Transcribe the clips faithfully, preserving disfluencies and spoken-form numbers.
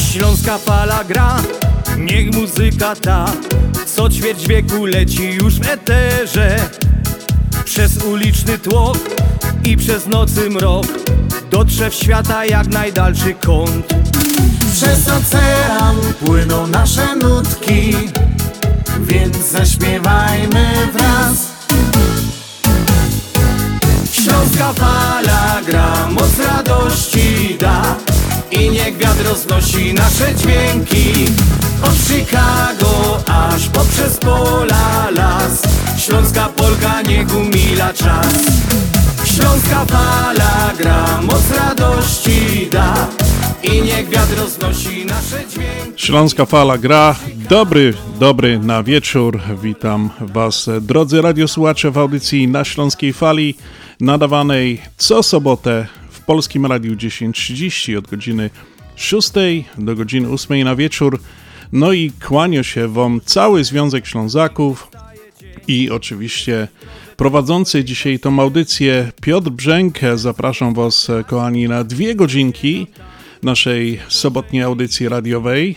Śląska fala gra, niech muzyka ta co ćwierć wieku leci już w eterze. Przez uliczny tłok i przez nocy mrok dotrze w świata jak najdalszy kąt. Przez ocean płyną nasze nutki, więc zaśpiewajmy wraz. Śląska fala gra, moc radości da i niech wiatr roznosi nasze dźwięki. Od Chicago aż poprzez pola, las, śląska polka niech umila czas. Śląska fala gra, moc radości da i niech wiatr roznosi nasze dźwięki. Śląska fala gra, dobry, dobry na wieczór. Witam Was, drodzy radiosłuchacze, w audycji Na Śląskiej Fali, nadawanej co sobotę w Polskim Radiu dziesięć trzydzieści od godziny szóstej do godziny ósmej na wieczór. No i kłania się Wam cały Związek Ślązaków i oczywiście prowadzący dzisiaj tą audycję Piotr Brzęk. Zapraszam Was, kochani, na dwie godzinki naszej sobotniej audycji radiowej.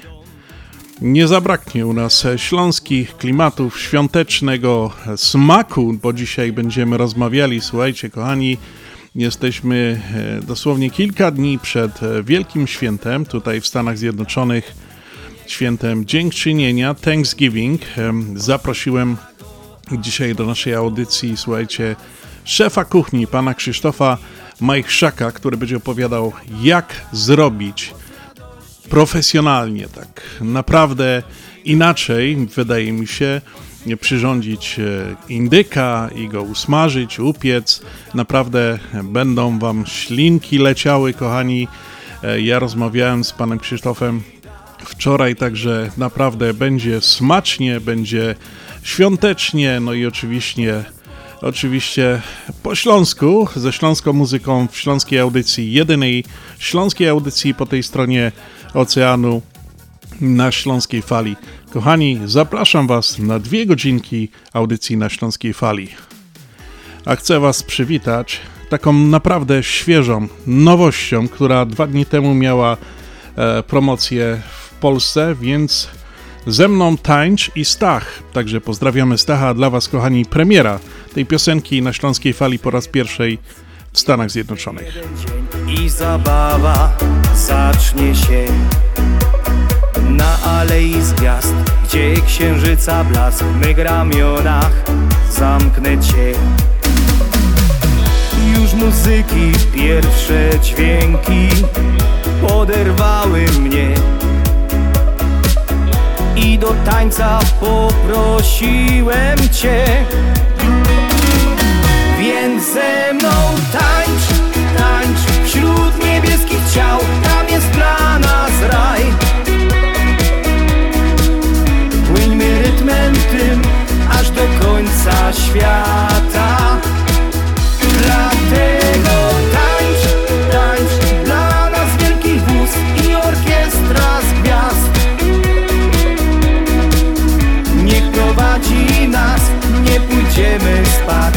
Nie zabraknie u nas śląskich klimatów, świątecznego smaku, bo dzisiaj będziemy rozmawiali, słuchajcie, kochani, jesteśmy dosłownie kilka dni przed Wielkim Świętem, tutaj w Stanach Zjednoczonych, świętem Dziękczynienia, Thanksgiving. Zaprosiłem dzisiaj do naszej audycji, słuchajcie, szefa kuchni, pana Krzysztofa Majchrzaka, który będzie opowiadał, jak zrobić profesjonalnie, tak naprawdę inaczej, wydaje mi się, przyrządzić indyka i go usmażyć, upiec. Naprawdę będą Wam ślinki leciały, kochani. Ja rozmawiałem z panem Krzysztofem wczoraj, także naprawdę będzie smacznie, będzie świątecznie, no i oczywiście Oczywiście po śląsku, ze śląską muzyką w śląskiej audycji, jedynej śląskiej audycji po tej stronie oceanu na Śląskiej Fali. Kochani, zapraszam Was na dwie godzinki audycji na Śląskiej Fali. A chcę Was przywitać taką naprawdę świeżą nowością, która dwa dni temu miała e, promocję w Polsce, więc ze mną tańcz i Stach. Także pozdrawiamy Stacha. Dla Was, kochani, premiera tej piosenki na Śląskiej Fali po raz pierwszej w Stanach Zjednoczonych. I zabawa zacznie się na alei z gwiazd, gdzie księżyca blask w mych ramionach zamknę Cię. Już muzyki pierwsze dźwięki poderwały mnie i do tańca poprosiłem Cię. Więc ze mną tańcz, tańcz wśród niebieskich ciał, tam jest dla nas raj. Płyńmy rytmem tym aż do końca świata. Dlatego tańcz, tańcz dla nas wielki wóz i orkiestra z gwiazd. Niech prowadzi nas, nie pójdziemy spać.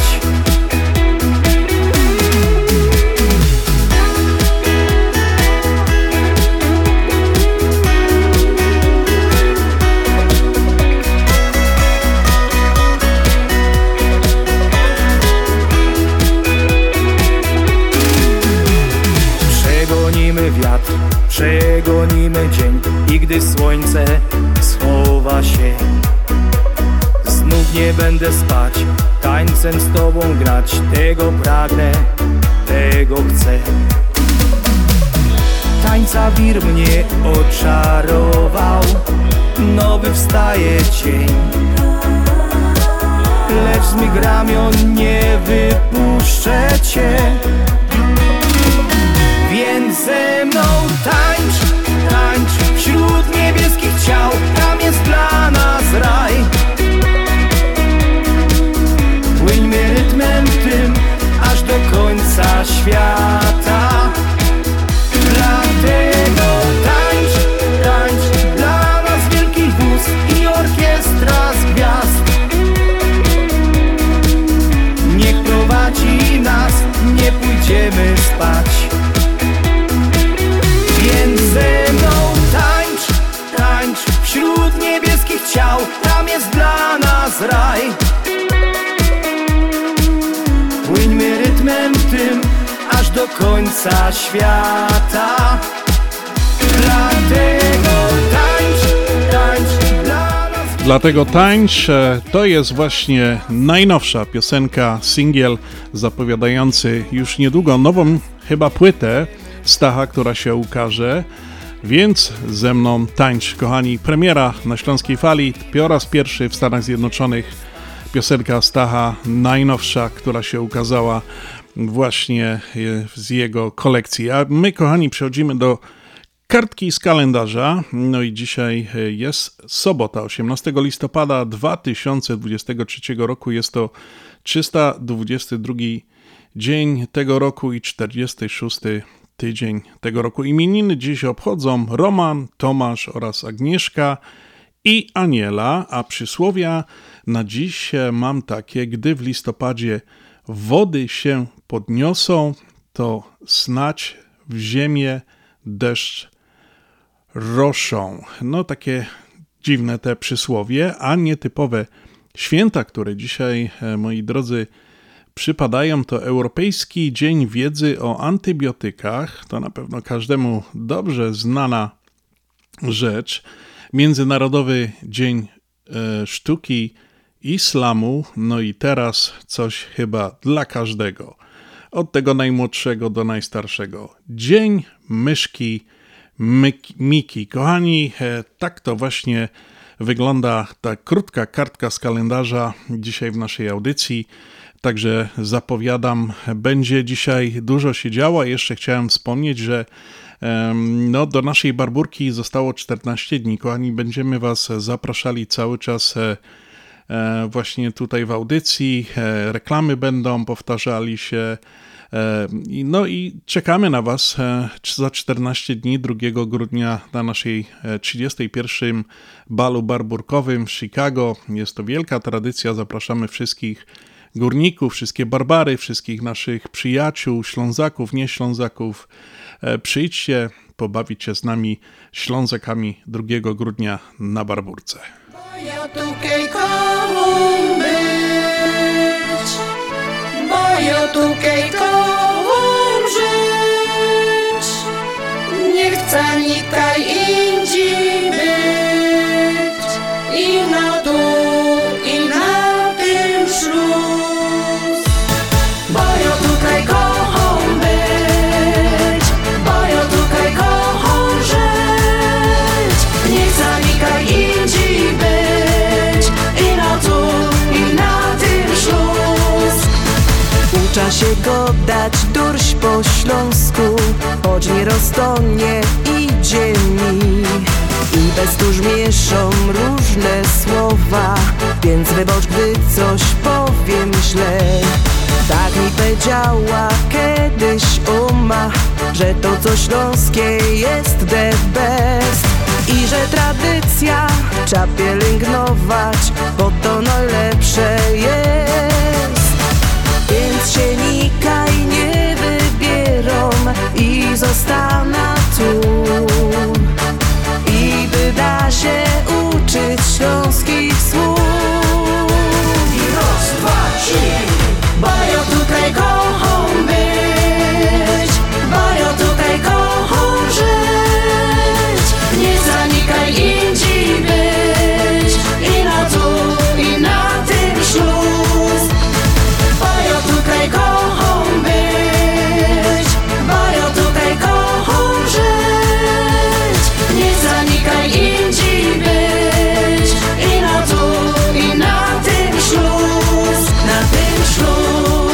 Przegonimy wiatr, przegonimy dzień i gdy słońce schowa się, znów nie będę spać, tańcem z Tobą grać. Tego pragnę, tego chcę. Tańca wir mnie oczarował, nowy wstaje cień, lecz z mych ramion nie wypuszczę Cię. Więc ze mną tańcz, tańcz wśród niebieskich ciał, tam jest dla nas raj. Płyńmy rytmem tym aż do końca świata. Dlatego tańcz, tańcz dla nas wielki wóz i orkiestra z gwiazd. Niech prowadzi nas, nie pójdziemy spać. do końca świata. Dlatego tańcz, tańcz dla nas. Dlatego tańcz to jest właśnie najnowsza piosenka, singiel zapowiadający już niedługo nową chyba płytę Stacha, która się ukaże. Więc ze mną tańcz, kochani, premiera na Śląskiej Fali, po raz pierwszy w Stanach Zjednoczonych piosenka Stacha, najnowsza, która się ukazała właśnie z jego kolekcji. A my, kochani, przechodzimy do kartki z kalendarza. No i dzisiaj jest sobota, osiemnastego listopada dwa tysiące dwudziestego trzeciego roku. Jest to trzysta dwudziesty drugi dzień tego roku i czterdziesty szósty tydzień tego roku. Imieniny dziś obchodzą Roman, Tomasz oraz Agnieszka i Aniela, a przysłowia na dziś mam takie: gdy w listopadzie wody się podniosą, to snać w ziemię deszcz roszą. No takie dziwne te przysłowie, a nietypowe święta, które dzisiaj, moi drodzy, przypadają, to Europejski Dzień Wiedzy o Antybiotykach, to na pewno każdemu dobrze znana rzecz, Międzynarodowy Dzień e, Sztuki Islamu, no i teraz coś chyba dla każdego, od tego najmłodszego do najstarszego. Dzień Myszki Miki. Kochani, e, tak to właśnie wygląda ta krótka kartka z kalendarza dzisiaj w naszej audycji. Także zapowiadam, będzie dzisiaj dużo się działo. Jeszcze chciałem wspomnieć, że no, do naszej Barburki zostało czternaście dni. Kochani, będziemy Was zapraszali cały czas właśnie tutaj w audycji. Reklamy będą, powtarzali się. No i czekamy na Was za czternaście dni, drugiego grudnia na naszej trzydziestym pierwszym balu barburkowym w Chicago. Jest to wielka tradycja. Zapraszamy wszystkich górników, wszystkie barbary, wszystkich naszych przyjaciół, Ślązaków, nie Ślązaków. Przyjdźcie, pobawić się z nami Ślązakami drugiego grudnia na Barburce. Bo ja tutaj kocham być, bo ja tutaj kocham żyć, nie chcę nikaj indziej być i na tu, i na tym śluz. Bo ja tutaj kocham być, bo ja tutaj kocham żyć, nie chcę nikaj indziej być i na tu, i na tym śluz. Ucza się godać durś po śląsku, choć nie roztonie idzie mi. I bez tuż mieszą różne słowa, więc wybacz, gdy coś powiem źle. Tak mi powiedziała kiedyś oma, że to co śląskie jest the best i że tradycja trzeba pielęgnować, bo to najlepsze jest. Więc się nikaj nie wybierą i zostanę tu, i by da się uczyć śląskich słów. I raz, dwa, trzy. Bo ja tutaj kocham być, bo ja tutaj kocham żyć, nie zanikaj indziej być i na tu, i na tym śluz. Bo ja tutaj kocham być, bo ja tutaj kocham żyć, nie zanikaj indziej być i na tu, i na tym śluz, na tym śluz.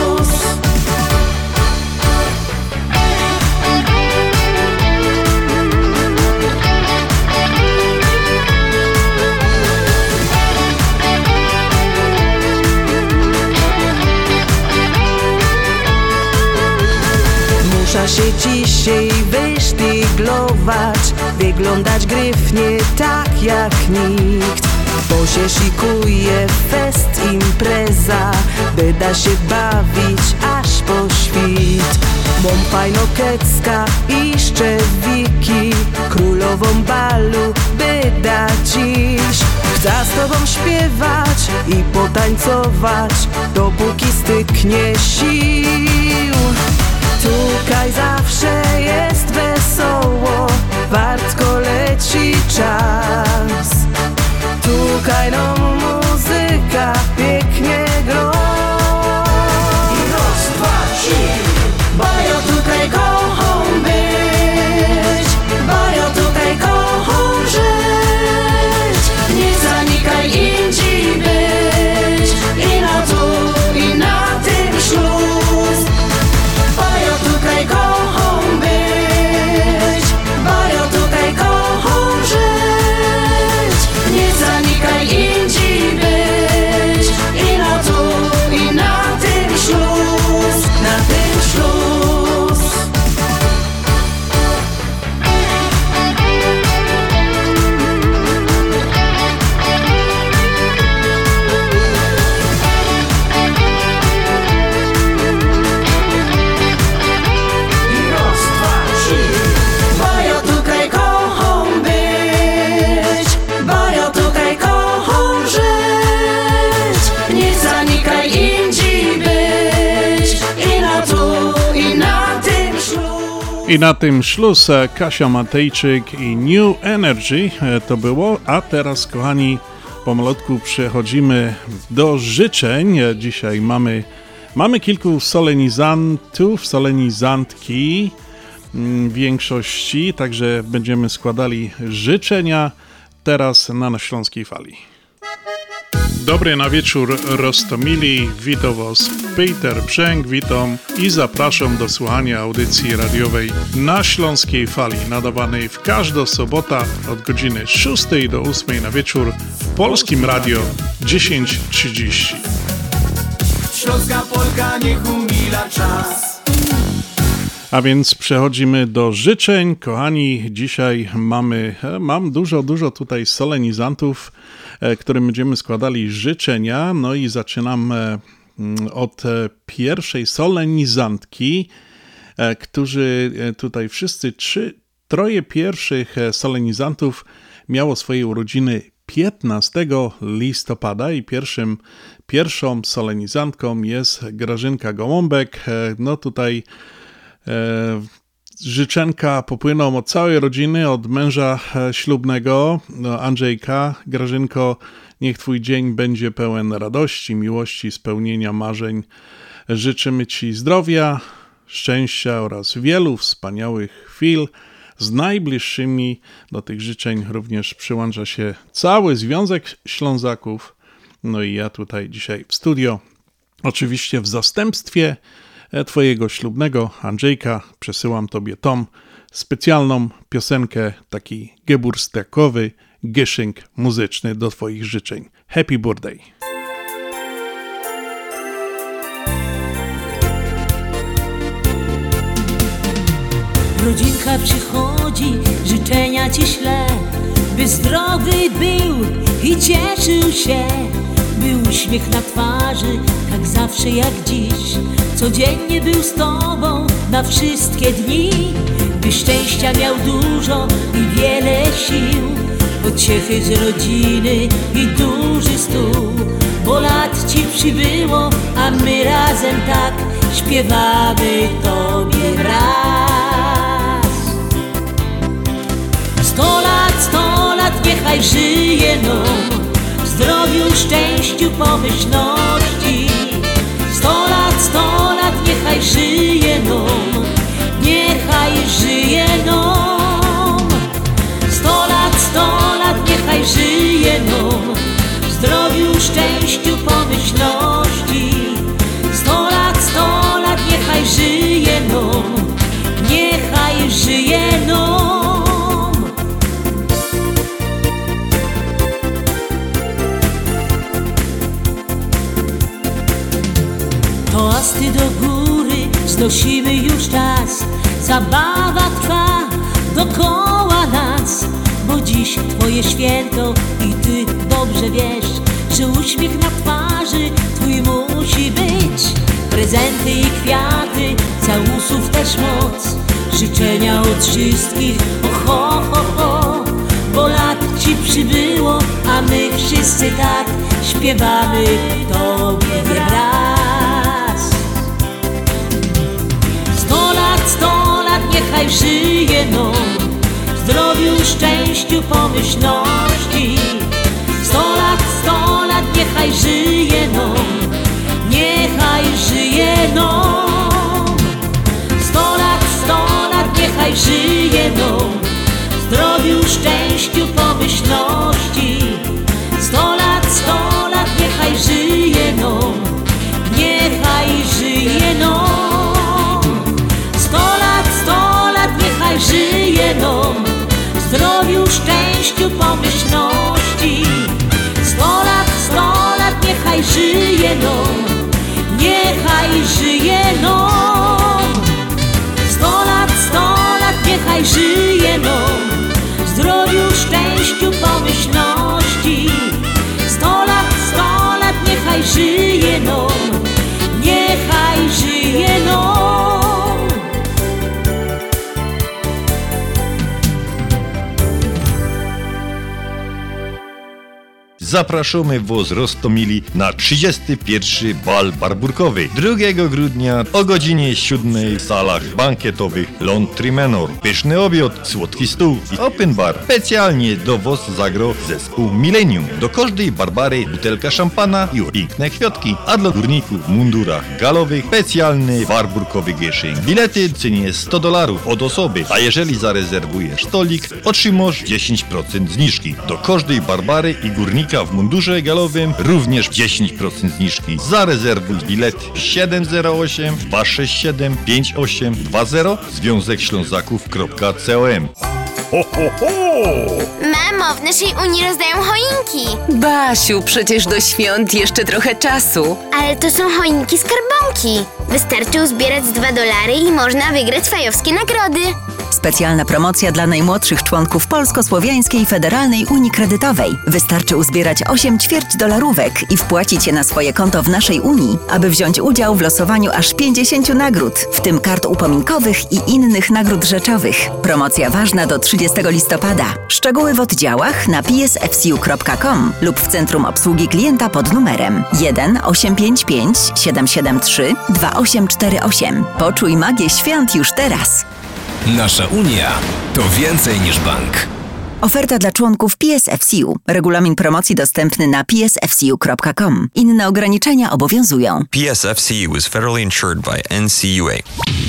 Muszę się dzisiaj wysztyglować, wyglądać gryfnie tak jak nikt, bo się szykuje fest, impreza, by da się bawić aż po świt. Mam fajno kecka i szczewiki, królową balu by da dziś. Chcę z tobą śpiewać i potańcować, dopóki styknie sił. Tukaj zawsze jest wesoło, wartko leci czas. Tukaj no muzyka pięknie gro. I raz, dwa, trzy, bo ja tutaj kocham być, bo ja tutaj kocham żyć. Nie zanikaj indziej być, i na tu, i na tym śluz. Bo ja tutaj kocham być, bo ja tutaj kocham żyć. Nie zanikaj indziej być, i na tu, i na tym śluz, na tym śluz. I raz, dwa, trzy, bo ja tutaj kocham być, bo ja tutaj kocham żyć. Nie zanikaj indziej być, i na tu, i na tym śluz. I na tym szluz e, Kasia Matejczyk i New Energy e, to było, a teraz kochani pomalutku przechodzimy do życzeń. E, Dzisiaj mamy, mamy kilku solenizantów, solenizantki mm, w większości, także będziemy składali życzenia teraz na Śląskiej Fali. Dobry na wieczór Rostomili, witam Was Peter Brzęk, witam i zapraszam do słuchania audycji radiowej na Śląskiej Fali, nadawanej w każdą sobotę od godziny szóstej do ósmej na wieczór w Polskim Radio dziesięć trzydzieści. Śląska Polka niech umila czas. A więc przechodzimy do życzeń. Kochani, dzisiaj mamy, e, mam dużo, dużo tutaj solenizantów, e, którym będziemy składali życzenia. No i zaczynam e, od e, pierwszej solenizantki, e, którzy e, tutaj wszyscy trzy, troje pierwszych e, solenizantów miało swoje urodziny piętnastego listopada i pierwszym, pierwszą solenizantką jest Grażynka Gołąbek. E, no tutaj E, życzenka popłyną od całej rodziny, od męża e, ślubnego, no, Andrzejka. Grażynko, niech Twój dzień będzie pełen radości, miłości, spełnienia marzeń. Życzymy Ci zdrowia, szczęścia oraz wielu wspaniałych chwil. Z najbliższymi do tych życzeń również przyłącza się cały Związek Ślązaków. No i ja tutaj dzisiaj w studio, oczywiście w zastępstwie Twojego ślubnego Andrzejka, przesyłam Tobie tą specjalną piosenkę, taki geburstakowy geschenk muzyczny do Twoich życzeń. Happy birthday! Rodzinka przychodzi, życzenia Ci śle, by zdrowy był i cieszył się, by uśmiech na twarzy, tak zawsze jak dziś, codziennie był z Tobą na wszystkie dni, by szczęścia miał dużo i wiele sił, pociechy z rodziny i duży stół, bo lat Ci przybyło, a my razem tak śpiewamy Tobie wraz. Sto lat, sto lat niechaj żyje nam, w zdrowiu, szczęściu, pomyślności. Sto lat, sto lat niechaj żyje nam, niechaj żyje nam. Sto lat, sto lat niechaj żyje nam, w zdrowiu, szczęściu, pomyślności. Sto lat, sto lat niechaj żyje nam, niechaj żyje nam. Toasty do góry znosimy już czas, zabawa trwa dokoła nas, bo dziś Twoje święto i Ty dobrze wiesz, że uśmiech na twarzy Twój musi być. Prezenty i kwiaty, całusów też moc, życzenia od wszystkich, o ho, ho, ho, bo lat Ci przybyło, a my wszyscy tak śpiewamy Tobie wraz. Sto niechaj żyje no, zdrowiu, szczęściu, pomyślności. Sto lat, sto lat, niechaj żyje no, niechaj żyje no. Sto lat, sto lat, niechaj żyje no, zdrowiu, szczęściu, pomyślności. Sto lat, sto lat, niechaj żyje no, niechaj żyje no. Sto lat, sto lat, niechaj żyje no, zdrowiu, szczęściu, pomyślności. Sto lat, sto lat, niechaj żyje no, niechaj żyje no. Sto lat, sto lat, niechaj żyje no, zdrowiu, szczęściu, pomyślności. Sto lat, sto lat, niechaj żyje no, niechaj żyje no. Zapraszamy was Roztomili na trzydziesty pierwszy bal barburkowy drugiego grudnia o godzinie siódmej w salach bankietowych Laundry Manor. Pyszny obiad, słodki stół i open bar. Specjalnie do was zagro zespół Millennium. Do każdej barbary butelka szampana i piękne kwiatki, a dla górników w mundurach galowych specjalny barburkowy gieszyn. Bilety w cenie sto dolarów od osoby, a jeżeli zarezerwujesz stolik, otrzymasz dziesięć procent zniżki. Do każdej barbary i górnika w mundurze galowym również dziesięć procent zniżki. Zarezerwuj bilet siedem zero osiem dwa sześć siedem pięć osiem dwa zero związek ślązaków kropka com. Ho, ho, ho! Mamo, w naszej Unii rozdają choinki. Basiu, przecież do świąt jeszcze trochę czasu. Ale to są choinki skarbonki. Wystarczy uzbierać z dwa dolary i można wygrać fajowskie nagrody. Specjalna promocja dla najmłodszych członków Polsko-Słowiańskiej Federalnej Unii Kredytowej. Wystarczy uzbierać osiem ćwierć dolarówek i wpłacić je na swoje konto w naszej Unii, aby wziąć udział w losowaniu aż pięćdziesięciu nagród, w tym kart upominkowych i innych nagród rzeczowych. Promocja ważna do trzydziestego listopada. Szczegóły w oddziałach na p s f c u kropka com lub w Centrum Obsługi Klienta pod numerem jeden osiem pięć pięć siedem siedem trzy dwa osiem cztery osiem. Poczuj magię świąt już teraz. Nasza Unia to więcej niż bank. Oferta dla członków P S F C U. Regulamin promocji dostępny na p s f c u kropka com. Inne ograniczenia obowiązują. P S F C U is federally insured by N C U A.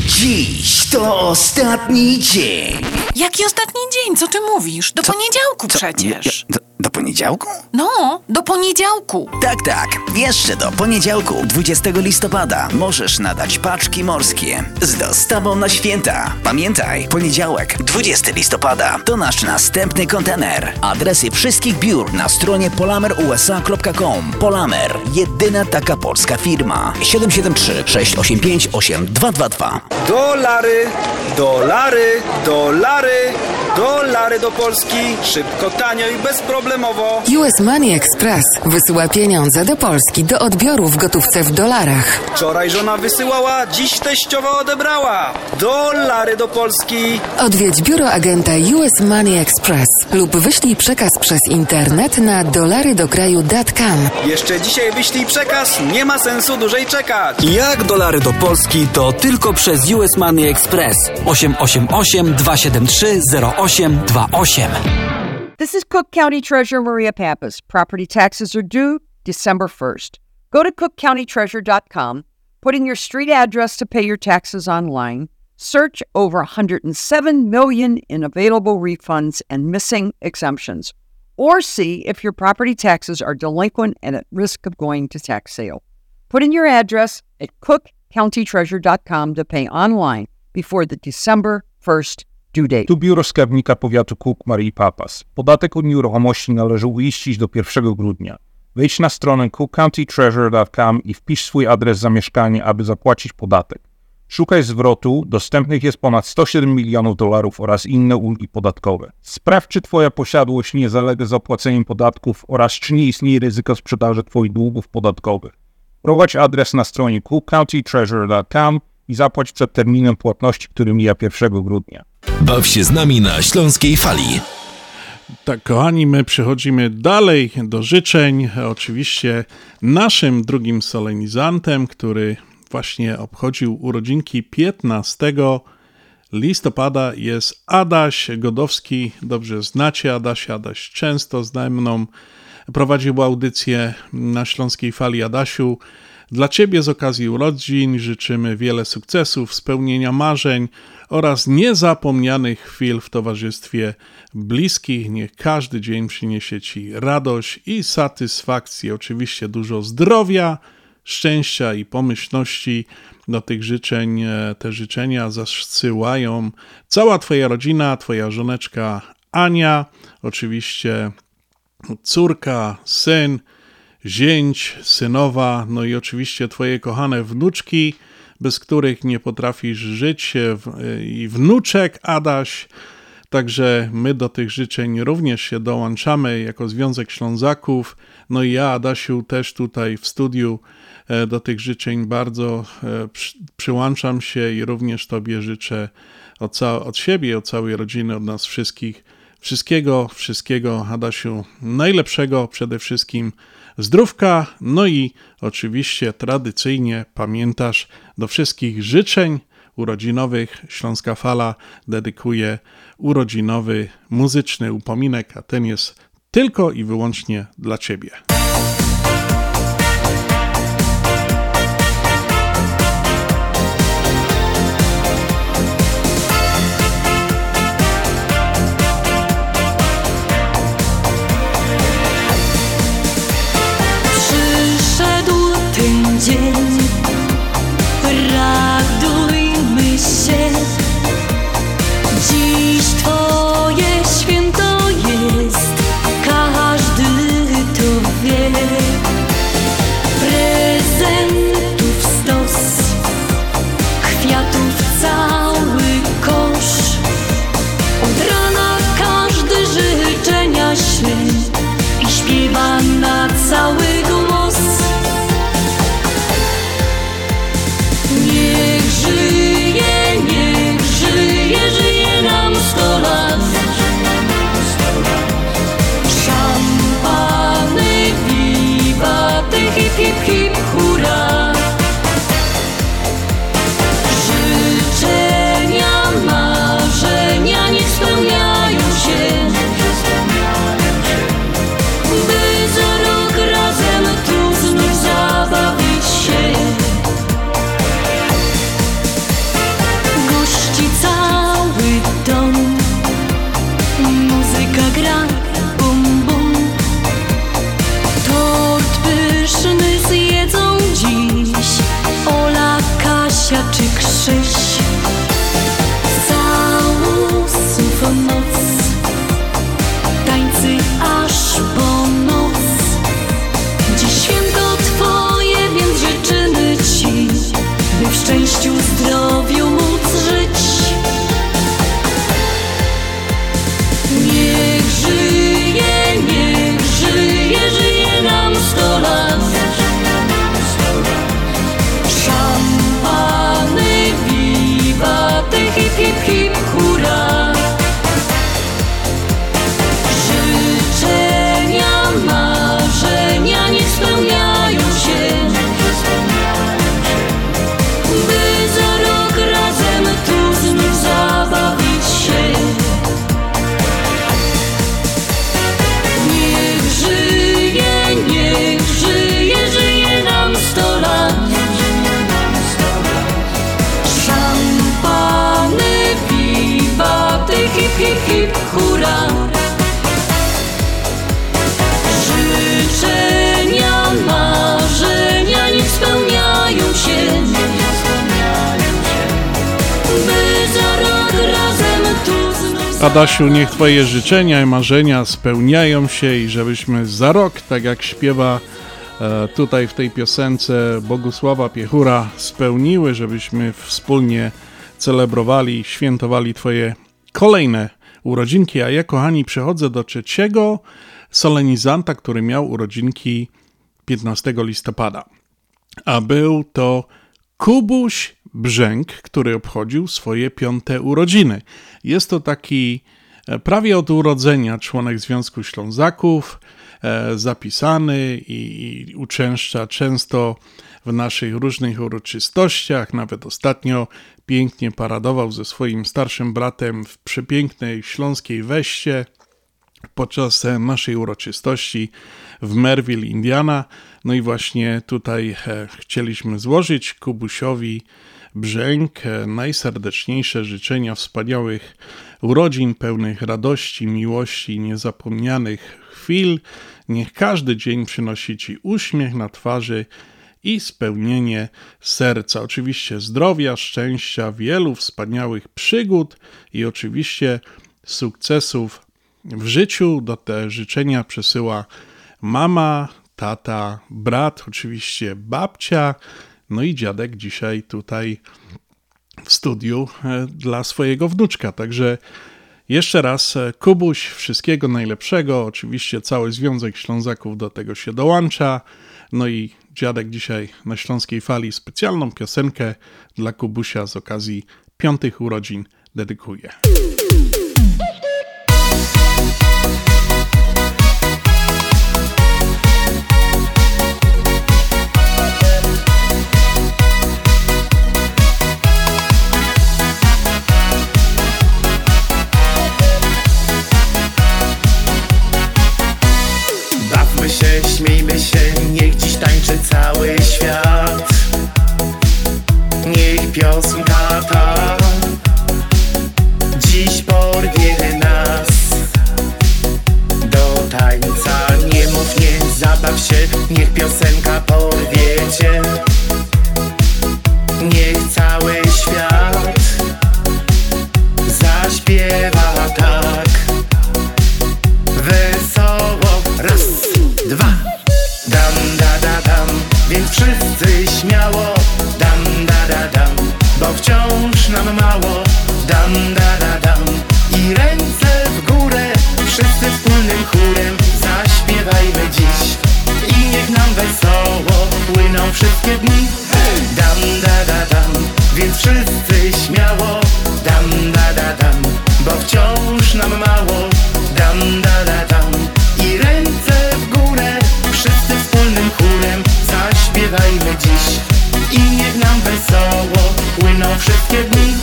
Dziś to ostatni dzień. Jaki ostatni dzień? Co ty mówisz? Do Co? poniedziałku Co? przecież. Do, do poniedziałku? No, do poniedziałku. Tak, tak. Jeszcze do poniedziałku, dwudziestego listopada możesz nadać paczki morskie z dostawą na święta. Pamiętaj, poniedziałek, dwudziestego listopada to nasz następny kontener. Adresy wszystkich biur na stronie polamer u s a kropka com. Polamer, jedyna taka polska firma. siedem siedem trzy sześć osiem pięć osiem dwa dwa dwa. Dolary, dolary, dolary, dolary do Polski. Szybko, tanio i bezproblemowo. U S Money Express wysyła pieniądze do Polski do odbioru w gotówce w dolarach. Wczoraj żona wysyłała, dziś teściowa odebrała. Dolary do Polski. Odwiedź biuro agenta U S Money Express lub wyślij przekaz przez internet na dolarydokraju kropka com. Jeszcze dzisiaj wyślij przekaz, nie ma sensu dłużej czekać. Jak dolary do Polski, to tylko przez U S Money Express. osiem osiem osiem dwa siedem trzy zero osiem dwa osiem. This is Cook County Treasurer Maria Pappas. Property taxes are due December first. Go to cook county treasurer dot com, put in your street address to pay your taxes online, search over one hundred seven million in available refunds and missing exemptions, or see if your property taxes are delinquent and at risk of going to tax sale. Put in your address at cook county treasurer dot com to pay online before the December first due date. Tu biuro skarbnika powiatu Cook Marii Pappas. Podatek od nieruchomości należy uiścić do pierwszego grudnia. Wejdź na stronę cook county treasurer dot com i wpisz swój adres zamieszkania, aby zapłacić podatek. Szukaj zwrotu, dostępnych jest ponad sto siedem milionów dolarów oraz inne ulgi podatkowe. Sprawdź, czy Twoja posiadłość nie zalega zapłaceniem podatków oraz czy nie istnieje ryzyko sprzedaży Twoich długów podatkowych. Prowadź adres na stronie cook county treasurer dot com i zapłać przed terminem płatności, który mija pierwszego grudnia. Baw się z nami na Śląskiej Fali. Tak, kochani, my przechodzimy dalej do życzeń. Oczywiście naszym drugim solenizantem, który właśnie obchodził urodzinki piętnastego listopada jest Adaś Godowski. Dobrze znacie Adasia. Adaś często ze mną prowadził audycję na Śląskiej Fali. Adasiu, dla Ciebie z okazji urodzin życzymy wiele sukcesów, spełnienia marzeń oraz niezapomnianych chwil w towarzystwie bliskich. Niech każdy dzień przyniesie Ci radość i satysfakcję. Oczywiście dużo zdrowia, szczęścia i pomyślności. Do tych życzeń, te życzenia zasyłają cała Twoja rodzina, Twoja żoneczka Ania, oczywiście córka, syn, zięć, synowa, no i oczywiście Twoje kochane wnuczki, bez których nie potrafisz żyć, i wnuczek Adaś. Także my do tych życzeń również się dołączamy jako Związek Ślązaków. No i ja, Adasiu, też tutaj w studiu do tych życzeń bardzo przy, przyłączam się i również Tobie życzę od, ca- od siebie, od całej rodziny, od nas wszystkich, wszystkiego, wszystkiego, Adasiu, najlepszego, przede wszystkim zdrówka, no i oczywiście tradycyjnie pamiętasz, do wszystkich życzeń urodzinowych Śląska Fala dedykuje urodzinowy muzyczny upominek, a ten jest tylko i wyłącznie dla Ciebie. Dzień, radujmy się, dziś Twoje święto jest, każdy to wie. Prezentów stos, kwiatów cały kosz, od rana każdy życzenia śni i śpiewa na cały głos. Niech żyje, niech żyje, żyje nam sto lat. Szampany, wiwaty, hip, hip, hip, hurra. Życzenia, marzenia niech spełniają się, by za rok razem tu znów zabawić się. Cały dom, muzyka gra, bum bum. Tort pyszny zjedzą dziś Ola, Kasia czy Krzyś. Całusów noc, tańcy aż po noc. Dziś święto Twoje, więc życzymy Ci, by w szczęściu, zdrowiu móc żyć. Niech żyje, niech żyje, żyje nam sto lat. Szampany, wiwaty, hip, hip, hip, hurra. Życzenia, marzenia niech spełniają się, by za rok razem tu znów zabawić się. Niech żyje, niech żyje, żyje nam sto lat. Szampany, wiwaty, hip, hip, hip, hurra. Życzenia, marzenia niech spełniają się, by za rok razem tu znów. Adasiu, niech Twoje życzenia i marzenia spełniają się i żebyśmy za rok, tak jak śpiewa e, tutaj w tej piosence Bogusława Piechura, spełniły, żebyśmy wspólnie celebrowali, świętowali Twoje kolejne urodzinki. A ja, kochani, przechodzę do trzeciego solenizanta, który miał urodzinki piętnastego listopada. A był to Kubuś Brzęk, który obchodził swoje piąte urodziny. Jest to taki prawie od urodzenia członek Związku Ślązaków, e, zapisany i, i uczęszcza często w naszych różnych uroczystościach. Nawet ostatnio pięknie paradował ze swoim starszym bratem w przepięknej śląskiej weście podczas naszej uroczystości w Merville, Indiana. No i właśnie tutaj e, chcieliśmy złożyć Kubusiowi Brzęk e, najserdeczniejsze życzenia wspaniałych urodzin, pełnych radości, miłości i niezapomnianych chwil. Niech każdy dzień przynosi Ci uśmiech na twarzy i spełnienie serca. Oczywiście zdrowia, szczęścia, wielu wspaniałych przygód i oczywiście sukcesów w życiu. Do te życzenia przesyła mama, tata, brat, oczywiście babcia, no i dziadek dzisiaj tutaj w studiu dla swojego wnuczka. Także jeszcze raz, Kubuś, wszystkiego najlepszego. Oczywiście cały Związek Ślązaków do tego się dołącza. No i dziadek dzisiaj na Śląskiej Fali specjalną piosenkę dla Kubusia z okazji piątych urodzin dedykuje. Bawmy się, śmiejmy się, niech dziś tańczy cały świat. Niech piosenka ta dziś porwie nas do tańca. Nie mów nie, zabaw się, niech piosenka porwie cię. Niech cały świat zaśpiewa tak wesoło. Raz, dwa, dam, da, da, dam. Więc wszyscy śmiało dam, da, da, dam. Bo wciąż nam mało dam, da, da, dam. I ręce w górę, wszyscy wspólnym chórem zaśpiewajmy dziś. I niech nam wesoło płyną wszystkie dni. Dam, da, da, dam. Więc wszyscy śmiało dam, da, da, dam. Bo wciąż nam mało dam, da, da, dam. I ręce w górę, wszyscy wspólnym chórem zaśpiewajmy dziś. I niech nam wesoło płyną wszystkie dni.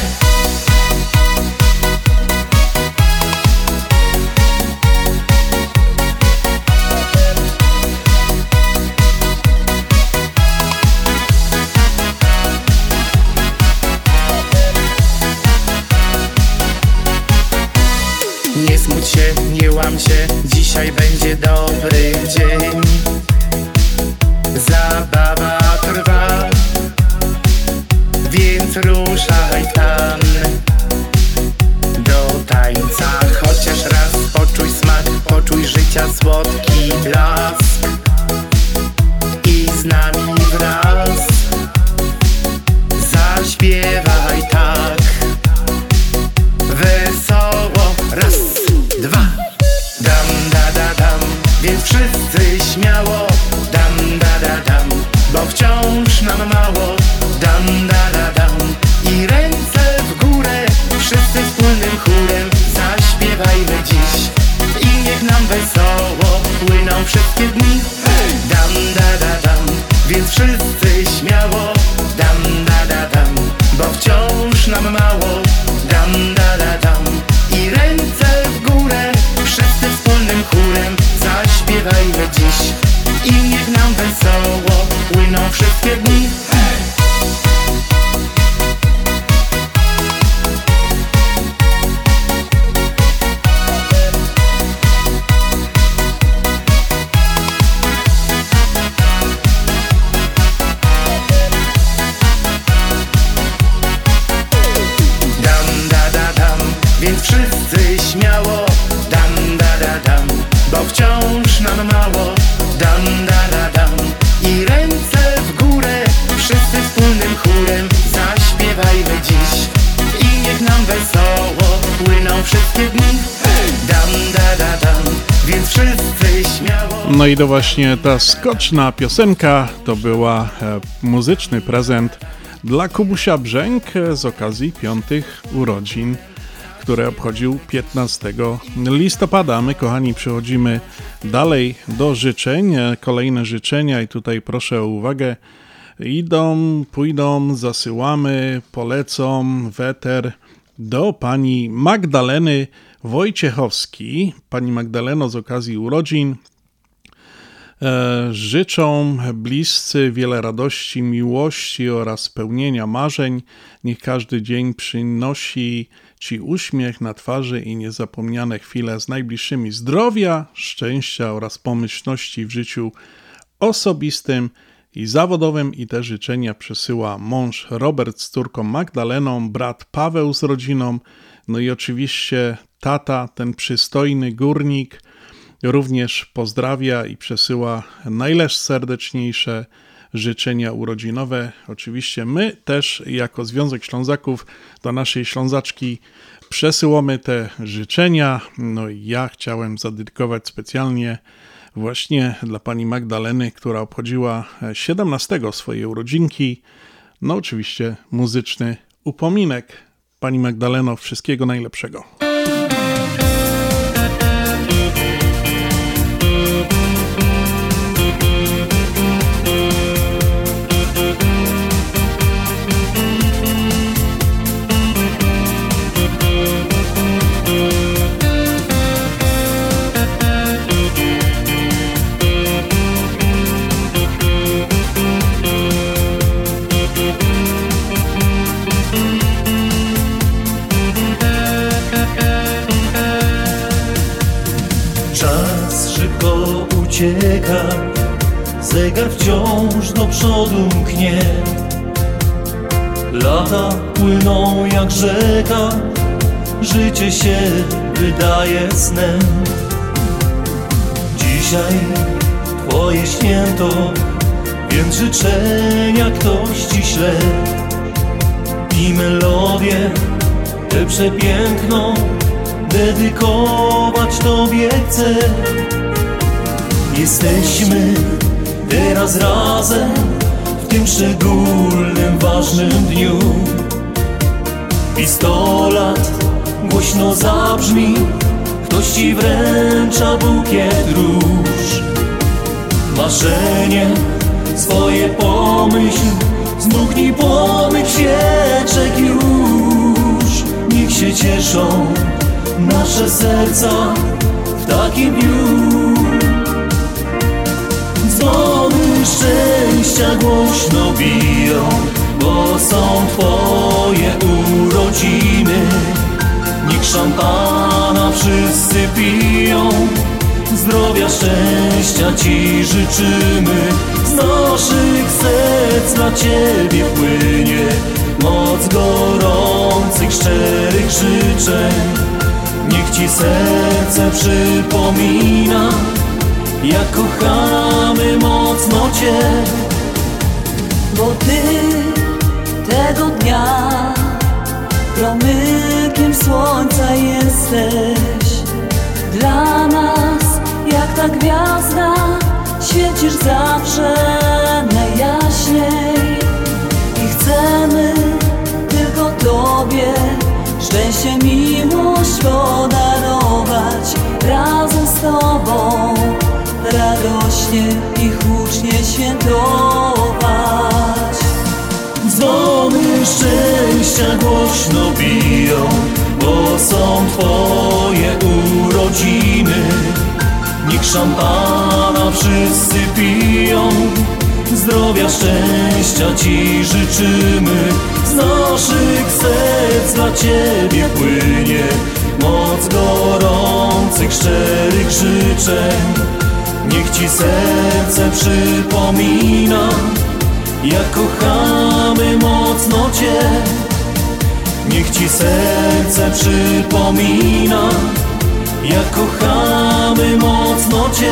Nie smuć się, nie łam się, dzisiaj będzie dobry dzień. Zabawa trwa, więc ruszaj tam do tańca. Chociaż raz poczuj smak, poczuj życia słodki blask. I z nami wraz zaśpiewaj tak wesoło. Raz, dwa, dam, da, da, dam. Więc wszyscy śmiało dam, da, da, dam. Bo wciąż nam mało dam, da, da, dam. I ręce w górę, wszyscy wspólnym chórem zaśpiewajmy dziś. I niech nam wesoło płyną wszystkie dni. Dam, da, da, dam. Więc wszyscy śmiało dam, da, da, dam. Bo wciąż nam mało dam, da, da, dam. I ręce w górę, wszyscy wspólnym chórem zaśpiewajmy dziś. I niech nam wesoło płyną wszystkie dni. Dam, da, da, dam. Więc wszyscy śmiało dam, da, da, dam. Bo wciąż nam mało dam, da, da, dam. I ręce w górę, wszyscy wspólnym chórem zaśpiewajmy dziś. I niech nam wesoło płyną wszystkie dni. Dam, da, da, dam. Więc wszyscy śmiało. No i to właśnie ta skoczna piosenka to była e, muzyczny prezent dla Kubusia Brzęk z okazji piątych urodzin, które obchodził piętnastego listopada. My, kochani, przechodzimy dalej do życzeń. Kolejne życzenia i tutaj proszę o uwagę. Idą, pójdą, zasyłamy, polecą weter do pani Magdaleny Wojciechowskiej. Pani Magdaleno, z okazji urodzin e, życzą bliscy wiele radości, miłości oraz spełnienia marzeń. Niech każdy dzień przynosi Ci uśmiech na twarzy i niezapomniane chwile z najbliższymi, zdrowia, szczęścia oraz pomyślności w życiu osobistym i zawodowym. I te życzenia przesyła mąż Robert z córką Magdaleną, brat Paweł z rodziną, no i oczywiście tata, ten przystojny górnik, również pozdrawia i przesyła najleż serdeczniejsze życzenia urodzinowe. Oczywiście my też jako Związek Ślązaków do naszej Ślązaczki przesyłamy te życzenia. No i ja chciałem zadedykować specjalnie właśnie dla pani Magdaleny, która obchodziła siedemnastego swoje urodzinki. No oczywiście muzyczny upominek. Pani Magdaleno, wszystkiego najlepszego. Ucieka, zegar wciąż do przodu mknie. Lata płyną jak rzeka, życie się wydaje snem. Dzisiaj Twoje święto, więc życzenia ktoś Ci śle. I melodię tę przepiękną dedykować Tobie chcę. Jesteśmy teraz razem w tym szczególnym, ważnym dniu. I sto lat głośno zabrzmi, ktoś Ci wręcza bukiet róż. Marzenie swoje pomyśl, zdmuchnij płomyk świeczek już. Niech się cieszą nasze serca w takim dniu. Dzwony szczęścia głośno biją, bo są Twoje urodziny. Niech szampana wszyscy piją, zdrowia, szczęścia Ci życzymy. Z naszych serc dla Ciebie płynie moc gorących, szczerych życzeń. Niech Ci serce przypomina, jak kochamy mocno Cię. Bo Ty tego dnia promykiem słońca jesteś. Dla nas jak ta gwiazda, świecisz zawsze najjaśniej. I chcemy tylko Tobie szczęście, miłość podarować. Razem z Tobą radośnie i hucznie świętować. Dzwony szczęścia głośno biją, bo są Twoje urodziny. Niech szampana wszyscy piją, zdrowia, szczęścia Ci życzymy. Z naszych serc dla Ciebie płynie moc gorących, szczerych życzeń. Niech Ci serce przypomina, jak kochamy mocno Cię. Niech Ci serce przypomina, jak kochamy mocno Cię.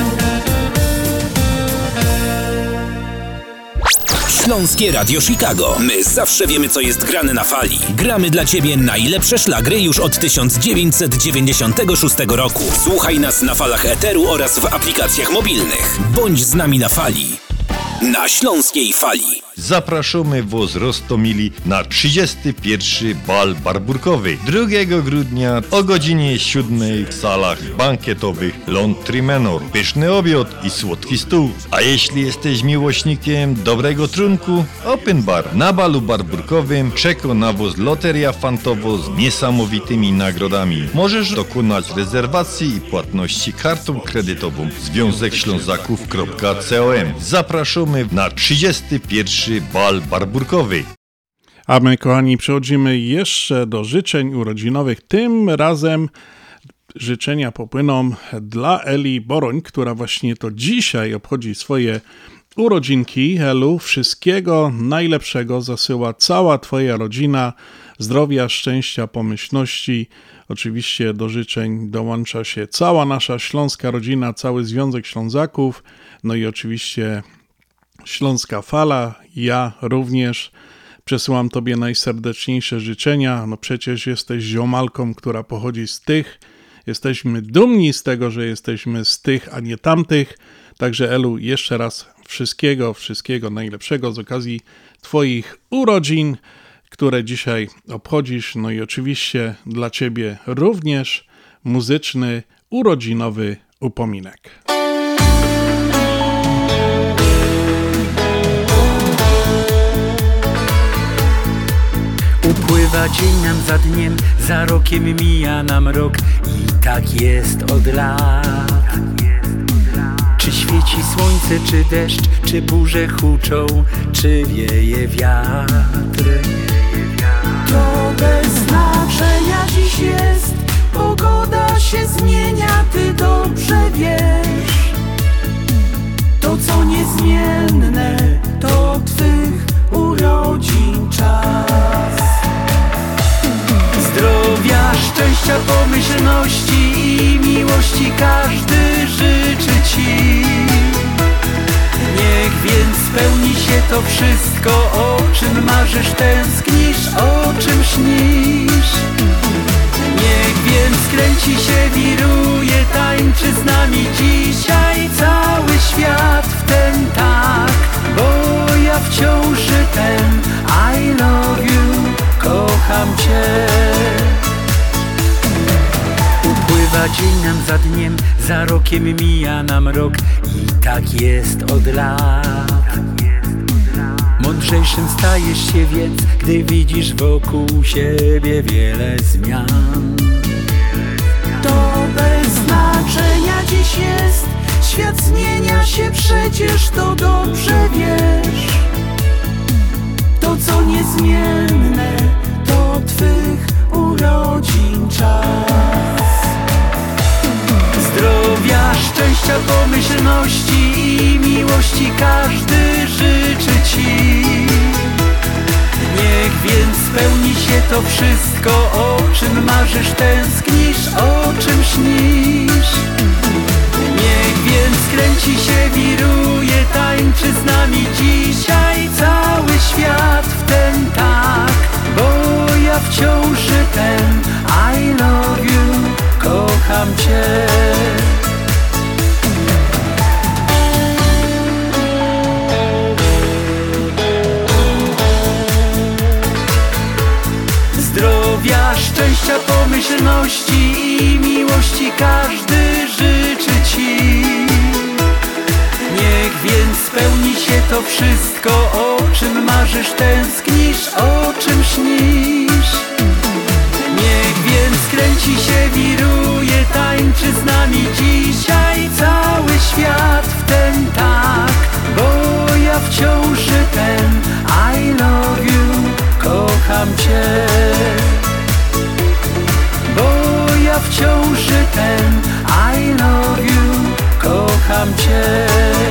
Śląskie Radio Chicago. My zawsze wiemy, co jest grane na fali. Gramy dla Ciebie najlepsze szlagry już od tysiąc dziewięćset dziewięćdziesiątego szóstego roku. Słuchaj nas na falach eteru oraz w aplikacjach mobilnych. Bądź z nami na fali. Na Śląskiej Fali. Zapraszamy was roztomili na trzydziesty pierwszy bal barburkowy drugiego grudnia o godzinie siódmej w salach bankietowych Laundry Manor. Pyszny obiad i słodki stół. A jeśli jesteś miłośnikiem dobrego trunku, open bar. Na balu barburkowym czeka na was loteria fantowo z niesamowitymi nagrodami. Możesz dokonać rezerwacji i płatności kartą kredytową związek ślązaków kropka com. Zapraszamy na trzydziesty pierwszy bal barburkowy. A my, kochani, przechodzimy jeszcze do życzeń urodzinowych. Tym razem życzenia popłyną dla Eli Boroń, która właśnie to dzisiaj obchodzi swoje urodzinki. Elu, wszystkiego najlepszego zasyła cała twoja rodzina, zdrowia, szczęścia, pomyślności. Oczywiście do życzeń dołącza się cała nasza śląska rodzina, cały Związek Ślązaków, no i oczywiście Śląska Fala, ja również. Przesyłam tobie najserdeczniejsze życzenia, no przecież jesteś ziomalką, która pochodzi z tych. Jesteśmy dumni z tego, że jesteśmy z tych, a nie tamtych. Także Elu, jeszcze raz wszystkiego, wszystkiego najlepszego z okazji twoich urodzin, które dzisiaj obchodzisz. No i oczywiście dla ciebie również muzyczny, urodzinowy upominek. Upływa dzień nam za dniem, za rokiem mija nam rok i tak jest od lat. Czy świeci słońce, czy deszcz, czy burze huczą, czy wieje wiatr. To bez znaczenia dziś jest, pogoda się zmienia, ty dobrze wiesz. To co niezmienne, to twych urodzin czas. Zdrowia, szczęścia, pomyślności i miłości każdy życzy ci. Niech więc spełni się to wszystko, o czym marzysz, tęsknisz, o czym śnisz. Niech więc kręci się, wiruje, tańczy z nami dzisiaj cały świat w ten tak, bo ja wciąż ten I love you, kocham cię. Upływa dzień nam za dniem, za rokiem mija nam rok i tak jest od lat. Mądrzejszym stajesz się więc, gdy widzisz wokół siebie wiele zmian. To bez znaczenia dziś jest, świat zmienia się przecież, to dobrze wiesz. To co niezmienne, to twych urodzin czas. Zdrowia, szczęścia, pomyślności i miłości każdy życzy ci. Niech więc spełni się to wszystko, o czym marzysz, tęsknisz, o czym śnisz. Niech więc kręci się, wiruje, tańczy z nami dzisiaj cały świat w ten tak, bo ja wciąż ten I love you, kocham cię. Zdrowia, szczęścia, pomyślności i miłości każdy życzy ci. Niech więc spełni się to wszystko, o czym marzysz, tęsknisz, o czym śnisz. Niech więc kręci się, wiruje, tańczy z nami dzisiaj cały świat w ten tak, bo ja wciąż ten I love you, kocham cię. Bo ja wciąż ten I love you, kocham cię.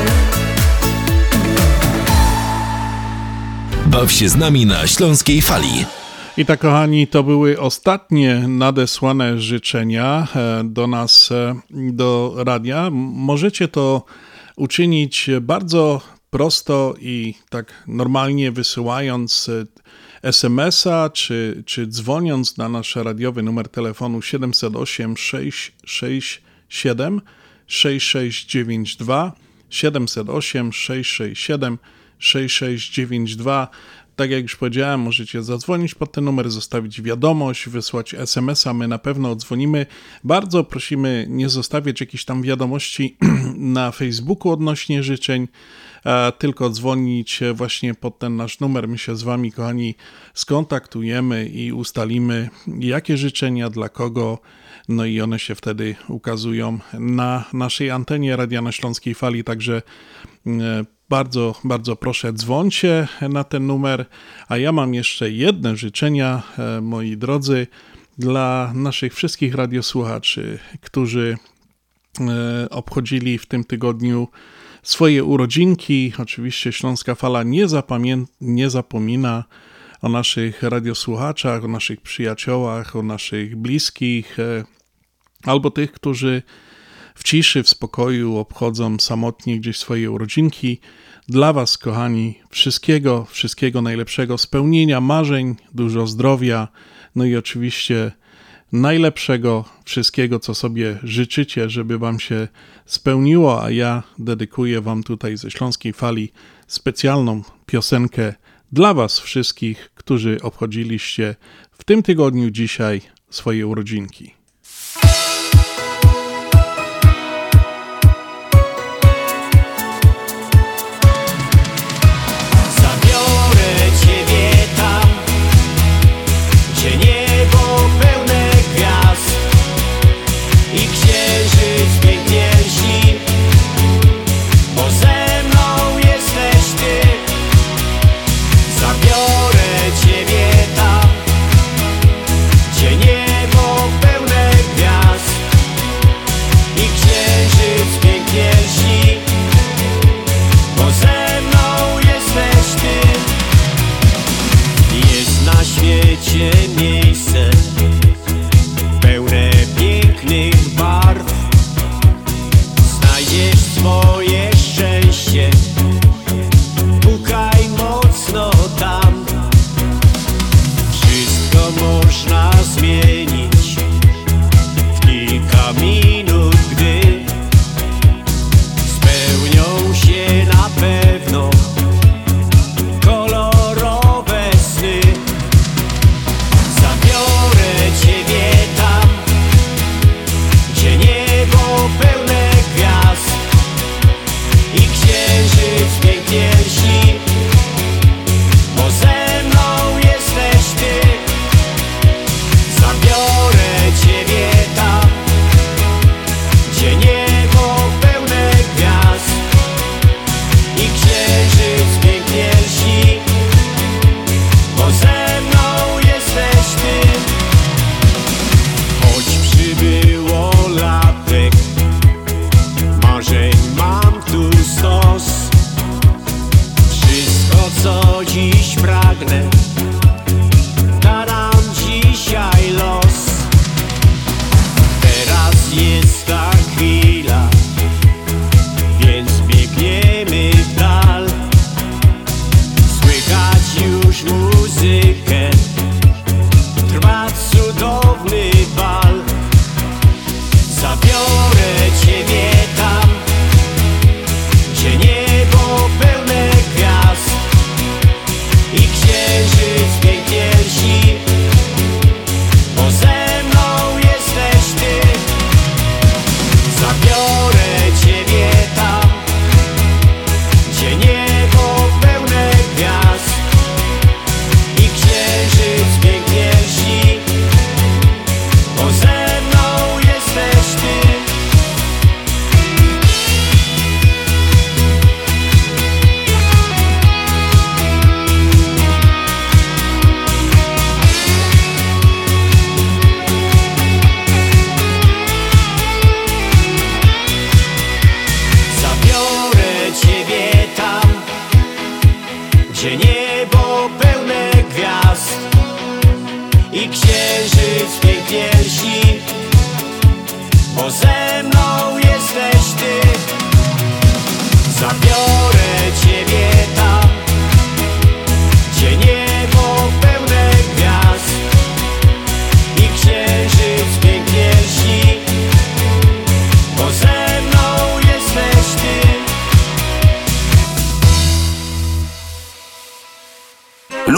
Baw się z nami na Śląskiej Fali. I tak, kochani, to były ostatnie nadesłane życzenia do nas, do radia. Możecie to uczynić bardzo prosto i tak normalnie, wysyłając es em es a czy, czy dzwoniąc na nasz radiowy numer telefonu siedem zero osiem sześć sześć siedem sześć sześć dziewięć dwa, siedem zero osiem sześć sześć siedem sześć sześć dziewięć dwa. Tak jak już powiedziałem, możecie zadzwonić pod ten numer, zostawić wiadomość, wysłać es em es a, my na pewno odzwonimy. Bardzo prosimy nie zostawiać jakichś tam wiadomości na Facebooku odnośnie życzeń, tylko dzwonić właśnie pod ten nasz numer. My się z wami, kochani, skontaktujemy i ustalimy, jakie życzenia, dla kogo, no i one się wtedy ukazują na naszej antenie Radia na Śląskiej Fali, także bardzo, bardzo proszę, dzwońcie na ten numer, a ja mam jeszcze jedne życzenia, moi drodzy, dla naszych wszystkich radiosłuchaczy, którzy obchodzili w tym tygodniu swoje urodzinki. Oczywiście Śląska Fala nie, zapamię- nie zapomina o naszych radiosłuchaczach, o naszych przyjaciołach, o naszych bliskich, albo tych, którzy w ciszy, w spokoju obchodzą samotnie gdzieś swoje urodzinki. Dla was, kochani, wszystkiego, wszystkiego najlepszego, spełnienia marzeń, dużo zdrowia, no i oczywiście najlepszego, wszystkiego, co sobie życzycie, żeby wam się spełniło, a ja dedykuję wam tutaj ze Śląskiej Fali specjalną piosenkę dla was wszystkich, którzy obchodziliście w tym tygodniu dzisiaj swoje urodzinki. Ciebie tam, gdzie niebo pełne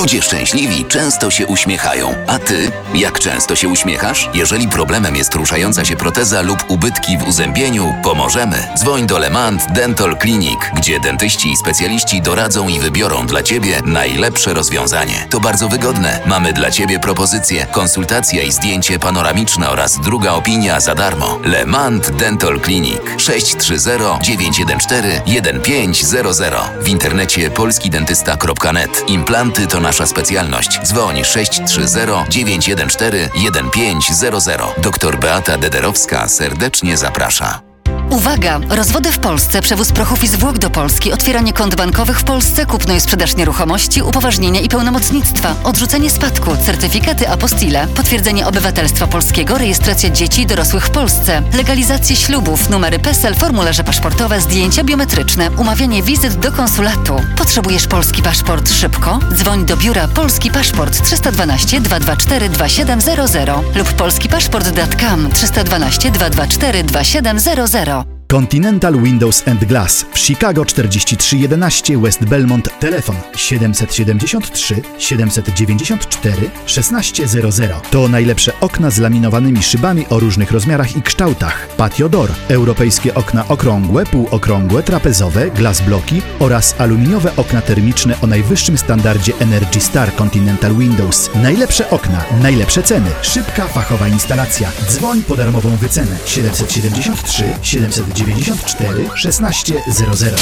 Ludzie szczęśliwi często się uśmiechają. A ty? Jak często się uśmiechasz? Jeżeli problemem jest ruszająca się proteza lub ubytki w uzębieniu, pomożemy. Dzwoń do Lemant Dental Clinic, gdzie dentyści i specjaliści doradzą i wybiorą dla Ciebie najlepsze rozwiązanie. To bardzo wygodne. Mamy dla Ciebie propozycje, konsultacja i zdjęcie panoramiczne oraz druga opinia za darmo. Lemant Dental Clinic sześć trzy zero dziewięć jeden cztery jeden pięć zero zero. W internecie polskidentysta kropka net. Implanty to nasza specjalność. Dzwoń sześć trzy zero dziewięć jeden cztery jeden pięć zero zero. Doktor Beata Dederowska serdecznie zaprasza. Uwaga! Rozwody w Polsce, przewóz prochów i zwłok do Polski, otwieranie kont bankowych w Polsce, kupno i sprzedaż nieruchomości, upoważnienia i pełnomocnictwa, odrzucenie spadku, certyfikaty apostille, potwierdzenie obywatelstwa polskiego, rejestracja dzieci i dorosłych w Polsce, legalizację ślubów, numery PESEL, formularze paszportowe, zdjęcia biometryczne, umawianie wizyt do konsulatu. Potrzebujesz polski paszport szybko? Dzwoń do biura Polski Paszport trzysta dwanaście dwa dwa cztery dwa siedem zero zero lub polski paszport kropka com trzysta dwanaście dwa dwa cztery dwa siedem zero zero. Continental Windows and Glass w Chicago czterdzieści trzy jedenaście West Belmont. Telefon siedem siedem trzy siedem dziewięć cztery szesnaście zero zero. To najlepsze okna z laminowanymi szybami o różnych rozmiarach i kształtach. Patio door, europejskie okna okrągłe, półokrągłe, trapezowe, glass bloki oraz aluminiowe okna termiczne o najwyższym standardzie Energy Star Continental Windows. Najlepsze okna, najlepsze ceny, szybka, fachowa instalacja. Dzwoń po darmową wycenę siedem siedem trzy siedem dziewięć cztery szesnaście zero zero.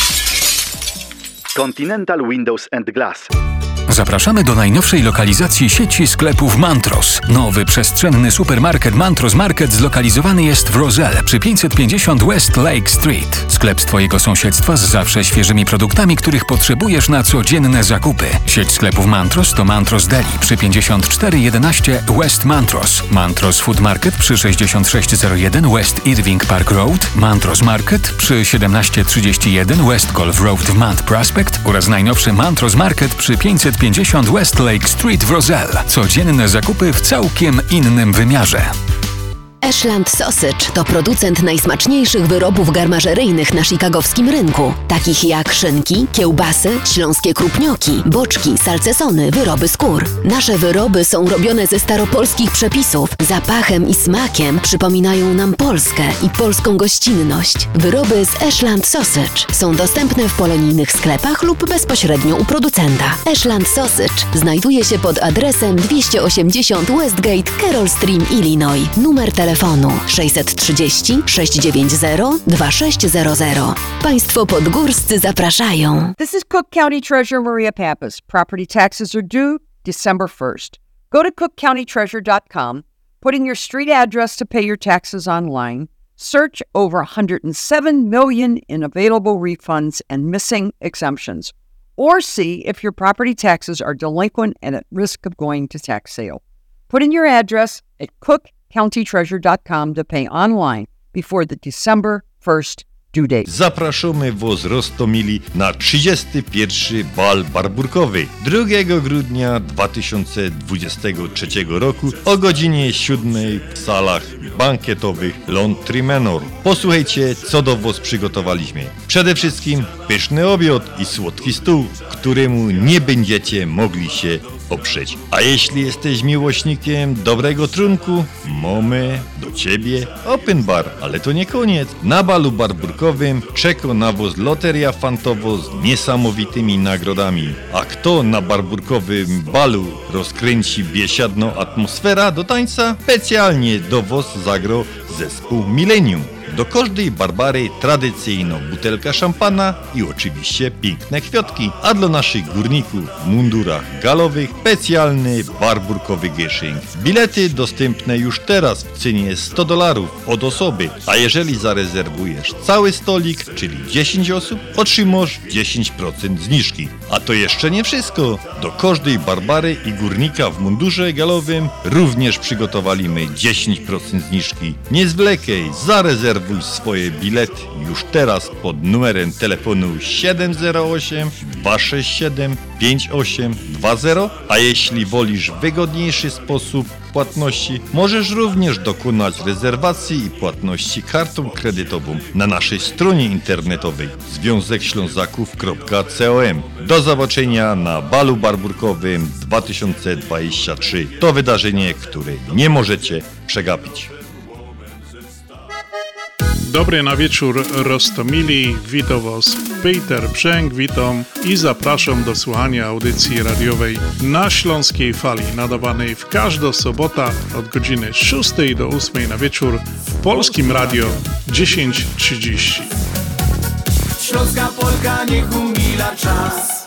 Continental Windows and Glass. Zapraszamy do najnowszej lokalizacji sieci sklepów Mantros. Nowy przestrzenny supermarket Mantros Market zlokalizowany jest w Roselle przy pięćset pięćdziesiąt West Lake Street. Sklep z Twojego sąsiedztwa z zawsze świeżymi produktami, których potrzebujesz na codzienne zakupy. Sieć sklepów Mantros to Mantros Deli przy pięćdziesiąt cztery jedenaście West Mantros, Mantros Food Market przy sześćdziesiąt sześć zero jeden West Irving Park Road, Mantros Market przy siedemnaście trzydzieści jeden West Golf Road w Mount Prospect oraz najnowszy Mantros Market przy pięćset pięćdziesiąt West Lake Street w Roselle. Codzienne zakupy w całkiem innym wymiarze. Ashland Sausage to producent najsmaczniejszych wyrobów garmażeryjnych na chicagowskim rynku, takich jak szynki, kiełbasy, śląskie krupnioki, boczki, salcesony, wyroby skór. Nasze wyroby są robione ze staropolskich przepisów. Zapachem i smakiem przypominają nam Polskę i polską gościnność. Wyroby z Ashland Sausage są dostępne w polonijnych sklepach lub bezpośrednio u producenta. Ashland Sausage znajduje się pod adresem dwieście osiemdziesiąt Westgate, Carroll Stream, Illinois. Numer telefonu sześćset trzydzieści sześć dziewięćdziesiąt dwa sześć zero zero. Państwo podgórscy zapraszają. This is Cook County Treasurer Maria Pappas. Property taxes are due December first. Go to cook county treasurer dot com, put in your street address to pay your taxes online, search over one hundred seven million in available refunds and missing exemptions, or see if your property taxes are delinquent and at risk of going to tax sale. Put in your address at cook county treasurer dot com to pay online before the December first due date. Zapraszamy was Roztomili na trzydziesty pierwszy bal barburkowy drugiego grudnia dwa tysiące dwudziestego trzeciego roku o godzinie siódmej w salach bankietowych Laundry Manor. Posłuchajcie, co do was przygotowaliśmy. Przede wszystkim pyszny obiad i słodki stół, któremu nie będziecie mogli się oprzeć. A jeśli jesteś miłośnikiem dobrego trunku, mamy do ciebie open bar. Ale to nie koniec. Na balu barburkowym czeka na was loteria fantowo z niesamowitymi nagrodami. A kto na barburkowym balu rozkręci biesiadną atmosfera do tańca? Specjalnie do was zagrał zespół Millennium. Do każdej Barbary tradycyjną butelka szampana i oczywiście piękne kwiatki, a dla naszych górników w mundurach galowych specjalny barburkowy gieszynk. Bilety dostępne już teraz w cenie sto dolarów od osoby, a jeżeli zarezerwujesz cały stolik, czyli dziesięć osób, otrzymasz dziesięć procent zniżki. A to jeszcze nie wszystko. Do każdej Barbary i górnika w mundurze galowym również przygotowaliśmy dziesięć procent zniżki. Nie zwlekaj, zarezerwuj zarezerwuj swoje bilety już teraz pod numerem telefonu siedem zero osiem, dwa sześć siedem, pięć osiem dwa zero, a jeśli wolisz wygodniejszy sposób płatności, możesz również dokonać rezerwacji i płatności kartą kredytową na naszej stronie internetowej związek ślązaków kropka com. Do zobaczenia na Balu Barburkowym dwa tysiące dwudziestym trzecim. To wydarzenie, które nie możecie przegapić. Dobry na wieczór Rostomili, witam Was Peter Brzęk, witam i zapraszam do słuchania audycji radiowej na Śląskiej Fali, nadawanej w każdą sobotę od godziny szóstej do ósmej na wieczór w Polskim Radio dziesięć trzydzieści. Śląska Polka niech umila czas.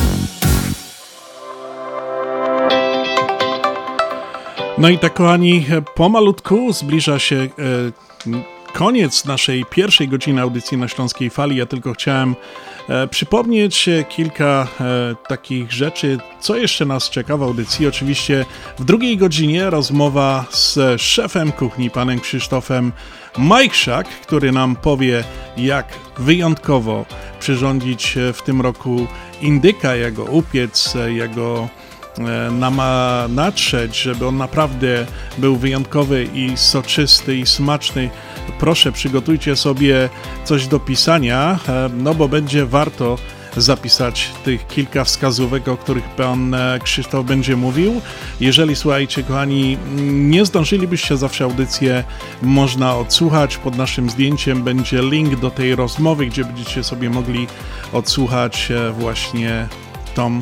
No i tak, kochani, pomalutku zbliża się e, koniec naszej pierwszej godziny audycji na Śląskiej Fali. Ja tylko chciałem e, przypomnieć kilka e, takich rzeczy, co jeszcze nas czeka w audycji. Oczywiście w drugiej godzinie rozmowa z szefem kuchni, panem Krzysztofem Majchrzak, który nam powie, jak wyjątkowo przyrządzić w tym roku indyka, jak go upiec, jak go nama natrzeć, żeby on naprawdę był wyjątkowy i soczysty i smaczny. Proszę, przygotujcie sobie coś do pisania, no bo będzie warto zapisać tych kilka wskazówek, o których pan Krzysztof będzie mówił. Jeżeli, słuchajcie, kochani, nie zdążylibyście, zawsze audycję można odsłuchać. Pod naszym zdjęciem będzie link do tej rozmowy, gdzie będziecie sobie mogli odsłuchać właśnie tą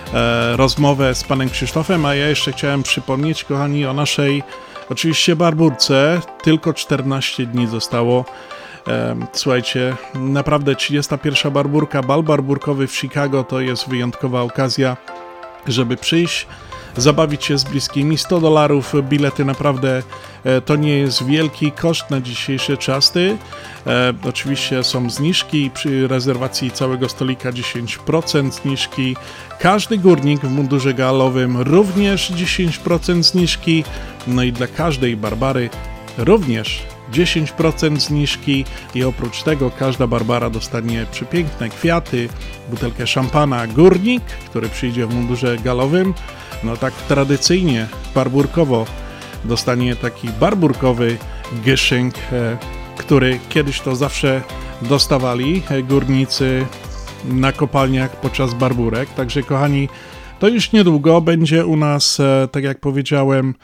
rozmowę z panem Krzysztofem, a ja jeszcze chciałem przypomnieć, kochani, o naszej oczywiście barburce. Tylko czternaście dni zostało. Słuchajcie, naprawdę trzydziesta pierwsza barburka, bal barburkowy w Chicago to jest wyjątkowa okazja, żeby przyjść, zabawić się z bliskimi. sto dolarów bilety, naprawdę to nie jest wielki koszt na dzisiejsze czasy. E, oczywiście są zniżki, przy rezerwacji całego stolika dziesięć procent zniżki. Każdy górnik w mundurze galowym również dziesięć procent zniżki. No i dla każdej Barbary również dziesięć procent zniżki i oprócz tego każda Barbara dostanie przepiękne kwiaty, butelkę szampana. Górnik, który przyjdzie w mundurze galowym, no tak tradycyjnie, barburkowo dostanie taki barburkowy gyszynk, który kiedyś to zawsze dostawali górnicy na kopalniach podczas barburek. Także, kochani, to już niedługo będzie u nas, tak jak powiedziałem,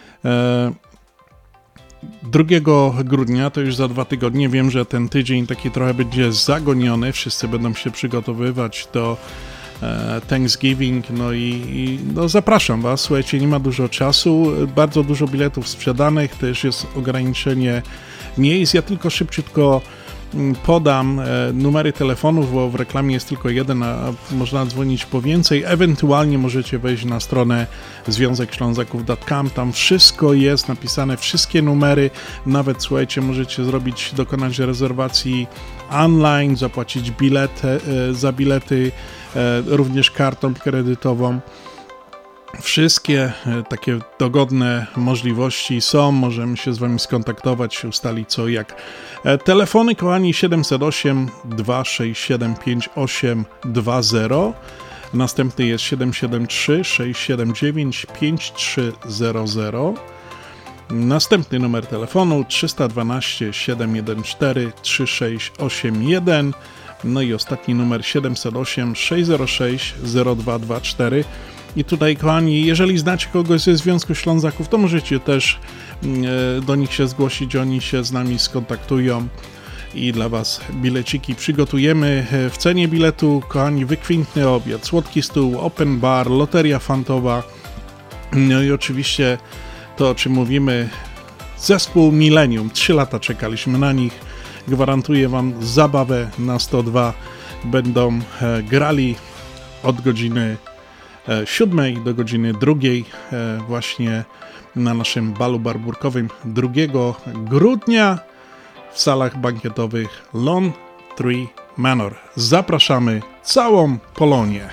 drugiego grudnia, to już za dwa tygodnie. Wiem, że ten tydzień taki trochę będzie zagoniony, wszyscy będą się przygotowywać do Thanksgiving, no i, i no zapraszam Was, słuchajcie, nie ma dużo czasu, bardzo dużo biletów sprzedanych, też jest ograniczenie miejsc. Ja tylko szybciutko podam numery telefonów, bo w reklamie jest tylko jeden, a można dzwonić po więcej. Ewentualnie możecie wejść na stronę związek ślązaków kropka com, tam wszystko jest napisane, wszystkie numery, nawet, słuchajcie, możecie zrobić, dokonać rezerwacji online, zapłacić bilet, za bilety również kartą kredytową. Wszystkie takie dogodne możliwości są, możemy się z Wami skontaktować, ustalić co jak. Telefony, kochani, siedem zero osiem, dwa sześć siedem, pięć osiem dwa zero. Następny jest siedem siedem trzy, sześć siedem dziewięć, pięć trzy zero zero. Następny numer telefonu trzysta dwanaście, siedem jeden cztery, trzy sześć osiem jeden. No i ostatni numer siedem zero osiem, sześć zero sześć, zero dwa dwa cztery. I tutaj, kochani, jeżeli znacie kogoś ze Związku Ślązaków, to możecie też do nich się zgłosić, oni się z nami skontaktują i dla Was bileciki przygotujemy. W cenie biletu, kochani, wykwintny obiad, słodki stół, open bar, loteria fantowa, no i oczywiście to, o czym mówimy, zespół Millennium. Trzy lata czekaliśmy na nich. Gwarantuję Wam zabawę na sto dwa. Będą grali od godziny siódmej do godziny drugiej właśnie na naszym balu barburkowym drugiego grudnia w salach bankietowych Lone Tree Manor. Zapraszamy całą Polonię.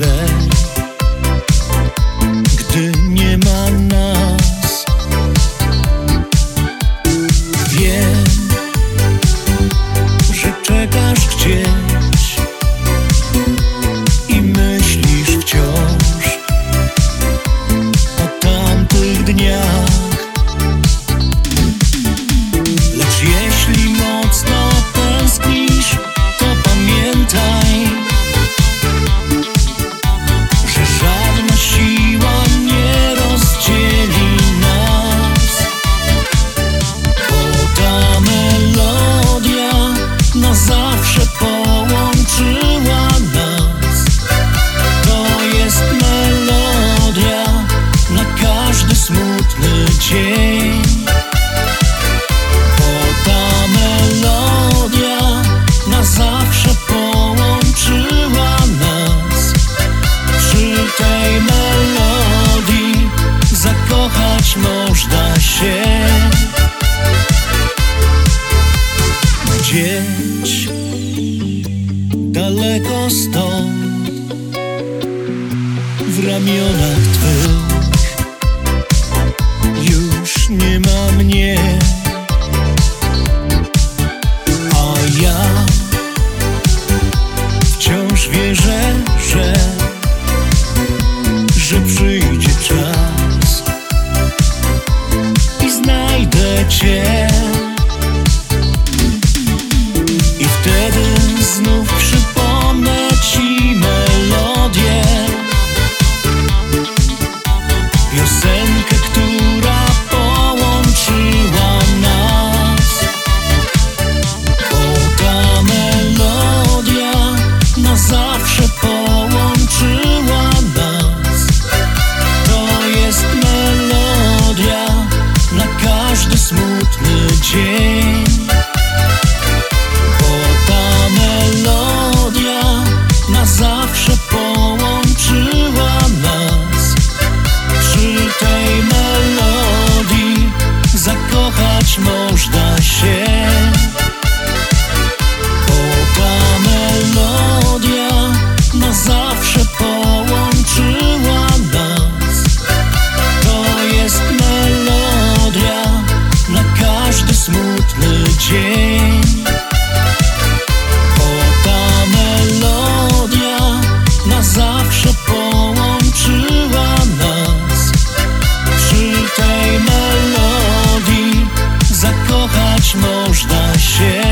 źle, gdy nie ma nas. Wiem, że czekasz gdzieś i myślisz wciąż o tamtych dniach. Lecz jeśli mocno tęsknisz, to pamiętaj, że żadna siła nie rozdzieli nas. Bo ta melodia na zawsze połączyła nas. To jest melodia na każdy smutny dzień. Bo ta melodia na zawsze połączyła nas. Przy tej melodii zakochać można się. Gdzieś daleko stąd, w ramionach twych już nie ma mnie. A ja wciąż wierzę, że że przyjdzie czas i znajdę cię. I wtedy znów przypomnę ci melodię, piosenkę, która połączyła nas. Bo ta melodia na zawsze połączyła nas. To jest melodia na każdy smutny dzień. Bo ta melodia na zawsze połączyła nas. Przy tej melodii zakochać można się. Bo ta melodia na zawsze połączyła nas. To jest melodia na każdy smutny dzień. Bo ta melodia na zawsze połączyła nas. Przy tej melodii zakochać można się.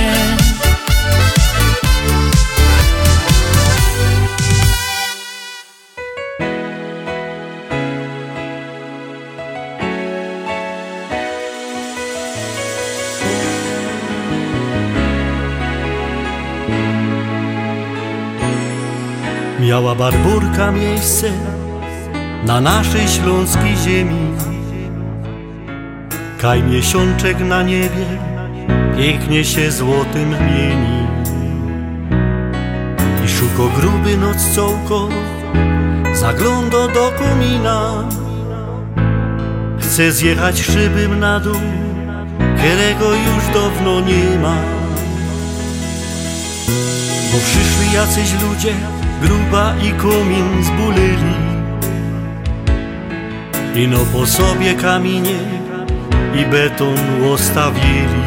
Miała Barburka miejsce na naszej śląskiej ziemi. Kaj miesiączek na niebie pięknie się złotym mieni. I szuko gruby noc cołko zagląda do komina. Chce zjechać szybym na dół, którego już dawno nie ma. Bo przyszli jacyś ludzie, gruba i komin zbulili. I no po sobie kamienie i beton ostawili.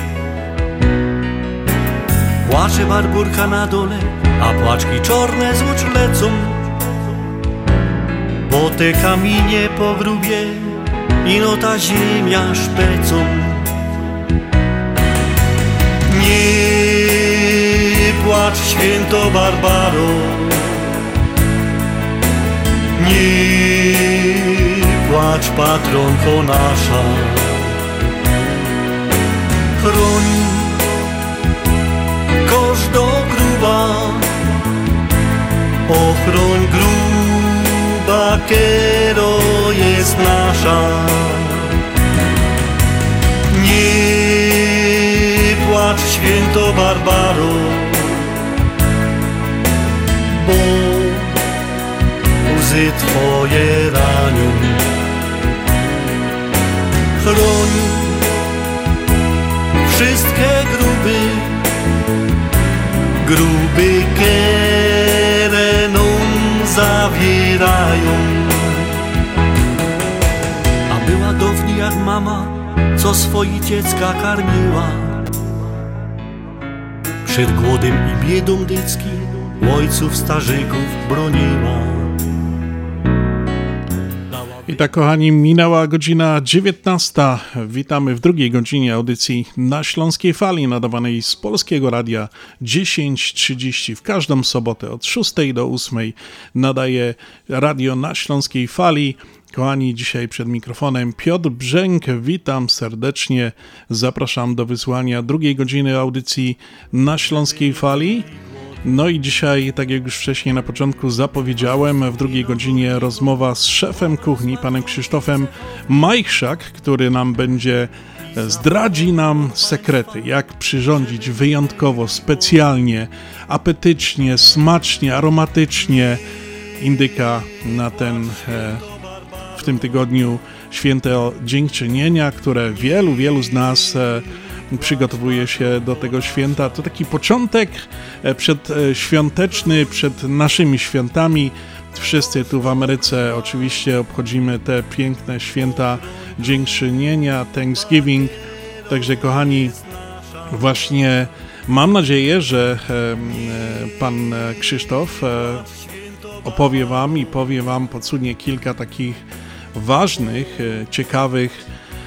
Płacze Barburka na dole, a płaczki czorne z oczu lecą. Bo te kamienie po grubie i no ta ziemia szpecą. Nie płacz, święto Barbaro, nie płacz, patronko nasza. Chroń każdą gruba, ochroń gruba, kiero jest nasza. Nie płacz, święto Barbaro, bo łzy twoje ranią. Chroń wszystkie gruby, gruby, które nam zawierają. A była downi jak mama, co swoje dziecka karmiła. Przed głodem i biedą dycki ojców starzyków broniła. I tak, kochani, minęła godzina dziewiętnasta. Witamy w drugiej godzinie audycji na Śląskiej Fali, nadawanej z Polskiego Radia dziesięć trzydzieści. W każdą sobotę od szóstej do ósmej nadaje radio na Śląskiej Fali. Kochani, dzisiaj przed mikrofonem Piotr Brzęk. Witam serdecznie. Zapraszam do wysłania drugiej godziny audycji na Śląskiej Fali. No i dzisiaj, tak jak już wcześniej na początku zapowiedziałem, w drugiej godzinie rozmowa z szefem kuchni, panem Krzysztofem Majchrzak, który nam będzie, zdradzi nam sekrety, jak przyrządzić wyjątkowo, specjalnie, apetycznie, smacznie, aromatycznie indyka na ten, w tym tygodniu święto dziękczynienia, które wielu, wielu z nas przygotowuje się do tego święta. To taki początek przedświąteczny, przed naszymi świętami. Wszyscy tu w Ameryce oczywiście obchodzimy te piękne święta dziękczynienia, Thanksgiving. Także, kochani, właśnie mam nadzieję, że pan Krzysztof opowie wam i powie wam, podsunie kilka takich ważnych, ciekawych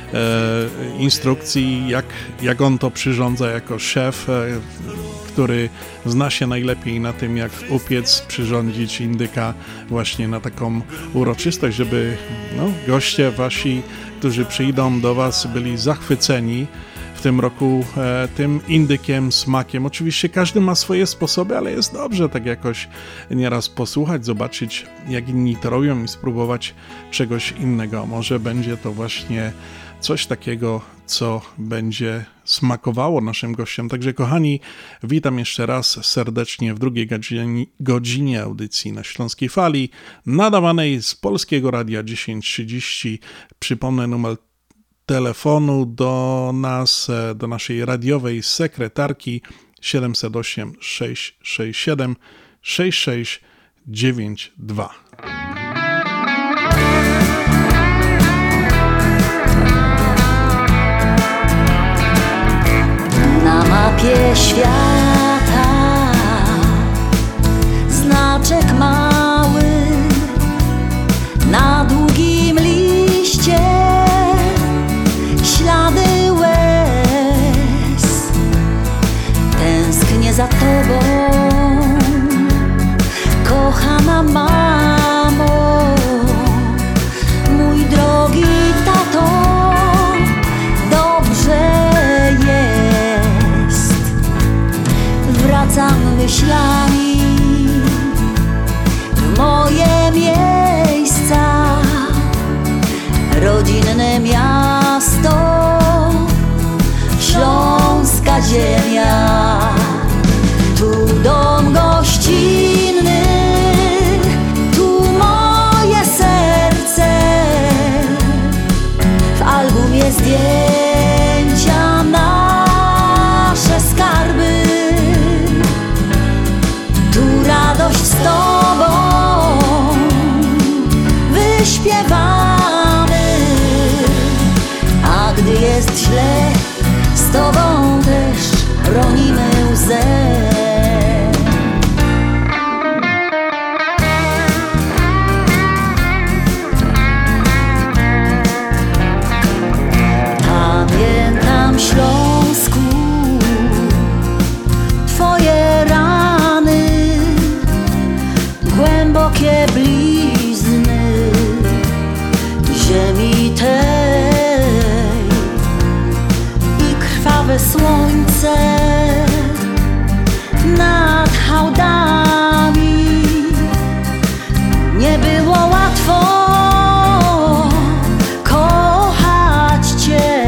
E, instrukcji, jak, jak on to przyrządza jako szef, e, który zna się najlepiej na tym, jak upiec, przyrządzić indyka właśnie na taką uroczystość, żeby no, goście wasi, którzy przyjdą do was, byli zachwyceni w tym roku e, tym indykiem, smakiem. Oczywiście każdy ma swoje sposoby, ale jest dobrze tak jakoś nieraz posłuchać, zobaczyć, jak inni to robią i spróbować czegoś innego. Może będzie to właśnie coś takiego, co będzie smakowało naszym gościom. Także, kochani, witam jeszcze raz serdecznie w drugiej godzinie, godzinie audycji na Śląskiej Fali, nadawanej z Polskiego Radia dziesięć trzydzieści. Przypomnę numer telefonu do nas, do naszej radiowej sekretarki siedem zero osiem, sześć sześć siedem, sześć sześć dziewięć dwa. Na mapie świata znaczek mały na długim liście, ślady łez. Tęsknię za tobą, kochana mamo, mój drogi tato, dobrze jest. Wracam myślami w moje miejsca, rodzinne miasto, śląska ziemia. Tu dom gościnny, tu moje serce, w albumie zdjęcia nasze skarby. Tu radość z tobą wyśpiewamy, a gdy jest źle, z tobą też ronimy łzę. Pamiętam, Śląsku, twoje rany, głębokie blizny ziemi tej i krwawe słońce nad hałdami. Nie było łatwo kochać cię,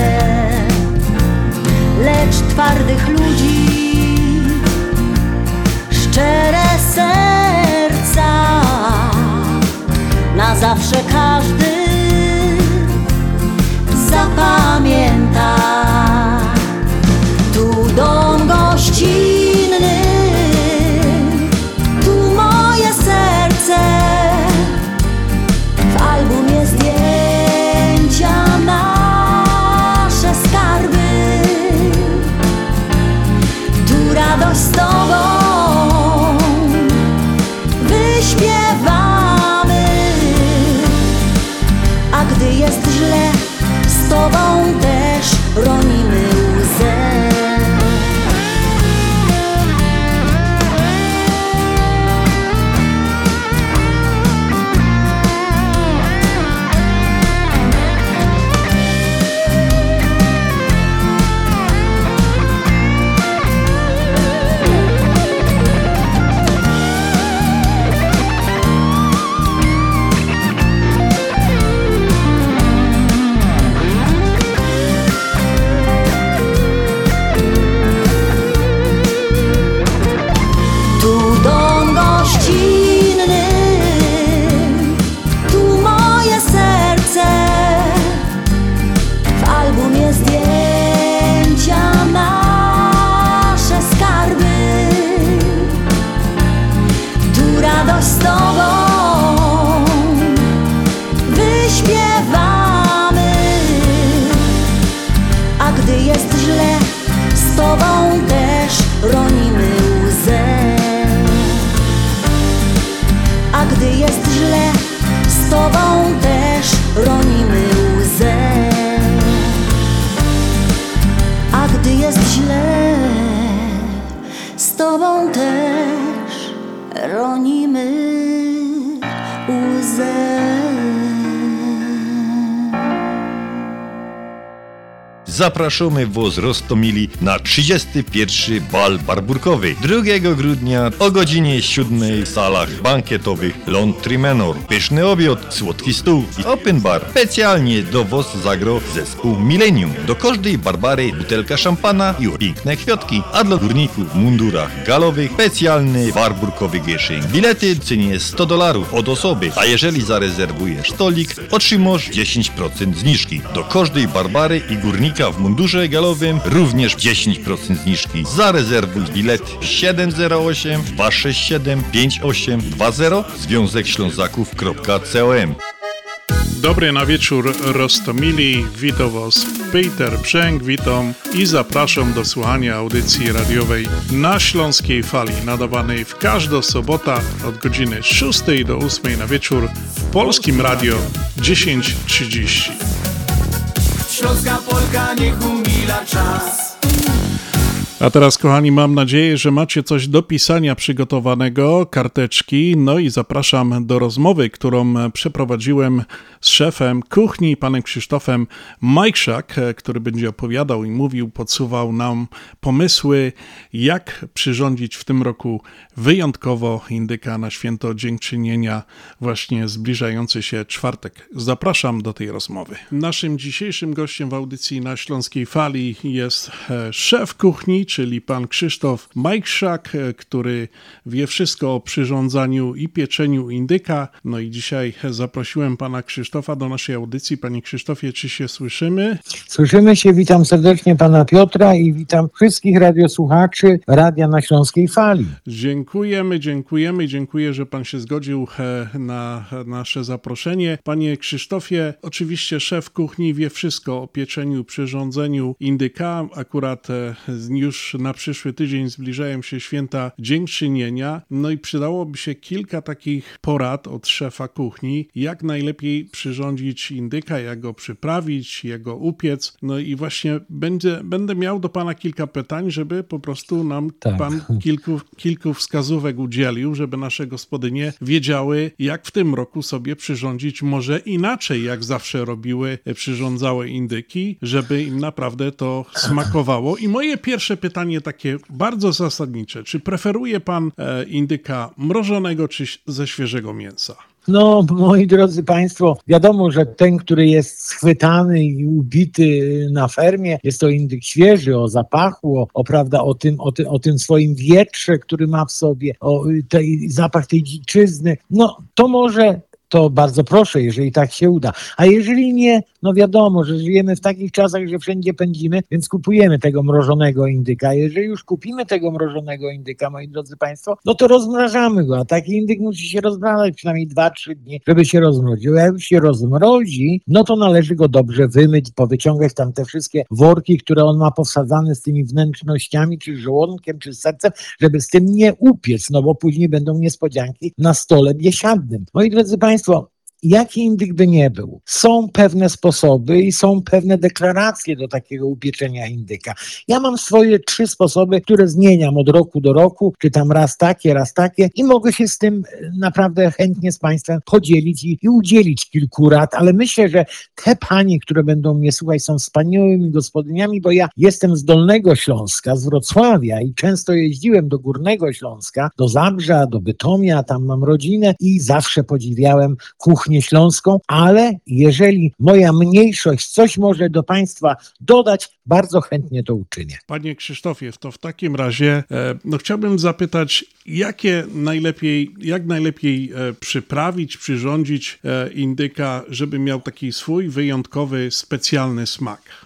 lecz twardych ludzi, szczere serca, na zawsze każdy zapamięta. Tu dom gościnny, tu moje serce, Tobą też ronimy łzę. A gdy jest źle, z Tobą też ronimy łzę. A gdy jest źle, z Tobą też ronimy łzę. Zapraszamy was Roztomili na trzydziesty pierwszy bal barburkowy drugiego grudnia o godzinie siódmej w salach bankietowych Laundry Manor. Pyszny obiad, słodki stół i open bar. Specjalnie do was zagro zespół Millennium. Do każdej barbary butelka szampana i piękne kwiatki, a dla górników w mundurach galowych specjalny barburkowy gieszyn. Bilety w cenie sto dolarów od osoby, a jeżeli zarezerwujesz stolik, otrzymasz dziesięć procent zniżki. Do każdej barbary i górnika w mundurze galowym również dziesięć procent zniżki. Zarezerwuj bilet siedem zero osiem dwa sześć siedem pięć osiem dwa zero związek ślązaków kropka com. Dobry na wieczór Roztomili, witam was Peter Brzęk, witam i zapraszam do słuchania audycji radiowej na Śląskiej Fali, nadawanej w każdą sobotę od godziny szóstej do ósmej na wieczór w Polskim Radio dziesięć trzydzieści. Śląska Polka niech umila czas. A teraz, kochani, mam nadzieję, że macie coś do pisania przygotowanego, karteczki, no i zapraszam do rozmowy, którą przeprowadziłem z szefem kuchni, panem Krzysztofem Majszak, który będzie opowiadał i mówił, podsuwał nam pomysły, jak przyrządzić w tym roku wyjątkowo indyka na święto dziękczynienia, właśnie zbliżający się czwartek. Zapraszam do tej rozmowy. Naszym dzisiejszym gościem w audycji na Śląskiej Fali jest szef kuchni, czyli pan Krzysztof Majszak, który wie wszystko o przyrządzaniu i pieczeniu indyka. No i dzisiaj zaprosiłem pana Krzysztofa do naszej audycji. Panie Krzysztofie, czy się słyszymy? Słyszymy się, witam serdecznie pana Piotra i witam wszystkich radiosłuchaczy Radia na Śląskiej Fali. Dziękujemy, dziękujemy, dziękuję, że pan się zgodził na nasze zaproszenie. Panie Krzysztofie, oczywiście szef kuchni wie wszystko o pieczeniu, przyrządzeniu indyka. Akurat już na przyszły tydzień zbliżają się święta dziękczynienia, no i przydałoby się kilka takich porad od szefa kuchni, jak najlepiej przyrządzić indyka, jak go przyprawić, jak go upiec. No i właśnie będzie, będę miał do pana kilka pytań, żeby po prostu nam tak. pan kilku, kilku wskazówek udzielił, żeby nasze gospodynie wiedziały, jak w tym roku sobie przyrządzić może inaczej, jak zawsze robiły, przyrządzały indyki, żeby im naprawdę to smakowało. I moje pierwsze pytanie takie bardzo zasadnicze. Czy preferuje pan e, indyka mrożonego, czy ze świeżego mięsa? No, moi drodzy państwo, wiadomo, że ten, który jest schwytany i ubity na fermie, jest to indyk świeży, o zapachu, o, o, prawda, o, tym, o, ty, o tym swoim wietrze, który ma w sobie, o tej, zapach tej dziczyzny. No, to może... to bardzo proszę, jeżeli tak się uda. A jeżeli nie, no wiadomo, że żyjemy w takich czasach, że wszędzie pędzimy, więc kupujemy tego mrożonego indyka. Jeżeli już kupimy tego mrożonego indyka, moi drodzy państwo, no to rozmrażamy go, a taki indyk musi się rozmrażać przynajmniej dwa trzy dni, żeby się rozmroził. A jak już się rozmrozi, no to należy go dobrze wymyć, powyciągać tam te wszystkie worki, które on ma powsadzane z tymi wnętrznościami, czy żołądkiem, czy sercem, żeby z tym nie upiec, no bo później będą niespodzianki na stole biesiadnym. Moi drodzy państwo, jaki indyk by nie był, są pewne sposoby i są pewne deklaracje do takiego upieczenia indyka. Ja mam swoje trzy sposoby, które zmieniam od roku do roku, czy tam raz takie, raz takie i mogę się z tym naprawdę chętnie z państwem podzielić i, i udzielić kilku rad, ale myślę, że te panie, które będą mnie słuchać, są wspaniałymi gospodyniami, bo ja jestem z Dolnego Śląska, z Wrocławia i często jeździłem do Górnego Śląska, do Zabrza, do Bytomia, tam mam rodzinę i zawsze podziwiałem kuchnię śląską, ale jeżeli moja mniejszość coś może do państwa dodać, bardzo chętnie to uczynię. Panie Krzysztofie, to w takim razie e, no chciałbym zapytać, jakie najlepiej, jak najlepiej e, przyprawić, przyrządzić e, indyka, żeby miał taki swój wyjątkowy, specjalny smak?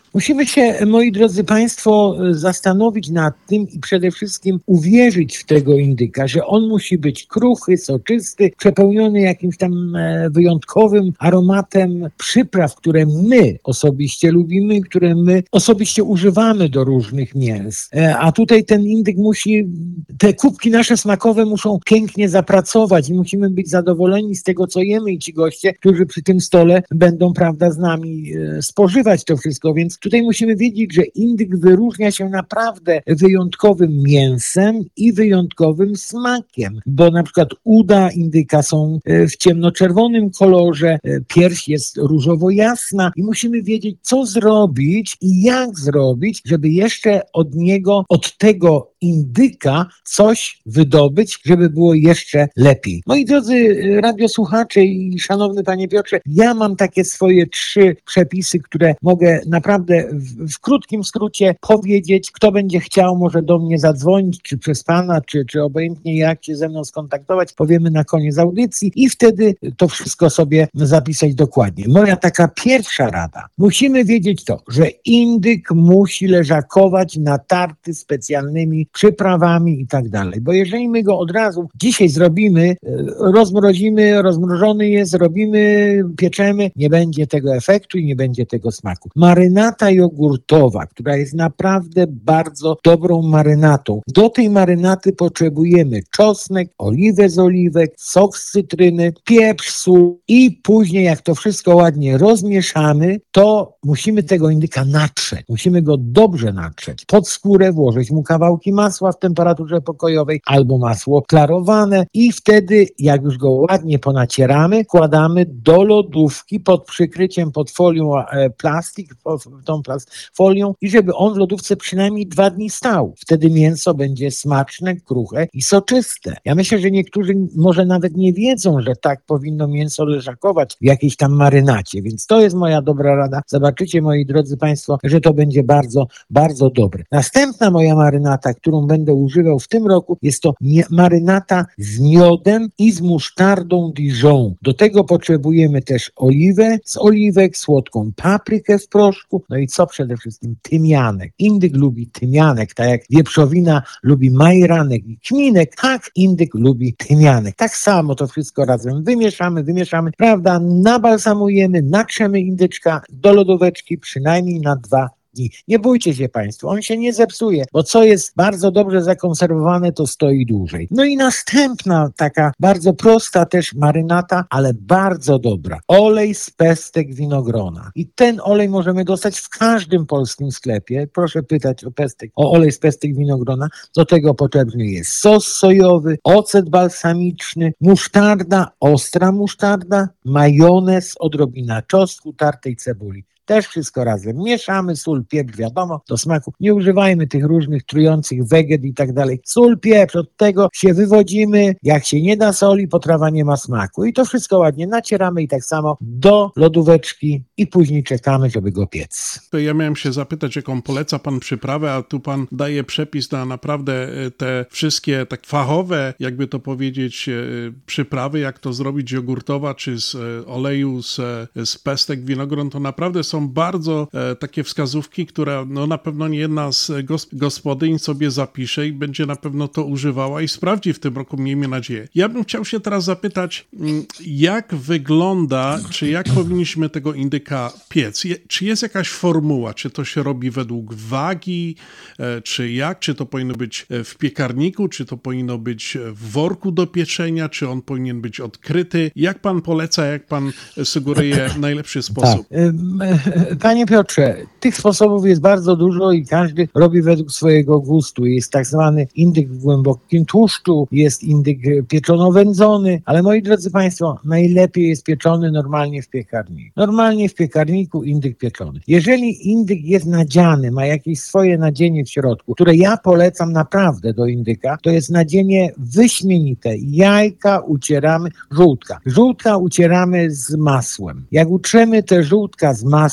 Musimy się, moi drodzy Państwo, zastanowić nad tym i przede wszystkim uwierzyć w tego indyka, że on musi być kruchy, soczysty, przepełniony jakimś tam wyjątkowym aromatem przypraw, które my osobiście lubimy, które my osobiście używamy do różnych mięs. A tutaj ten indyk musi, te kubki nasze smakowe muszą pięknie zapracować i musimy być zadowoleni z tego, co jemy i ci goście, którzy przy tym stole będą, prawda, z nami spożywać to wszystko, więc tutaj musimy wiedzieć, że indyk wyróżnia się naprawdę wyjątkowym mięsem i wyjątkowym smakiem, bo na przykład uda indyka są w ciemnoczerwonym kolorze, pierś jest różowo jasna i musimy wiedzieć, co zrobić i jak zrobić, żeby jeszcze od niego, od tego indyka coś wydobyć, żeby było jeszcze lepiej. Moi drodzy radiosłuchacze i szanowny panie Piotrze, ja mam takie swoje trzy przepisy, które mogę naprawdę w, w krótkim skrócie powiedzieć. Kto będzie chciał, może do mnie zadzwonić, czy przez pana, czy, czy obojętnie jak się ze mną skontaktować, powiemy na koniec audycji i wtedy to wszystko sobie zapisać dokładnie. Moja taka pierwsza rada. Musimy wiedzieć to, że indyk musi leżakować natarty specjalnymi przyprawami i tak dalej, bo jeżeli my go od razu dzisiaj zrobimy, rozmrozimy, rozmrożony jest, robimy, pieczemy, nie będzie tego efektu i nie będzie tego smaku. Marynata jogurtowa, która jest naprawdę bardzo dobrą marynatą. Do tej marynaty potrzebujemy czosnek, oliwę z oliwek, sok z cytryny, pieprz, sól i później jak to wszystko ładnie rozmieszamy, to musimy tego indyka natrzeć. Musimy go dobrze natrzeć. Pod skórę włożyć mu kawałki masła w temperaturze pokojowej albo masło klarowane i wtedy jak już go ładnie ponacieramy, wkładamy do lodówki pod przykryciem, pod folią e, plastik, pod tą plast- folią i żeby on w lodówce przynajmniej dwa dni stał. Wtedy mięso będzie smaczne, kruche i soczyste. Ja myślę, że niektórzy może nawet nie wiedzą, że tak powinno mięso leżakować w jakiejś tam marynacie, więc to jest moja dobra rada. Zobaczycie, moi drodzy Państwo, że to będzie bardzo, bardzo dobre. Następna moja marynata, którą będę używał w tym roku, jest to marynata z miodem i z musztardą Dijon. Do tego potrzebujemy też oliwę z oliwek, słodką paprykę w proszku, no i co przede wszystkim? Tymianek. Indyk lubi tymianek, tak jak wieprzowina lubi majeranek i kminek, tak indyk lubi tymianek. Tak samo to wszystko razem wymieszamy, wymieszamy, prawda, nabalsamujemy, natrzemy indyczka do lodóweczki przynajmniej na dwa dni. Nie bójcie się Państwo, on się nie zepsuje, bo co jest bardzo dobrze zakonserwowane, to stoi dłużej. No i następna taka bardzo prosta też marynata, ale bardzo dobra. Olej z pestek winogrona. I ten olej możemy dostać w każdym polskim sklepie. Proszę pytać o pestek, o olej z pestek winogrona. Do tego potrzebny jest sos sojowy, ocet balsamiczny, musztarda, ostra musztarda, majonez, odrobina czosnku, tartej cebuli. Też wszystko razem. Mieszamy, sól, pieprz, wiadomo, do smaku. Nie używajmy tych różnych trujących weged i tak dalej. Sól, pieprz, od tego się wywodzimy. Jak się nie da soli, potrawa nie ma smaku. I to wszystko ładnie nacieramy i tak samo do lodóweczki i później czekamy, żeby go piec. Ja miałem się zapytać, jaką poleca pan przyprawę, a tu pan daje przepis na naprawdę te wszystkie tak fachowe, jakby to powiedzieć, przyprawy, jak to zrobić jogurtowa, czy z oleju, z, z pestek winogron, to naprawdę są bardzo e, takie wskazówki, które no, na pewno nie jedna z gos- gospodyń sobie zapisze i będzie na pewno to używała i sprawdzi w tym roku, miejmy nadzieję. Ja bym chciał się teraz zapytać, jak wygląda, czy jak powinniśmy tego indyka piec? Je, czy jest jakaś formuła? Czy to się robi według wagi? E, czy jak? Czy to powinno być w piekarniku? Czy to powinno być w worku do pieczenia? Czy on powinien być odkryty? Jak pan poleca, jak pan sugeruje najlepszy sposób? Tak. Panie Piotrze, tych sposobów jest bardzo dużo i każdy robi według swojego gustu. Jest tak zwany indyk w głębokim tłuszczu, jest indyk pieczono-wędzony, ale moi drodzy Państwo, najlepiej jest pieczony normalnie w piekarniku. Normalnie w piekarniku indyk pieczony. Jeżeli indyk jest nadziany, ma jakieś swoje nadzienie w środku, które ja polecam naprawdę do indyka, to jest nadzienie wyśmienite. Jajka ucieramy, żółtka. Żółtka ucieramy z masłem. Jak utrzemy te żółtka z masłem,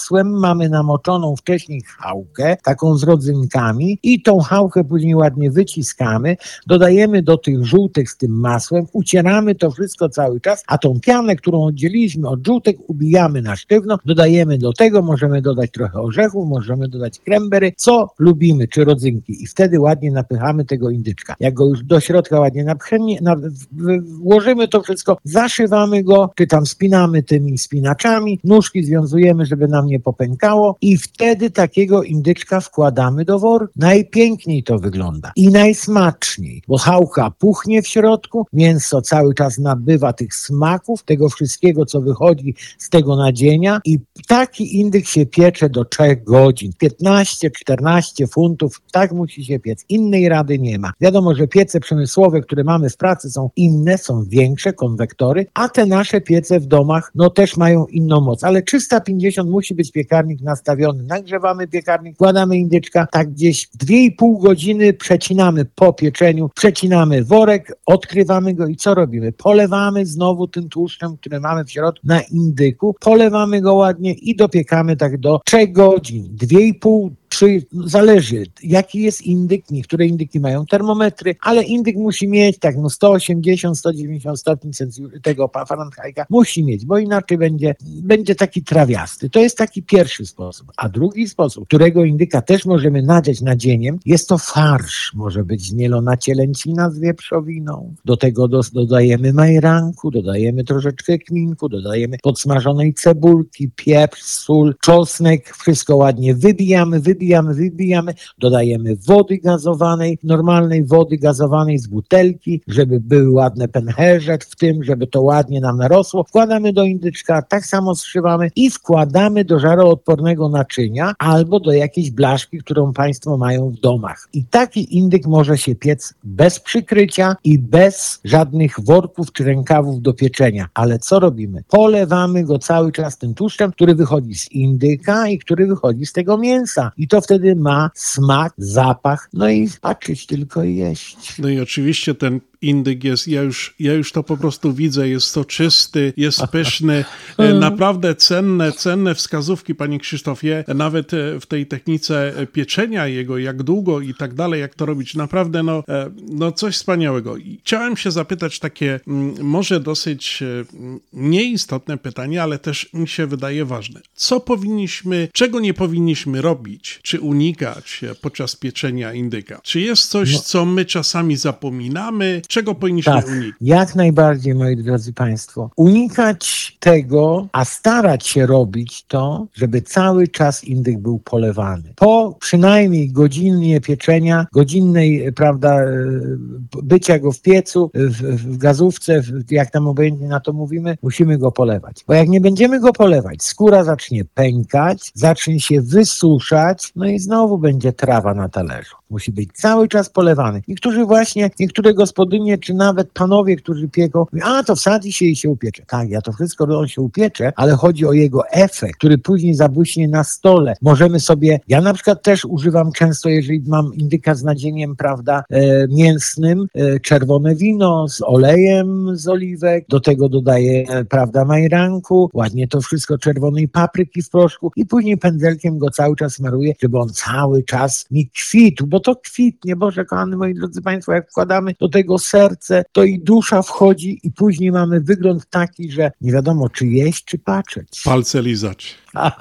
masłem, mamy namoczoną wcześniej chałkę, taką z rodzynkami i tą chałkę później ładnie wyciskamy, dodajemy do tych żółtek z tym masłem, ucieramy to wszystko cały czas, a tą pianę, którą oddzieliliśmy od żółtek, ubijamy na sztywno, dodajemy do tego, możemy dodać trochę orzechów, możemy dodać krembery, co lubimy, czy rodzynki i wtedy ładnie napychamy tego indyczka. Jak go już do środka ładnie napchnie, na, włożymy to wszystko, zaszywamy go, czy tam spinamy tymi spinaczami, nóżki związujemy, żeby nam nie popękało i wtedy takiego indyczka wkładamy do worka. Najpiękniej to wygląda i najsmaczniej, bo chałka puchnie w środku, mięso cały czas nabywa tych smaków, tego wszystkiego, co wychodzi z tego nadzienia i taki indyk się piecze do trzech godzin. piętnaście czternaście funtów, tak musi się piec. Innej rady nie ma. Wiadomo, że piece przemysłowe, które mamy w pracy są inne, są większe, konwektory, a te nasze piece w domach, no też mają inną moc, ale trzysta pięćdziesiąt musi być piekarnik nastawiony. Nagrzewamy piekarnik, wkładamy indyczka, tak gdzieś dwie i pół godziny przecinamy po pieczeniu, przecinamy worek, odkrywamy go i co robimy? Polewamy znowu tym tłuszczem, który mamy w środku na indyku, polewamy go ładnie i dopiekamy tak do trzech godzin, dwie i pół Czy zależy, jaki jest indyk. Niektóre indyki mają termometry, ale indyk musi mieć tak no sto osiemdziesiąt do stu dziewięćdziesięciu stopni Celsjusza, tego Fahrenheita musi mieć, bo inaczej będzie, będzie taki trawiasty. To jest taki pierwszy sposób. A drugi sposób, którego indyka też możemy nadziać nadzieniem, jest to farsz. Może być zmielona cielęcina z wieprzowiną. Do tego do, dodajemy majranku, dodajemy troszeczkę kminku, dodajemy podsmażonej cebulki, pieprz, sól, czosnek. Wszystko ładnie wybijamy, wybijamy. Wybijamy, wybijamy, dodajemy wody gazowanej, normalnej wody gazowanej z butelki, żeby były ładne pęcherze w tym, żeby to ładnie nam narosło. Wkładamy do indyczka, tak samo zszywamy i wkładamy do żaroodpornego naczynia albo do jakiejś blaszki, którą Państwo mają w domach. I taki indyk może się piec bez przykrycia i bez żadnych worków czy rękawów do pieczenia. Ale co robimy? Polewamy go cały czas tym tłuszczem, który wychodzi z indyka i który wychodzi z tego mięsa. I to wtedy ma smak, zapach, no i patrzeć tylko i jeść. No i oczywiście ten indyk jest, ja już, ja już to po prostu widzę, jest to czysty, jest pyszny, naprawdę cenne, cenne wskazówki, panie Krzysztofie, nawet w tej technice pieczenia jego, jak długo i tak dalej, jak to robić, naprawdę no, no coś wspaniałego. I chciałem się zapytać takie może dosyć nieistotne pytanie, ale też mi się wydaje ważne. Co powinniśmy, czego nie powinniśmy robić, czy unikać podczas pieczenia indyka? Czy jest coś, no. co my czasami zapominamy, czego powinniśmy tak, unikać? Jak najbardziej, moi drodzy Państwo. Unikać tego, a starać się robić to, żeby cały czas indyk był polewany. Po przynajmniej godzinie pieczenia, godzinnej, prawda, bycia go w piecu, w, w gazówce, w, jak tam obojętnie na to mówimy, musimy go polewać. Bo jak nie będziemy go polewać, skóra zacznie pękać, zacznie się wysuszać, no i znowu będzie trawa na talerzu. Musi być cały czas polewany. Niektórzy właśnie, niektóre gospodynie, czy nawet panowie, którzy pieką, mówią, a to wsadzi się i się upiecze. Tak, ja to wszystko, on się upiecze, ale chodzi o jego efekt, który później zabłyśnie na stole. Możemy sobie, ja na przykład też używam często, jeżeli mam indyka z nadzieniem, prawda, e, mięsnym, e, czerwone wino z olejem z oliwek, do tego dodaję, e, prawda, majranku, ładnie to wszystko, czerwonej papryki w proszku i później pędzelkiem go cały czas smaruję, żeby on cały czas mi kwitł, bo to kwitnie, Boże kochany, moi drodzy Państwo, jak wkładamy do tego serce, to i dusza wchodzi i później mamy wygląd taki, że nie wiadomo, czy jeść, czy patrzeć. Palce lizać.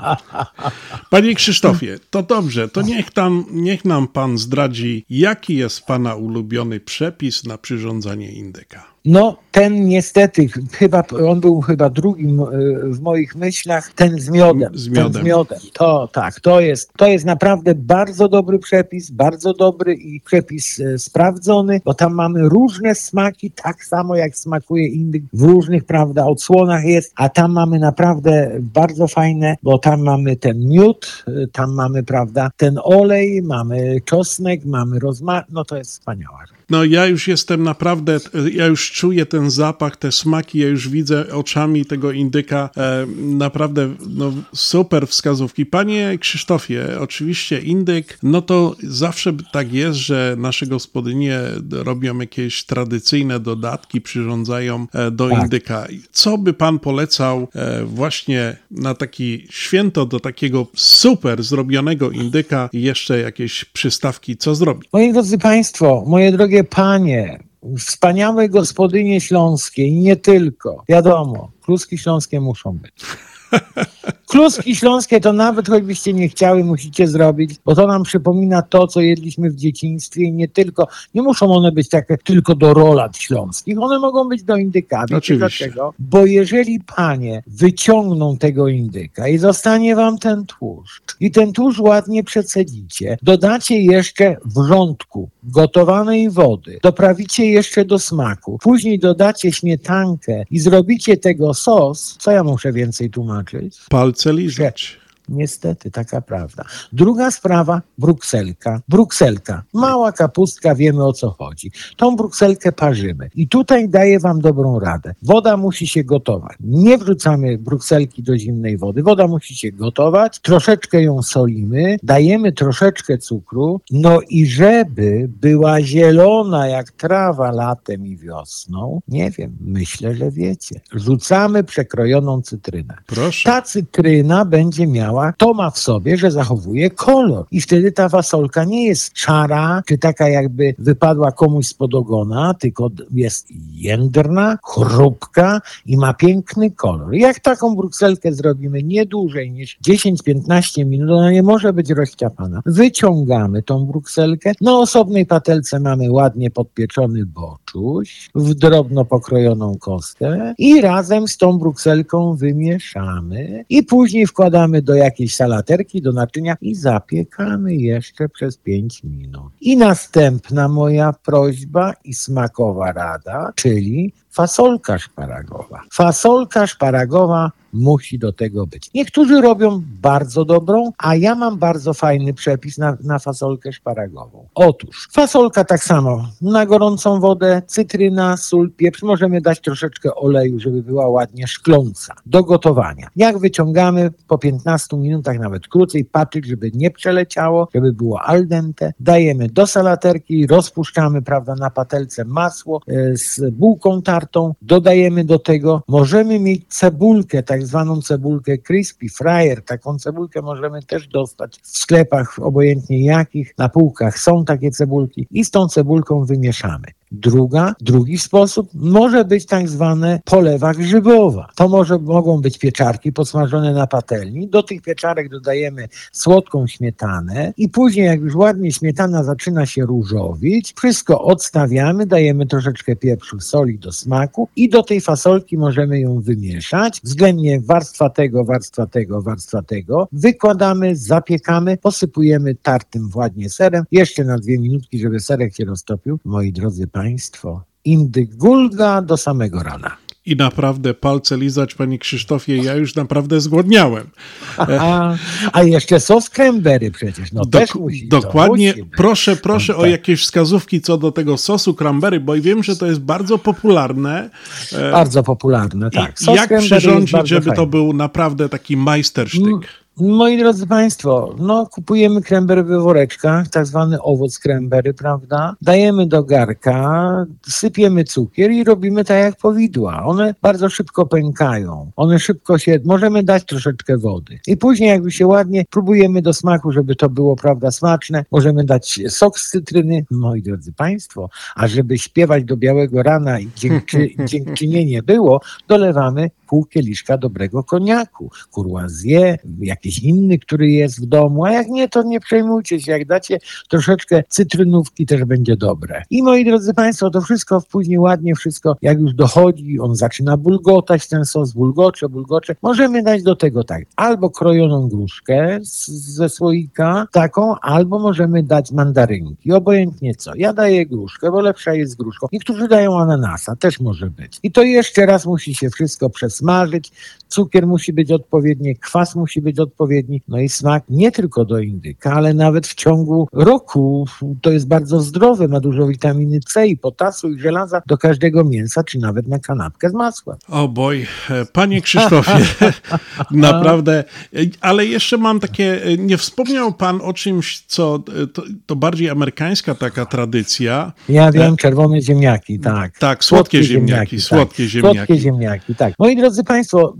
Panie Krzysztofie, to dobrze, to niech, tam, niech nam Pan zdradzi, jaki jest Pana ulubiony przepis na przyrządzanie indyka. No, ten niestety, chyba on był chyba drugim w moich myślach, ten z miodem. Z miodem. Ten z miodem. To tak, to jest, to jest naprawdę bardzo dobry przepis, bardzo dobry i przepis e, sprawdzony, bo tam mamy różne smaki, tak samo jak smakuje indyk w różnych, prawda, odsłonach jest, a tam mamy naprawdę bardzo fajne, bo tam mamy ten miód, tam mamy, prawda, ten olej, mamy czosnek, mamy rozmar, no to jest wspaniała rzecz. No ja już jestem naprawdę, ja już czuję ten zapach, te smaki, ja już widzę oczami tego indyka. E, naprawdę no, super wskazówki. Panie Krzysztofie, oczywiście indyk, no to zawsze tak jest, że nasze gospodynie robią jakieś tradycyjne dodatki, przyrządzają e, do tak. indyka. Co by pan polecał e, właśnie na taki święto do takiego super zrobionego indyka i jeszcze jakieś przystawki, co zrobić? Moi drodzy Państwo, moje drogie panie, wspaniałe gospodynie śląskie i nie tylko. Wiadomo, kluski śląskie muszą być. Kluski śląskie to nawet choćbyście nie chciały, musicie zrobić, bo to nam przypomina to, co jedliśmy w dzieciństwie i nie tylko, nie muszą one być takie tylko do rolat śląskich, one mogą być do indyka. Wiecie dlaczego? Bo jeżeli panie wyciągną tego indyka i zostanie wam ten tłuszcz i ten tłuszcz ładnie przecedzicie, dodacie jeszcze wrzątku gotowanej wody, doprawicie jeszcze do smaku, później dodacie śmietankę i zrobicie tego sos, co ja muszę więcej tłumaczyć? Palce lizać. Niestety, taka prawda. Druga sprawa, brukselka. Brukselka, mała kapustka, wiemy o co chodzi. Tą brukselkę parzymy. I tutaj daję wam dobrą radę. Woda musi się gotować. Nie wrzucamy brukselki do zimnej wody. Woda musi się gotować. Troszeczkę ją solimy. Dajemy troszeczkę cukru. No i żeby była zielona jak trawa latem i wiosną, nie wiem, myślę, że wiecie. Rzucamy przekrojoną cytrynę. Proszę. Ta cytryna będzie miała to ma w sobie, że zachowuje kolor. I wtedy ta fasolka nie jest szara, czy taka jakby wypadła komuś spod ogona, tylko jest jędrna, chrupka i ma piękny kolor. Jak taką brukselkę zrobimy nie dłużej niż dziesięć do piętnastu minut, ona nie może być rozciapana. Wyciągamy tą brukselkę. Na osobnej patelce mamy ładnie podpieczony boczuś, w drobno pokrojoną kostkę i razem z tą brukselką wymieszamy i później wkładamy do jakiejś salaterki, do naczynia i zapiekamy jeszcze przez pięć minut. I następna moja prośba i smakowa rada, czyli fasolka szparagowa. Fasolka szparagowa musi do tego być. Niektórzy robią bardzo dobrą, a ja mam bardzo fajny przepis na, na fasolkę szparagową. Otóż fasolka tak samo, na gorącą wodę, cytryna, sól, pieprz, możemy dać troszeczkę oleju, żeby była ładnie szkląca do gotowania. Jak wyciągamy po piętnastu minutach, nawet krócej, patrzeć, żeby nie przeleciało, żeby było al dente, dajemy do salaterki, rozpuszczamy, prawda, na patelce masło e, z bułką tartą, dodajemy do tego, możemy mieć cebulkę, tak zwaną cebulkę crispy, fryer, taką cebulkę możemy też dostać w sklepach, obojętnie jakich, na półkach są takie cebulki i z tą cebulką wymieszamy. Druga, drugi sposób może być tak zwane polewa grzybowa. To może, mogą być pieczarki podsmażone na patelni. Do tych pieczarek dodajemy słodką śmietanę i później jak już ładnie śmietana zaczyna się różowić, wszystko odstawiamy, dajemy troszeczkę pieprzu, soli do smaku i do tej fasolki możemy ją wymieszać. Względnie warstwa tego, warstwa tego, warstwa tego. Wykładamy, zapiekamy, posypujemy tartym ładnie serem. Jeszcze na dwie minutki, żeby serek się roztopił. Moi drodzy Państwo, indyk gulga do samego rana. I naprawdę palce lizać, panie Krzysztofie, ja już naprawdę zgłodniałem. A, a jeszcze sos cranberry przecież, no Dok- też musi. Dokładnie, musi proszę, proszę no, o tak. jakieś wskazówki co do tego sosu cranberry, bo wiem, że to jest bardzo popularne. Bardzo popularne, tak. I jak przyrządzić, żeby fajny. to był naprawdę taki majstersztyk? Mm. Moi drodzy Państwo, no kupujemy cranberry w woreczkach, tak zwany owoc cranberry, prawda? Dajemy do garka, sypiemy cukier i robimy tak jak powidła. One bardzo szybko pękają, one szybko się, możemy dać troszeczkę wody. I później jakby się ładnie, próbujemy do smaku, żeby to było, prawda, smaczne, możemy dać sok z cytryny. Moi drodzy Państwo, a żeby śpiewać do białego rana i dziękczy, dziękczynienie było, dolewamy pół kieliszka dobrego koniaku, Courvoisier, jakiś inny, który jest w domu, a jak nie, to nie przejmujcie się, jak dacie troszeczkę cytrynówki, też będzie dobre. I moi drodzy Państwo, to wszystko później ładnie, wszystko jak już dochodzi, on zaczyna bulgotać, ten sos bulgocze, bulgocze, możemy dać do tego tak, albo krojoną gruszkę z, ze słoika, taką, albo możemy dać mandarynki, obojętnie co. Ja daję gruszkę, bo lepsza jest gruszką. Niektórzy dają ananasa, też może być. I to jeszcze raz musi się wszystko przesmażyć, smażyć. Cukier musi być odpowiedni, kwas musi być odpowiedni, no i smak nie tylko do indyka, ale nawet w ciągu roku to jest bardzo zdrowe, ma dużo witaminy C i potasu i żelaza do każdego mięsa, czy nawet na kanapkę z masłem. O boj, panie Krzysztofie, naprawdę, ale jeszcze mam takie, nie wspomniał pan o czymś, co to, to bardziej amerykańska taka tradycja. Ja wiem, czerwone ziemniaki, tak. Tak, słodkie, słodkie ziemniaki, ziemniaki, słodkie tak. ziemniaki. Słodkie ziemniaki, tak. Moi drodzy państwo,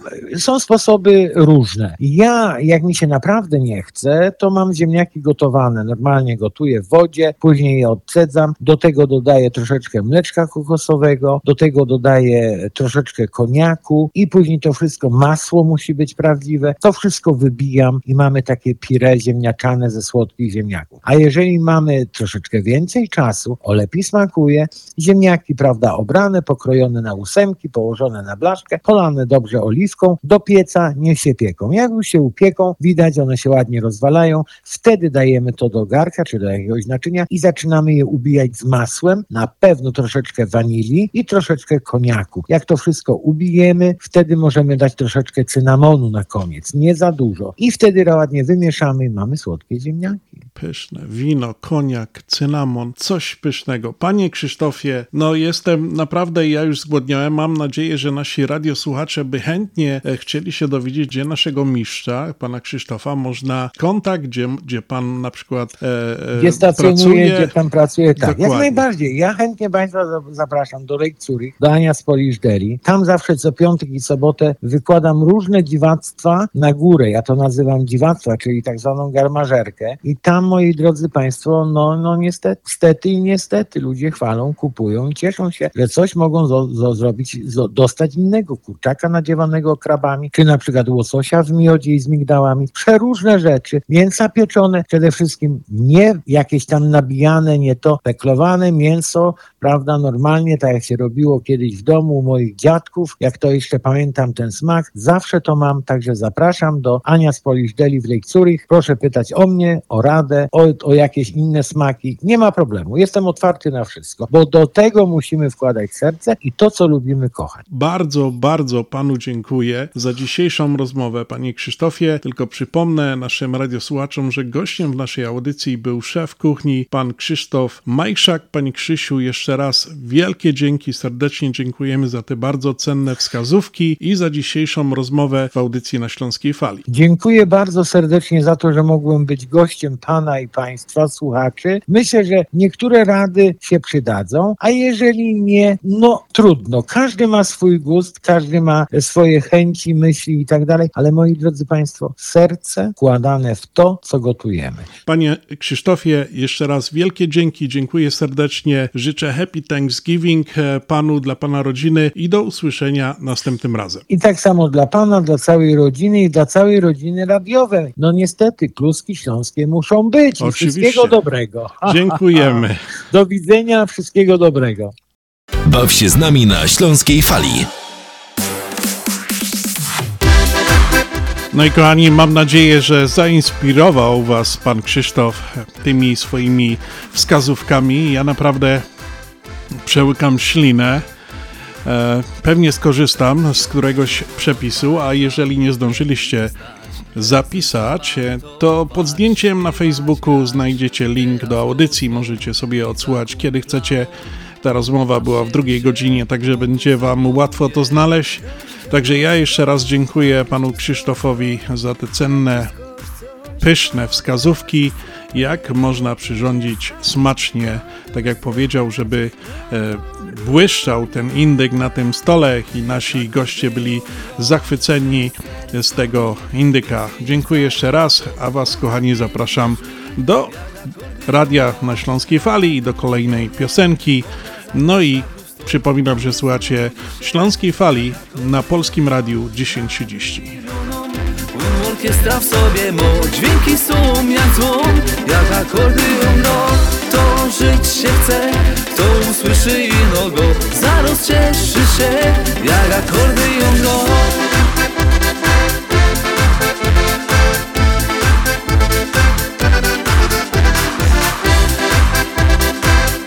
są sposoby różne. Ja, jak mi się naprawdę nie chce, to mam ziemniaki gotowane. Normalnie gotuję w wodzie, później je odcedzam. Do tego dodaję troszeczkę mleczka kokosowego, do tego dodaję troszeczkę koniaku i później to wszystko, masło musi być prawdziwe. To wszystko wybijam i mamy takie pire ziemniaczane ze słodkich ziemniaków. A jeżeli mamy troszeczkę więcej czasu, o lepiej smakuje, ziemniaki, prawda, obrane, pokrojone na ósemki, położone na blaszkę, polane dobrze oliwką, do pieca, niech się pieką. Jak już się upieką, widać, one się ładnie rozwalają, wtedy dajemy to do garka, czy do jakiegoś naczynia i zaczynamy je ubijać z masłem, na pewno troszeczkę wanilii i troszeczkę koniaku. Jak to wszystko ubijemy, wtedy możemy dać troszeczkę cynamonu na koniec, nie za dużo. I wtedy ładnie wymieszamy i mamy słodkie ziemniaki. Pyszne. Wino, koniak, cynamon, coś pysznego. Panie Krzysztofie, no jestem naprawdę, ja już zgłodniałem, mam nadzieję, że nasi radiosłuchacze by chętnie chcieli się dowiedzieć, gdzie naszego mistrza, pana Krzysztofa, można kontakt, gdzie, gdzie pan na przykład e, gdzie stacjonuje, pracuje. Gdzie pan pracuje, tak. Dokładnie. Jak najbardziej. Ja chętnie państwa zapraszam do Lake Zurich, do Ania z Polish Deli. Tam zawsze co piątek i sobotę wykładam różne dziwactwa na górę. Ja to nazywam dziwactwa, czyli tak zwaną garmażerkę. I tam, moi drodzy państwo, no, no niestety, niestety i niestety ludzie chwalą, kupują i cieszą się, że coś mogą zo, zo, zrobić, zo, dostać innego. Kurczaka nadziewanego krabami, czy na przykład łososia w miodzie i z migdałami. Przeróżne rzeczy. Mięsa pieczone, przede wszystkim nie jakieś tam nabijane, nie to peklowane mięso, prawda, normalnie, tak jak się robiło kiedyś w domu u moich dziadków, jak to jeszcze pamiętam ten smak, zawsze to mam, także zapraszam do Ania z Polish Deli w Lake Zurich. Proszę pytać o mnie, o radę, o, o jakieś inne smaki. Nie ma problemu, jestem otwarty na wszystko, bo do tego musimy wkładać serce i to, co lubimy kochać. Bardzo, bardzo panu dziękuję za dzisiejszą rozmowę, panie Krzysztofie. Tylko przypomnę naszym radiosłuchaczom, że gościem w naszej audycji był szef kuchni, pan Krzysztof Majszak. Panie Krzysiu, jeszcze raz wielkie dzięki, serdecznie dziękujemy za te bardzo cenne wskazówki i za dzisiejszą rozmowę w audycji na Śląskiej Fali. Dziękuję bardzo serdecznie za to, że mogłem być gościem pana i państwa, słuchaczy. Myślę, że niektóre rady się przydadzą, a jeżeli nie, no trudno. Każdy ma swój gust, każdy ma swoje chęci, myśli i tak dalej, ale moi drodzy państwo, serce wkładane w to, co gotujemy. Panie Krzysztofie, jeszcze raz wielkie dzięki, dziękuję serdecznie, życzę Happy Thanksgiving panu, dla pana rodziny i do usłyszenia następnym razem. I tak samo dla pana, dla całej rodziny i dla całej rodziny radiowej. No niestety, kluski śląskie muszą być. Oczywiście. Wszystkiego dobrego. Dziękujemy. Do widzenia, wszystkiego dobrego. Baw się z nami na Śląskiej Fali. No i kochani, mam nadzieję, że zainspirował was pan Krzysztof tymi swoimi wskazówkami. Ja naprawdę przełykam ślinę. Pewnie skorzystam z któregoś przepisu, a jeżeli nie zdążyliście zapisać, to pod zdjęciem na Facebooku znajdziecie link do audycji. Możecie sobie odsłuchać, kiedy chcecie. Ta rozmowa była w drugiej godzinie, także będzie wam łatwo to znaleźć. Także ja jeszcze raz dziękuję panu Krzysztofowi za te cenne, pyszne wskazówki, jak można przyrządzić smacznie, tak jak powiedział, żeby e, błyszczał ten indyk na tym stole i nasi goście byli zachwyceni z tego indyka. Dziękuję jeszcze raz, a was, kochani, zapraszam do Radia na Śląskiej Fali i do kolejnej piosenki. No i przypominam, że słuchacie Śląskiej Fali na Polskim Radiu dziesięć trzydzieści. Orkiestra w sobie mo, dźwięki są jak dzwon, jak akordeon, no to żyć się chce, kto usłyszy ino go, zaraz cieszy się, jak akordeon, no.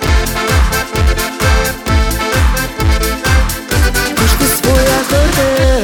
Puść swój akordeon,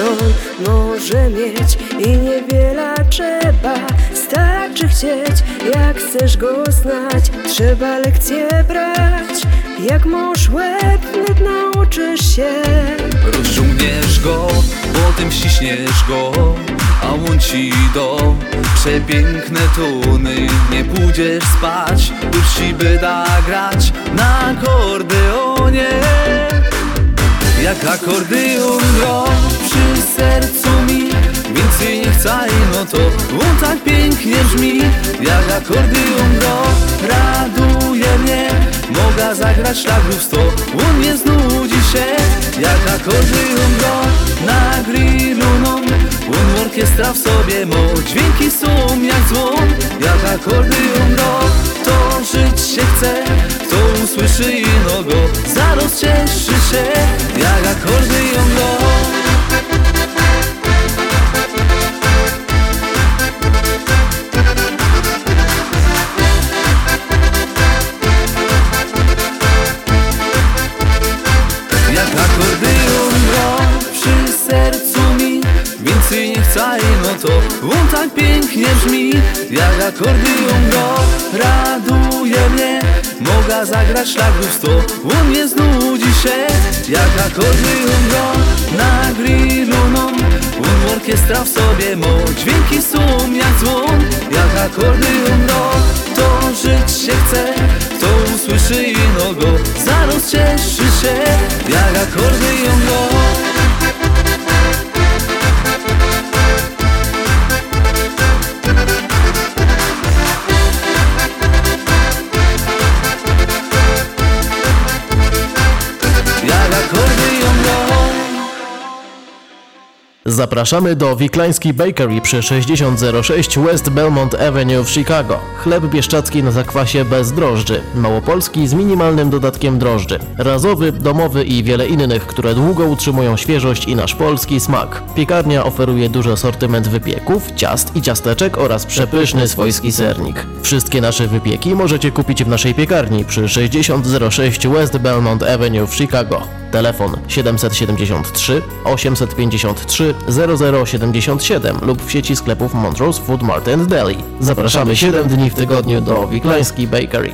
wiedzieć, jak chcesz go znać. Trzeba lekcje brać, jak mąż łeb, wnet nauczysz się. Rozciągniesz go, potem ściśniesz go, a on ci do przepiękne tuny. Nie pójdziesz spać, już ci byda grać na akordeonie. Jak akordeon gra przy sercu mi, więcej nie chcę, no to on tak pięknie brzmi. Jak akordeon gra, raduje mnie, mogę zagrać szlagów sto, on nie znudzi się. Jak akordeon gra na grillu, no, on orkiestra w sobie ma, dźwięki są jak dzwon. Jak akordeon gra, to żyć się chce, kto usłyszy ino go, zaraz cieszy się. Jak akordeon gra. Jak akordeon gra przy sercu mi, więcej nie chcę, no to on tak pięknie brzmi. Jak akordeon gra, raduje mnie, mogę zagrać szlagów sto, on nie znudzi się. Jak akordeon gra na grillu, no, on orkiestra w sobie ma, dźwięki są jak dzwon. Jak akordeon gra, to żyć się chce, kto usłyszy ino go, zaraz cieszy się. Jak akordeon gra. Zapraszamy do Wiklański Bakery przy sześćdziesiąt zero sześć West Belmont Avenue w Chicago. Chleb bieszczacki na zakwasie bez drożdży, małopolski z minimalnym dodatkiem drożdży, razowy, domowy i wiele innych, które długo utrzymują świeżość i nasz polski smak. Piekarnia oferuje duży asortyment wypieków, ciast i ciasteczek oraz przepyszny swojski sernik. Wszystkie nasze wypieki możecie kupić w naszej piekarni przy sześćdziesiąt zero sześć West Belmont Avenue w Chicago. Telefon siedem siedem trzy, osiem pięć trzy, zero zero siedem siedem lub w sieci sklepów Montrose Food Mart and Deli. Zapraszamy siedem dni w tygodniu do Wiklański Bakery.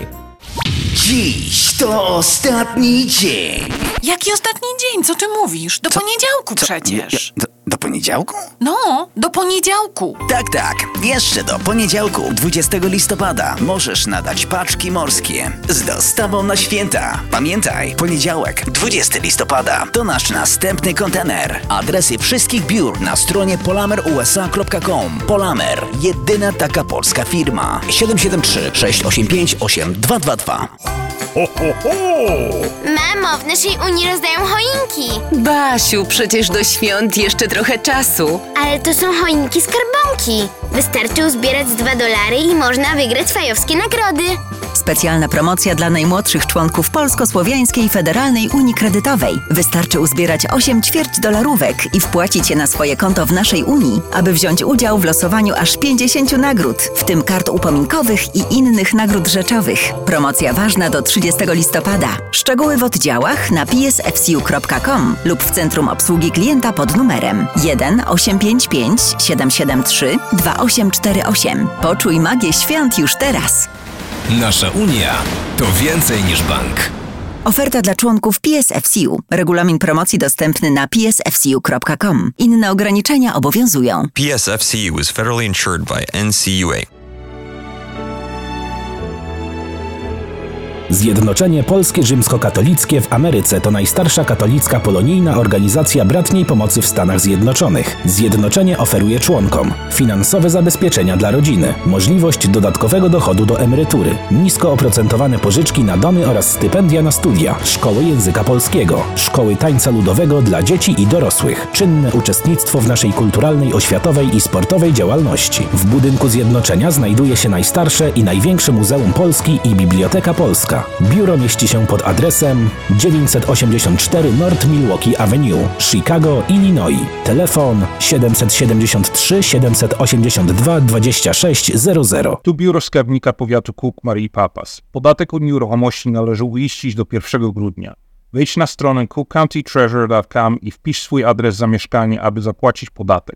Dziś to ostatni dzień. Jaki ostatni dzień? Co ty mówisz? Do Co? poniedziałku Co? przecież. Do, do poniedziałku? No, do poniedziałku. Tak, tak. Jeszcze do poniedziałku, dwudziestego listopada, możesz nadać paczki morskie z dostawą na święta. Pamiętaj, poniedziałek, dwudziestego listopada to nasz następny kontener. Adresy wszystkich biur na stronie polamer u s a kropka com. Polamer, jedyna taka polska firma. siedem siedem trzy, sześć osiem pięć, osiem dwa dwa dwa. Ho, ho, ho! Mamo, w naszej Unii rozdają choinki. Basiu, przecież do świąt jeszcze trochę czasu. Ale to są choinki skarbonki. Wystarczy uzbierać dwa dolary i można wygrać fajowskie nagrody. Specjalna promocja dla najmłodszych członków Polsko-Słowiańskiej Federalnej Unii Kredytowej. Wystarczy uzbierać osiem ćwierć dolarówek i wpłacić je na swoje konto w naszej Unii, aby wziąć udział w losowaniu aż pięćdziesięciu nagród, w tym kart upominkowych i innych nagród rzeczowych. Promocja ważna do trzydziestego listopada. Szczegóły w oddziałach na p s f c u kropka com lub w Centrum Obsługi Klienta pod numerem jeden osiem pięć pięć siedem siedem trzy dwa osiem cztery osiem. Poczuj magię świąt już teraz. Nasza Unia to więcej niż bank. Oferta dla członków P S F C U. Regulamin promocji dostępny na p s f c u kropka com. Inne ograniczenia obowiązują. P S F C U is federally insured by N C U A. Zjednoczenie Polskie Rzymskokatolickie w Ameryce to najstarsza katolicka polonijna organizacja bratniej pomocy w Stanach Zjednoczonych. Zjednoczenie oferuje członkom finansowe zabezpieczenia dla rodziny, możliwość dodatkowego dochodu do emerytury, nisko oprocentowane pożyczki na domy oraz stypendia na studia, szkoły języka polskiego, szkoły tańca ludowego dla dzieci i dorosłych, czynne uczestnictwo w naszej kulturalnej, oświatowej i sportowej działalności. W budynku Zjednoczenia znajduje się najstarsze i największe Muzeum Polski i Biblioteka Polska. Biuro mieści się pod adresem dziewięćset osiemdziesiąt cztery North Milwaukee Avenue, Chicago, Illinois. Telefon siedem siedem trzy, siedem osiem dwa, dwa sześć zero zero. Tu biuro skarbnika powiatu Cook Mary Pappas. Podatek od nieruchomości należy uiścić do pierwszego grudnia. Wejdź na stronę cook county treasurer dot com i wpisz swój adres zamieszkania, aby zapłacić podatek.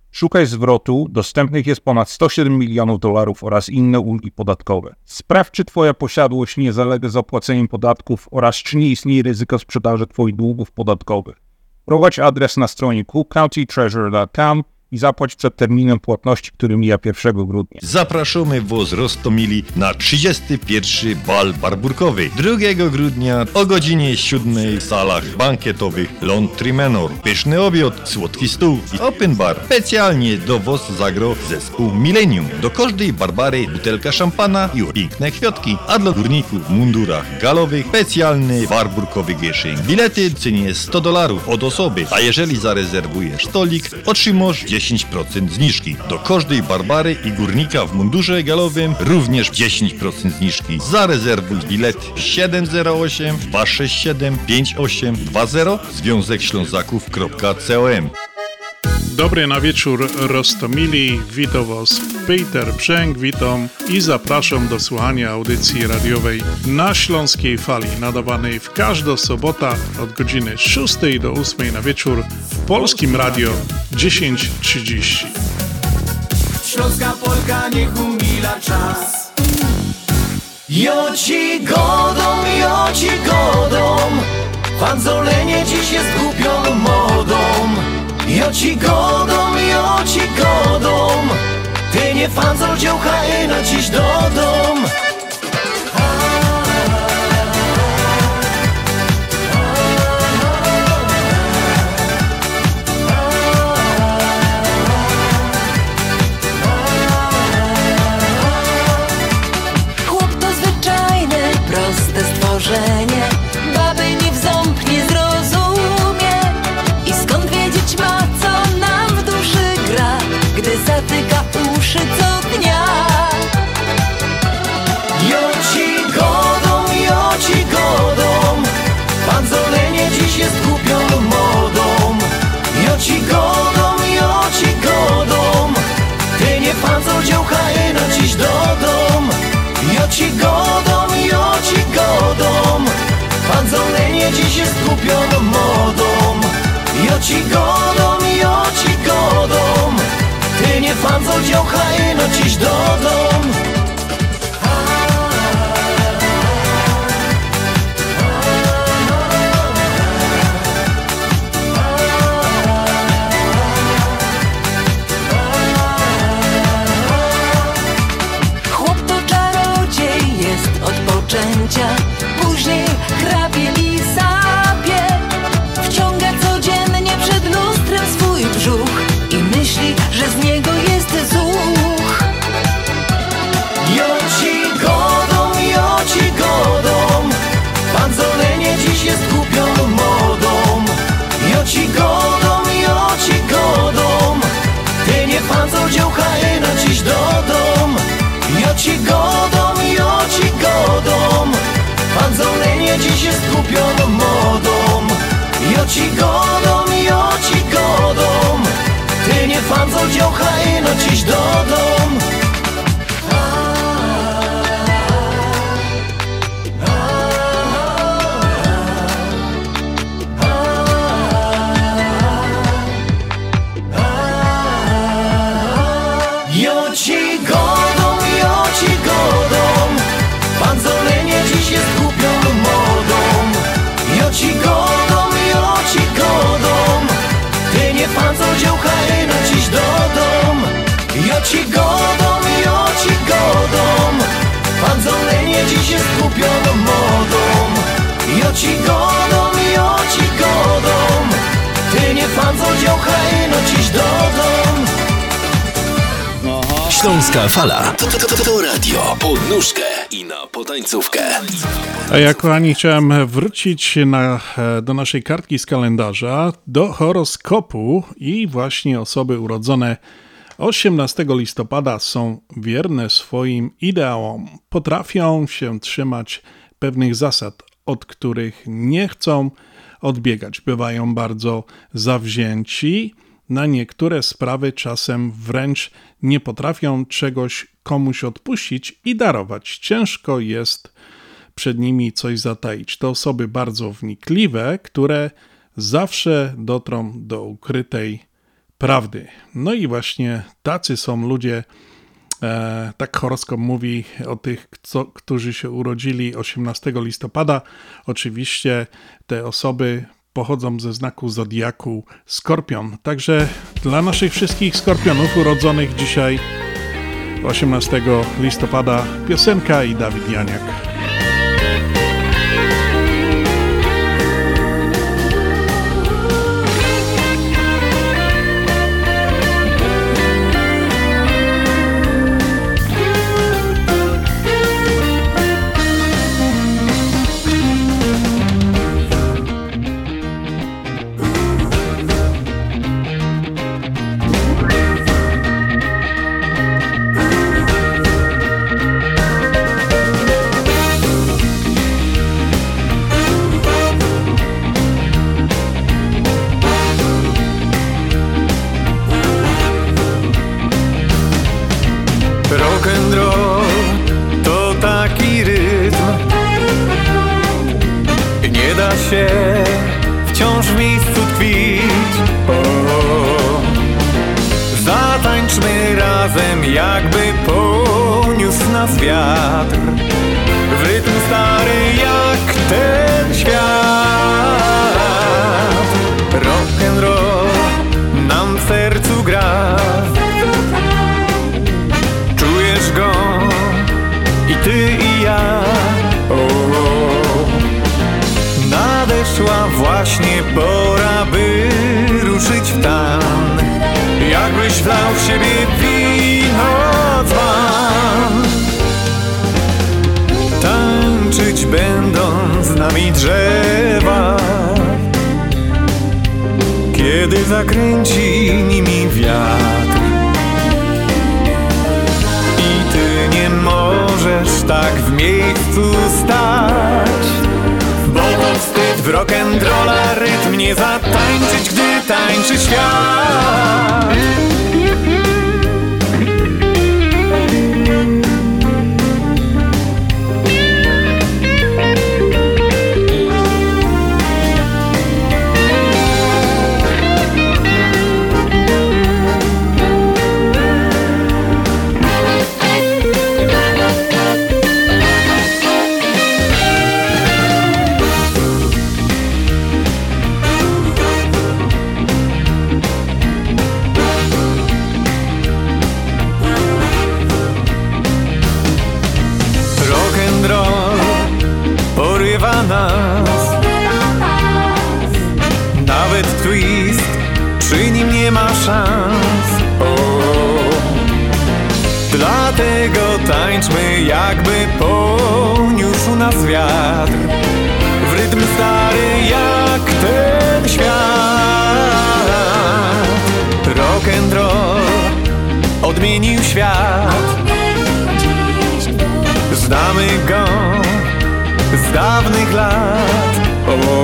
Szukaj zwrotu, dostępnych jest ponad sto siedem milionów dolarów oraz inne ulgi podatkowe. Sprawdź, czy Twoja posiadłość nie zalega zapłaceniem podatków oraz czy nie istnieje ryzyko sprzedaży Twoich długów podatkowych. Prowadź adres na stronie cook county treasurer dot com i zapłać przed terminem płatności, który mija pierwszego grudnia. Zapraszamy was Roztomili na trzydziesty pierwszy bal barburkowy drugiego grudnia o godzinie siódmej w salach bankietowych Laundry Manor. Pyszny obiad, słodki stół i open bar. Specjalnie do was zagrał zespół Millennium. Do każdej barbary butelka szampana i piękne kwiatki, a dla górników w mundurach galowych specjalny barburkowy gieszyn. Bilety w cenie sto dolarów od osoby, a jeżeli zarezerwujesz stolik, otrzymasz dziesięć procent zniżki. Do każdej barbary i górnika w mundurze galowym również dziesięć procent zniżki. Zarezerwuj bilet siedem zero osiem dwa sześć siedem pięć osiem dwa zero związek ślązaków kropka com. Dobry na wieczór, Roztomili. Witam Was Peter Brzęk, witam i zapraszam do słuchania audycji radiowej na Śląskiej Fali, nadawanej w każdą sobotę od godziny szóstej do ósmej na wieczór w Polskim Radio dziesięć trzydzieści. Śląska Polka niech umila czas. Jo ci godą, jo ci godą, fanzolenie dziś jest głupią modą. Jo ci godą, jo ci godą, ty nie fanzol dziołcha i na dziś do dom. Chłop to zwyczajne, proste stworzenie, baby ni w ząb nie zrozumie. I skąd wiedzieć ma, co nam w duszy gra, gdy zatyka uszy co dnia. Jo ci godą, jo ci godą, fanzolenie dziś jest głupią modą. Jo ci godą, jo ci godą, ty nie fanzol dziołcha i na dziś do dom. Jo ci godą, jo ci godą, fanzolenie dziś jest głupią modą. Jo ci godą, jo ci godą, ty nie fanzol dziołcha i no dziś do dom. Chłop to czarodziej jest od poczęcia, później chrapie i sapie. Wciąga codziennie przed lustrem swój brzuch i myśli, że z niego jest zuch. Jo ci godą, jo ci godą, fanzolenie dziś jest głupią modą. Jo ci godą, jo ci godą, ty nie fanzol dziołcha i na dziś do dom. Jo ci godą, jo ci godą, fanzolenie dziś jest głupią modą. Jo ci godą, jo ci godą, ty nie fanzol dziołcha i no dziś do dom. Jo ci godą, jo ci godą, fanzolenie dziś jest głupią modą. Jo ci godą, jo ci godą, ty nie fanzol dziołcha i na dziś do dom. Jo ci godą, jo ci godą, fanzolenie dziś jest głupią modą. Jo ci godą, jo ci godą, ty nie fanzol dziołcha i no dziś do dom. Śląska Fala to, to, to, to radio pod nóżkę i na potańcówkę. A ja, kochani, chciałem wrócić na, do naszej kartki z kalendarza, do horoskopu i właśnie osoby urodzone osiemnastego listopada są wierne swoim ideałom. Potrafią się trzymać pewnych zasad, od których nie chcą odbiegać. Bywają bardzo zawzięci. Na niektóre sprawy czasem wręcz nie potrafią czegoś komuś odpuścić i darować. Ciężko jest przed nimi coś zataić. To osoby bardzo wnikliwe, które zawsze dotrą do ukrytej prawdy. No i właśnie tacy są ludzie, e, tak horoskop mówi o tych, co, którzy się urodzili osiemnastego listopada. Oczywiście te osoby pochodzą ze znaku zodiaku Skorpion. Także dla naszych wszystkich Skorpionów urodzonych dzisiaj osiemnastego listopada piosenka i Dawid Janiak. Wciąż w miejscu tkwić. O, zatańczmy razem, jakby poniósł nas wiatr, w rytm stary jak ten świat. Rock'n'roll nam w sercu gra, czujesz go i ty i ja. Nadeszła właśnie pora, by ruszyć w tan, jakbyś wlał w siebie wino dzban. Tańczyć będą z nami drzewa, kiedy zakręci nimi wiatr. I ty nie możesz tak w miejscu stać, bo to wstyd w rock'n'rolla rytm nie zatańczyć, gdy tańczy świat. Nas. Nawet twist przy nim nie ma szans. O, dlatego tańczmy, jakby poniósł nas wiatr, w rytm stary jak ten świat. Rock'n'roll odmienił świat, znamy go z dawnych lat. O,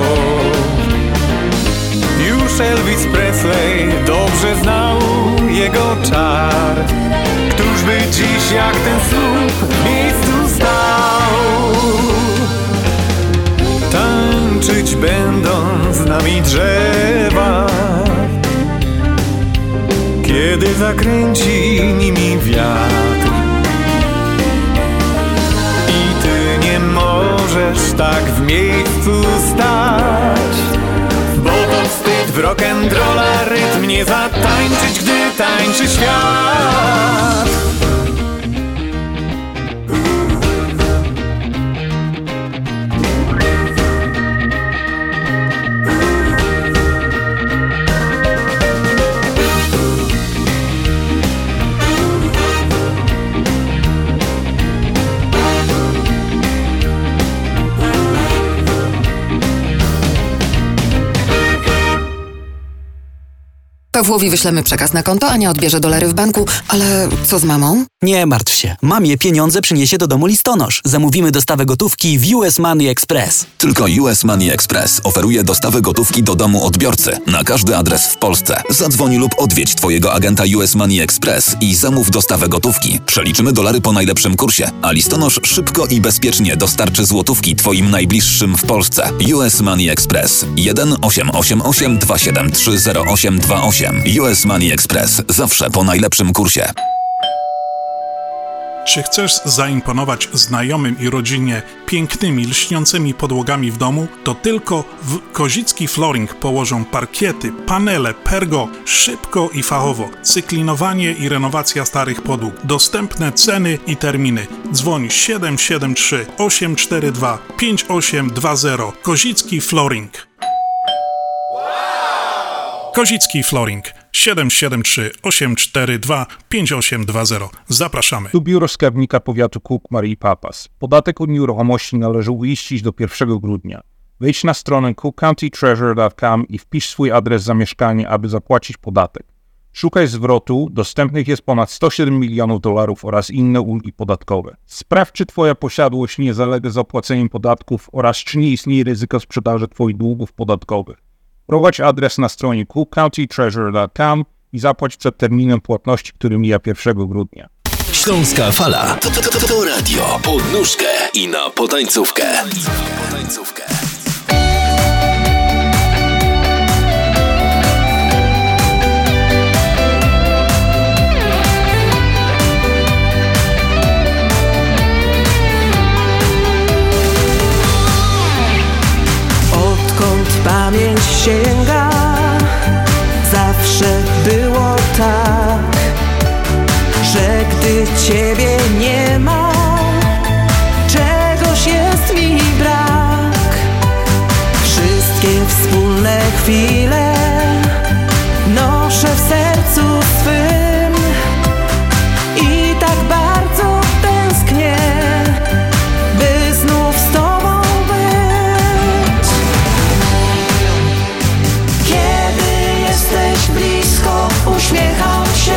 już Elvis Presley dobrze znał jego czar. Któż by dziś jak ten słup w miejscu stał? Tańczyć będą z nami drzewa, kiedy zakręci nimi wiatr. Nie możesz tak w miejscu stać, bo to wstyd w rock'n'rolla rytm nie zatańczyć, gdy tańczy świat. Pawłowi wyślemy przekaz na konto, Ania odbierze dolary w banku, ale co z mamą? Nie martw się. Mamie pieniądze przyniesie do domu listonosz. Zamówimy dostawę gotówki w U S Money Express. Tylko U S Money Express oferuje dostawę gotówki do domu odbiorcy na każdy adres w Polsce. Zadzwoń lub odwiedź twojego agenta U S Money Express i zamów dostawę gotówki. Przeliczymy dolary po najlepszym kursie, a listonosz szybko i bezpiecznie dostarczy złotówki twoim najbliższym w Polsce. U S Money Express jeden osiem osiem osiem dwa siedem trzy zero osiem dwa osiem. kursem. U S Money Express. Zawsze po najlepszym kursie. Czy chcesz zaimponować znajomym i rodzinie pięknymi, lśniącymi podłogami w domu? To tylko w Kozicki Flooring położą parkiety, panele, pergo, szybko i fachowo. Cyklinowanie i renowacja starych podłóg. Dostępne ceny i terminy. Dzwoń siedem siedem trzy osiem cztery dwa pięć osiem dwa zero. Kozicki Flooring. Kozicki Flooring siedem siedem trzy osiem cztery dwa pięć osiem dwa zero. Zapraszamy. Tu biuro skarbnika powiatu Cook-Mary i Pappas. Podatek od nieruchomości należy uiścić do pierwszego grudnia. Wejdź na stronę cook county treasurer dot com i wpisz swój adres zamieszkania, aby zapłacić podatek. Szukaj zwrotu, dostępnych jest ponad sto siedem milionów dolarów oraz inne ulgi podatkowe. Sprawdź, czy Twoja posiadłość nie zalega zapłaceniem podatków oraz czy nie istnieje ryzyko sprzedaży Twoich długów podatkowych. Prowadź adres na stronie cook county treasurer dot com i zapłać przed terminem płatności, który mija pierwszego grudnia. Śląska Fala to, to, to, to radio pod nóżkę i na potańcówkę. potańcówkę. Pamięć sięga, zawsze było tak, że gdy Ciebie nie ma, czegoś jest mi brak. Wszystkie wspólne chwile noszę w sercu swym i tak bardzo tęsknię, by znów z Tobą blisko, uśmiecham się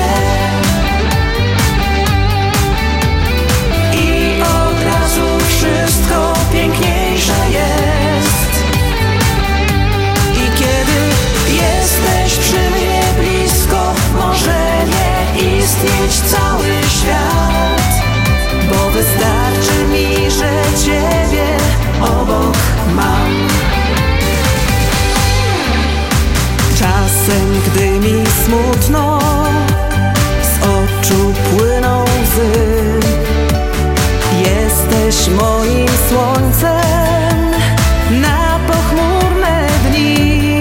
i od razu wszystko piękniejsze jest. I kiedy jesteś przy mnie blisko, może nie istnieć cały świat, bo wystarczy mi, że Ciebie obok mam. Czasem, gdy mi smutno, z oczu płyną łzy, jesteś moim słońcem na pochmurne dni.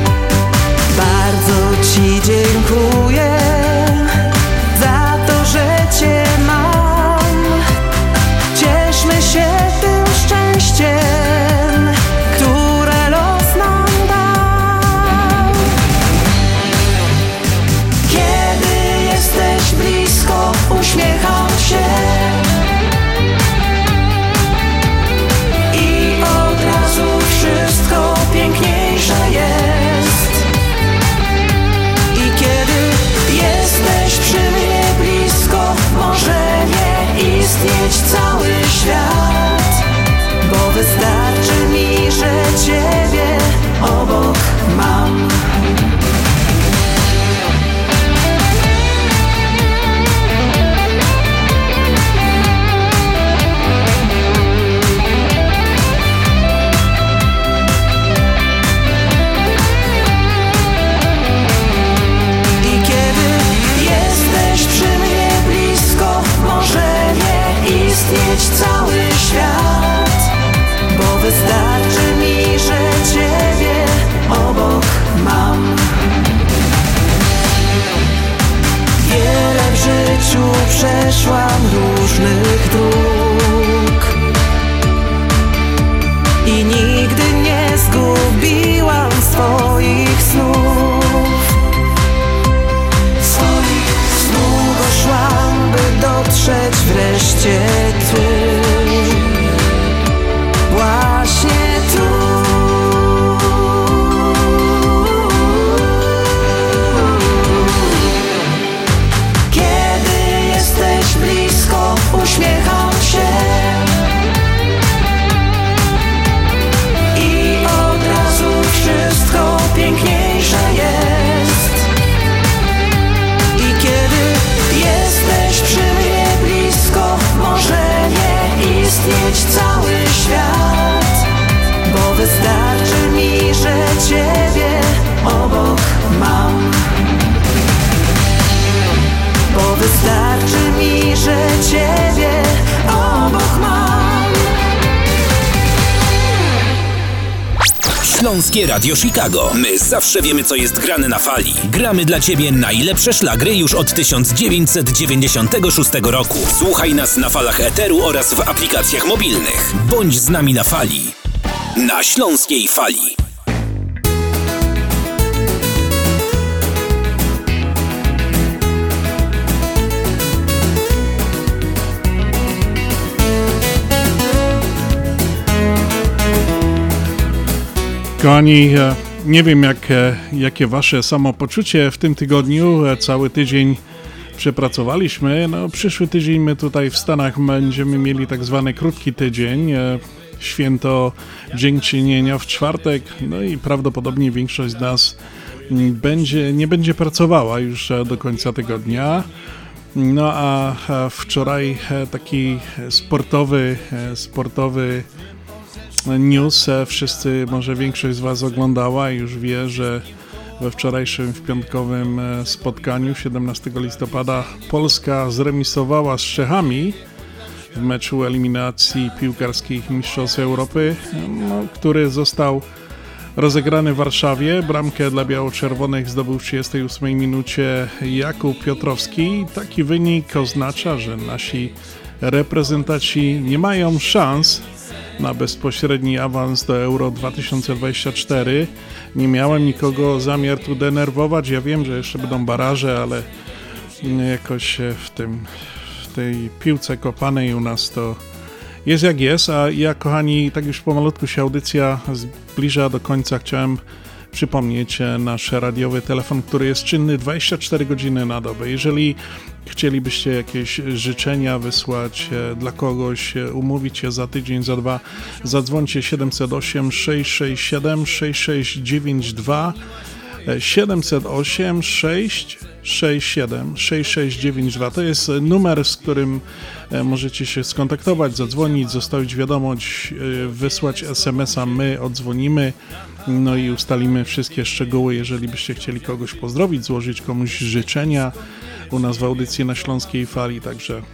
Bardzo Ci dziękuję za to, że Cię mam. Cieszmy się tym szczęściem, które los nam dał. Kiedy jesteś blisko, uśmiecham się i od razu wszystko piękniejsze jest. I kiedy jesteś przy mnie blisko, może nie istnieć cały świat, bo wystarczy mi, że Ciebie obok mam. I kiedy jesteś przy mnie blisko, może nie istnieć cały świat, bo wystarczy mi, że Ciebie obok mam. Wiele w życiu przeszłam różnych dróg i nigdy nie zgubiłam swoich snów. Swoich snów szłam, by dotrzeć wreszcie tu. Właśnie tu. Kiedy jesteś blisko, uśmiecham się Śląskie Radio Chicago. My zawsze wiemy, co jest grane na fali. Gramy dla Ciebie najlepsze szlagry już od tysiąc dziewięćset dziewięćdziesiątego szóstego roku. Słuchaj nas na falach eteru oraz w aplikacjach mobilnych. Bądź z nami na fali. Na Śląskiej Fali. Kochani, nie wiem jak, jakie wasze samopoczucie w tym tygodniu, cały tydzień przepracowaliśmy. No, przyszły tydzień my tutaj w Stanach będziemy mieli tak zwany krótki tydzień, święto Dziękczynienia w czwartek, no i prawdopodobnie większość z nas będzie, nie będzie pracowała już do końca tygodnia. No a wczoraj taki sportowy, sportowy news, wszyscy, może większość z was oglądała i już wie, że we wczorajszym w piątkowym spotkaniu siedemnastego listopada Polska zremisowała z Czechami w meczu eliminacji piłkarskich Mistrzostw Europy, no, który został rozegrany w Warszawie. Bramkę dla biało-czerwonych zdobył w trzydziestej ósmej minucie Jakub Piotrowski. Taki wynik oznacza, że nasi reprezentanci nie mają szans na bezpośredni awans do Euro dwa tysiące dwudziestego czwartego. Nie miałem nikogo zamiar tu denerwować. Ja wiem, że jeszcze będą baraże, ale jakoś w tym, w tej piłce kopanej u nas to jest jak jest. A ja, kochani, tak już pomalutku się audycja zbliża do końca. Chciałem przypomnieć nasz radiowy telefon, który jest czynny dwadzieścia cztery godziny na dobę. Jeżeli chcielibyście jakieś życzenia wysłać dla kogoś, umówić się za tydzień, za dwa, zadzwońcie siedem zero osiem sześć sześć siedem sześć sześć dziewięć dwa, siedem zero osiem sześć sześć siedem sześć sześć dziewięć dwa. To jest numer, z którym możecie się skontaktować, zadzwonić, zostawić wiadomość, wysłać es em es a, my odzwonimy, no i ustalimy wszystkie szczegóły, jeżeli byście chcieli kogoś pozdrowić, złożyć komuś życzenia u nas w audycji na Śląskiej Fali, także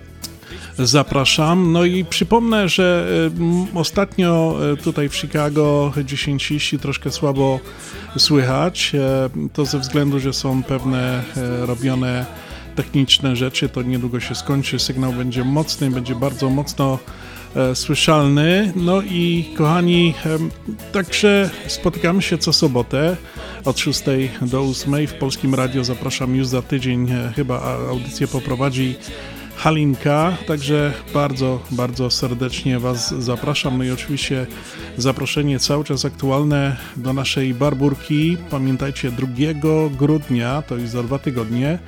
zapraszam. No i przypomnę, że ostatnio tutaj w Chicago dziesięć trzydzieści troszkę słabo słychać. To ze względu, że są pewne robione techniczne rzeczy. To niedługo się skończy. Sygnał będzie mocny, będzie bardzo mocno słyszalny. No i kochani, także spotykamy się co sobotę od szóstej do ósmej w Polskim Radio. Zapraszam już za tydzień. Chyba audycję poprowadzi Halinka, także bardzo, bardzo serdecznie was zapraszam. No i oczywiście zaproszenie cały czas aktualne do naszej barburki. Pamiętajcie, drugiego grudnia, to jest za dwa tygodnie,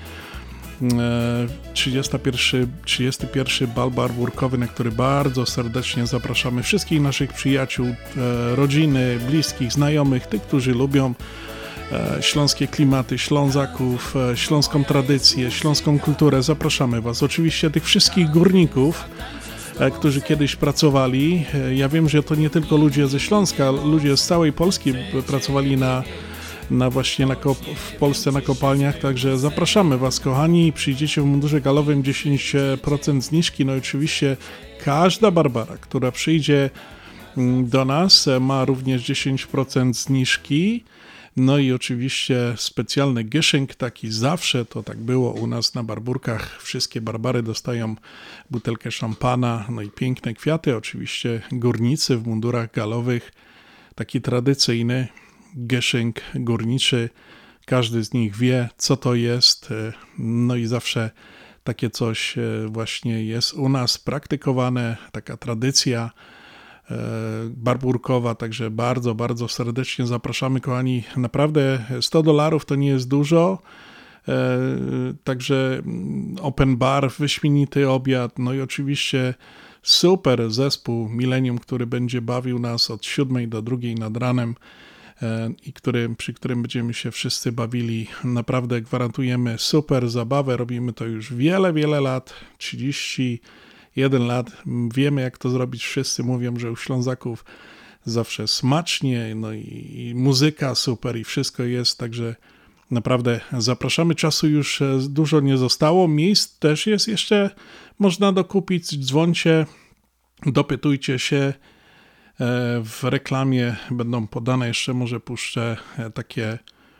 trzydziesty pierwszy, trzydziesty pierwszy bal barburkowy, na który bardzo serdecznie zapraszamy wszystkich naszych przyjaciół, rodziny, bliskich, znajomych, tych, którzy lubią śląskie klimaty, Ślązaków, śląską tradycję, śląską kulturę. Zapraszamy was. Oczywiście tych wszystkich górników, którzy kiedyś pracowali. Ja wiem, że to nie tylko ludzie ze Śląska, ludzie z całej Polski pracowali na, na właśnie na kop- w Polsce na kopalniach, także zapraszamy was, kochani. Przyjdziecie w mundurze galowym, dziesięć procent zniżki. No i oczywiście każda Barbara, która przyjdzie do nas, ma również dziesięć procent zniżki. No i oczywiście specjalny Geschenk, taki zawsze, to tak było u nas na barburkach. Wszystkie Barbary dostają butelkę szampana, no i piękne kwiaty. Oczywiście górnicy w mundurach galowych, taki tradycyjny Geschenk górniczy. Każdy z nich wie, co to jest. No i zawsze takie coś właśnie jest u nas praktykowane, taka tradycja barburkowa, także bardzo, bardzo serdecznie zapraszamy, kochani. Naprawdę sto dolarów to nie jest dużo, także open bar, wyśmienity obiad, no i oczywiście super zespół Millennium, który będzie bawił nas od siódmej do drugiej nad ranem i który, przy którym będziemy się wszyscy bawili. Naprawdę gwarantujemy super zabawę, robimy to już wiele, wiele lat, trzydzieści jeden lat, wiemy jak to zrobić, wszyscy mówią, że u Ślązaków zawsze smacznie, no i, i muzyka super i wszystko jest, także naprawdę zapraszamy. Czasu już dużo nie zostało, miejsc też jest jeszcze, można dokupić, dzwońcie, dopytujcie się, w reklamie będą podane, jeszcze może puszczę takie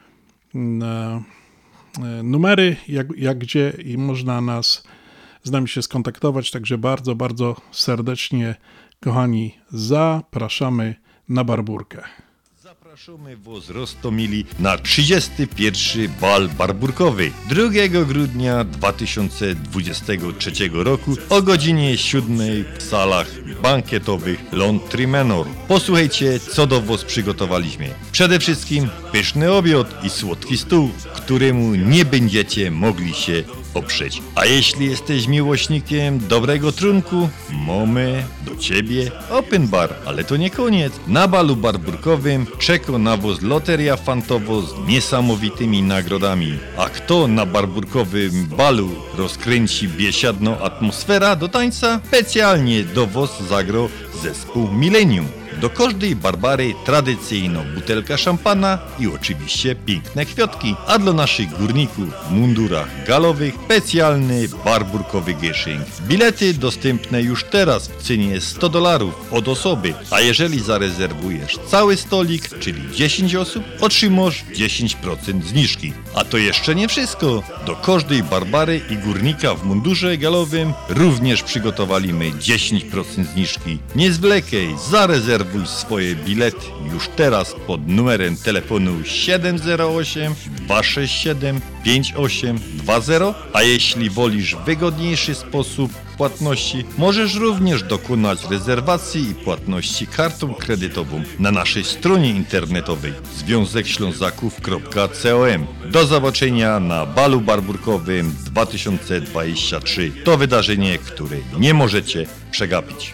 numery, jak, jak gdzie i można nas z nami się skontaktować, także bardzo, bardzo serdecznie, kochani, zapraszamy na Barburkę. Zapraszamy was Roztomili na trzydziesty pierwszy bal barburkowy drugiego grudnia dwa tysiące dwudziestego trzeciego roku o godzinie siódmej w salach bankietowych Laundry Manor. Posłuchajcie, co do was przygotowaliśmy. Przede wszystkim pyszny obiad i słodki stół, któremu nie będziecie mogli się oprzeć. A jeśli jesteś miłośnikiem dobrego trunku, mamy do ciebie open bar. Ale to nie koniec. Na balu barburkowym czeka na was loteria fantowo z niesamowitymi nagrodami. A kto na barburkowym balu rozkręci biesiadną atmosfera do tańca? Specjalnie do was zagrał zespół Millennium. Do każdej Barbary tradycyjna butelka szampana i oczywiście piękne kwiatki, a dla naszych górników w mundurach galowych specjalny barburkowy gieszynk. Bilety dostępne już teraz w cenie sto dolarów od osoby, a jeżeli zarezerwujesz cały stolik, czyli dziesięć osób, otrzymasz dziesięć procent zniżki. A to jeszcze nie wszystko. Do każdej Barbary i górnika w mundurze galowym również przygotowaliśmy dziesięć procent zniżki. Nie zwlekaj, zarezerwuj swoje bilety już teraz pod numerem telefonu siedem zero osiem dwa sześć siedem pięć osiem dwa zero, a jeśli wolisz wygodniejszy sposób płatności, możesz również dokonać rezerwacji i płatności kartą kredytową na naszej stronie internetowej związek ślązaków kropka com. Do zobaczenia na balu barburkowym dwa tysiące dwudziestym trzecim. To wydarzenie, które nie możecie przegapić.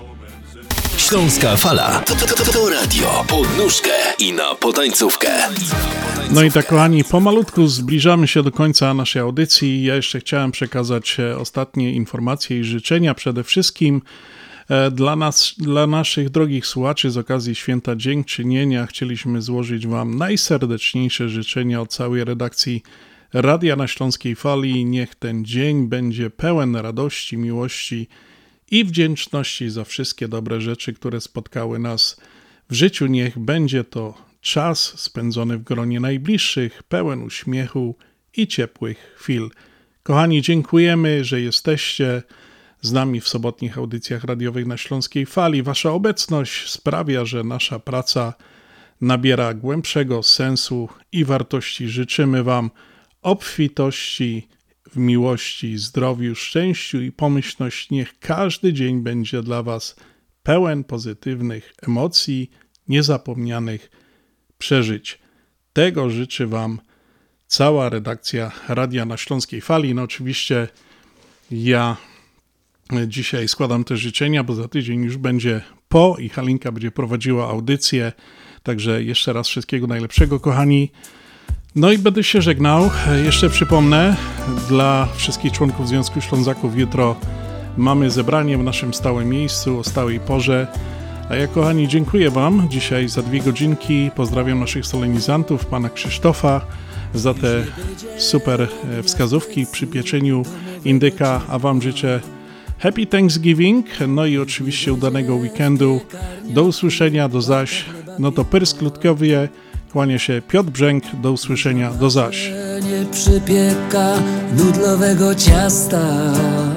Śląska Fala to, to, to, to radio pod nóżkę i na potańcówkę. No i tak, kochani, pomalutku zbliżamy się do końca naszej audycji. Ja jeszcze chciałem przekazać ostatnie informacje i życzenia. Przede wszystkim dla nas, dla naszych drogich słuchaczy z okazji Święta Dziękczynienia chcieliśmy złożyć wam najserdeczniejsze życzenia od całej redakcji Radia na Śląskiej Fali. Niech ten dzień będzie pełen radości, miłości i wdzięczności za wszystkie dobre rzeczy, które spotkały nas w życiu. Niech będzie to czas spędzony w gronie najbliższych, pełen uśmiechu i ciepłych chwil. Kochani, dziękujemy, że jesteście z nami w sobotnich audycjach radiowych na Śląskiej Fali. Wasza obecność sprawia, że nasza praca nabiera głębszego sensu i wartości. Życzymy wam obfitości w miłości, zdrowiu, szczęściu i pomyślność. Niech każdy dzień będzie dla was pełen pozytywnych emocji, niezapomnianych przeżyć. Tego życzy wam cała redakcja Radia na Śląskiej Fali. No oczywiście ja dzisiaj składam te życzenia, bo za tydzień już będzie po i Halinka będzie prowadziła audycję. Także jeszcze raz wszystkiego najlepszego, kochani. No i będę się żegnał. Jeszcze przypomnę, dla wszystkich członków Związku Ślązaków jutro mamy zebranie w naszym stałym miejscu o stałej porze. A ja, kochani, dziękuję wam dzisiaj za dwie godzinki. Pozdrawiam naszych solenizantów, pana Krzysztofa, za te super wskazówki przy pieczeniu indyka, a wam życzę Happy Thanksgiving, no i oczywiście udanego weekendu. Do usłyszenia, do zaś. No to pysk ludkowie. Kłania się Piotr Brzęk, do usłyszenia, do zaś. Nie przypieka nudlowego ciasta,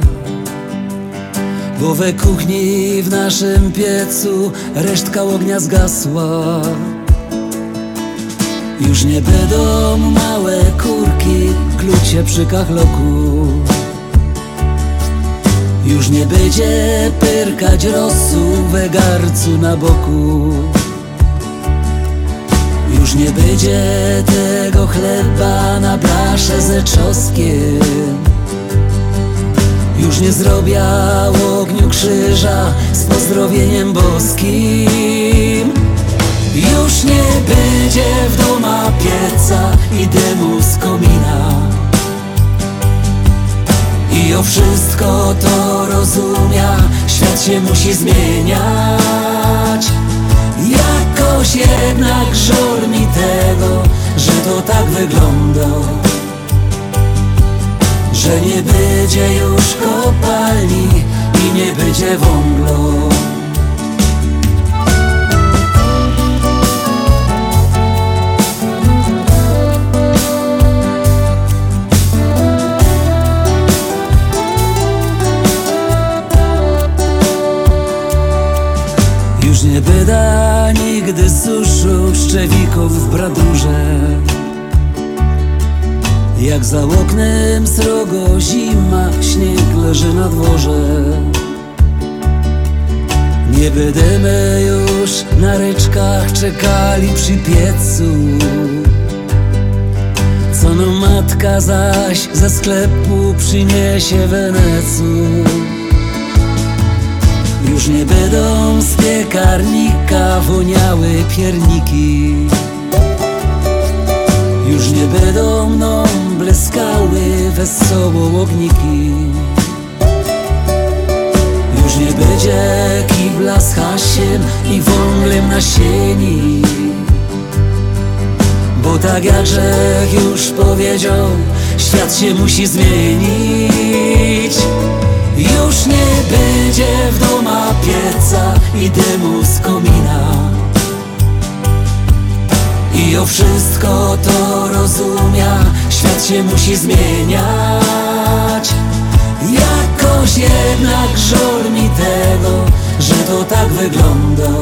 bo we kuchni w naszym piecu resztka ognia zgasła. Już nie będą małe kurki kluć się przy kachloku, już nie będzie pyrkać rosu we garcu na boku. Już nie będzie tego chleba na blasze ze czosnkiem, już nie zrobię ogniu krzyża z pozdrowieniem boskim. Już nie będzie w doma pieca i dymu z komina, i o wszystko to rozumia, świat się musi zmieniać. Jakoś jednak żal mi tego, że to tak wygląda, że nie będzie już kopalni i nie będzie węgla. gdy suszą szczewików w bradurze. Jak za oknem srogo zima, śnieg leży na dworze. Nie będziemy już na ryczkach czekali przy piecu, co no matka zaś ze sklepu przyniesie wenecu. Już nie będą z piekarnika woniały pierniki, już nie będą mną bleskały wesoło ogniki. Już nie będzie kibla z hasiem i wąglem na sieni, bo tak jak Grzech już powiedział, świat się musi zmienić. Już nie będzie w doma pieca i dymu z komina, i o wszystko to rozumia, świat się musi zmieniać. Jakoś jednak żal mi tego, że to tak wygląda,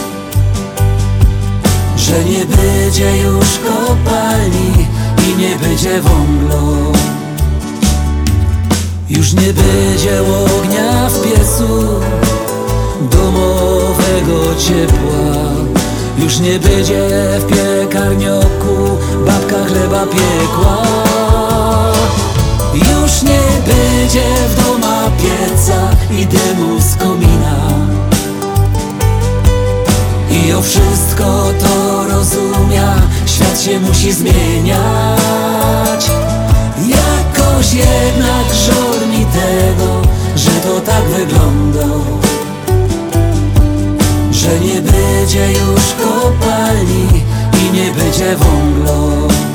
że nie będzie już kopalni i nie będzie wąglo. Już nie będzie ognia w piecu, domowego ciepła. Już nie będzie w piekarnioku babka chleba piekła. Już nie będzie w doma pieca i dymu z komina, i o wszystko to rozumia, świat się musi zmieniać. Jakoś jednak żal mi tego, że to tak wygląda, że nie będzie już kopalni i nie będzie wąglo.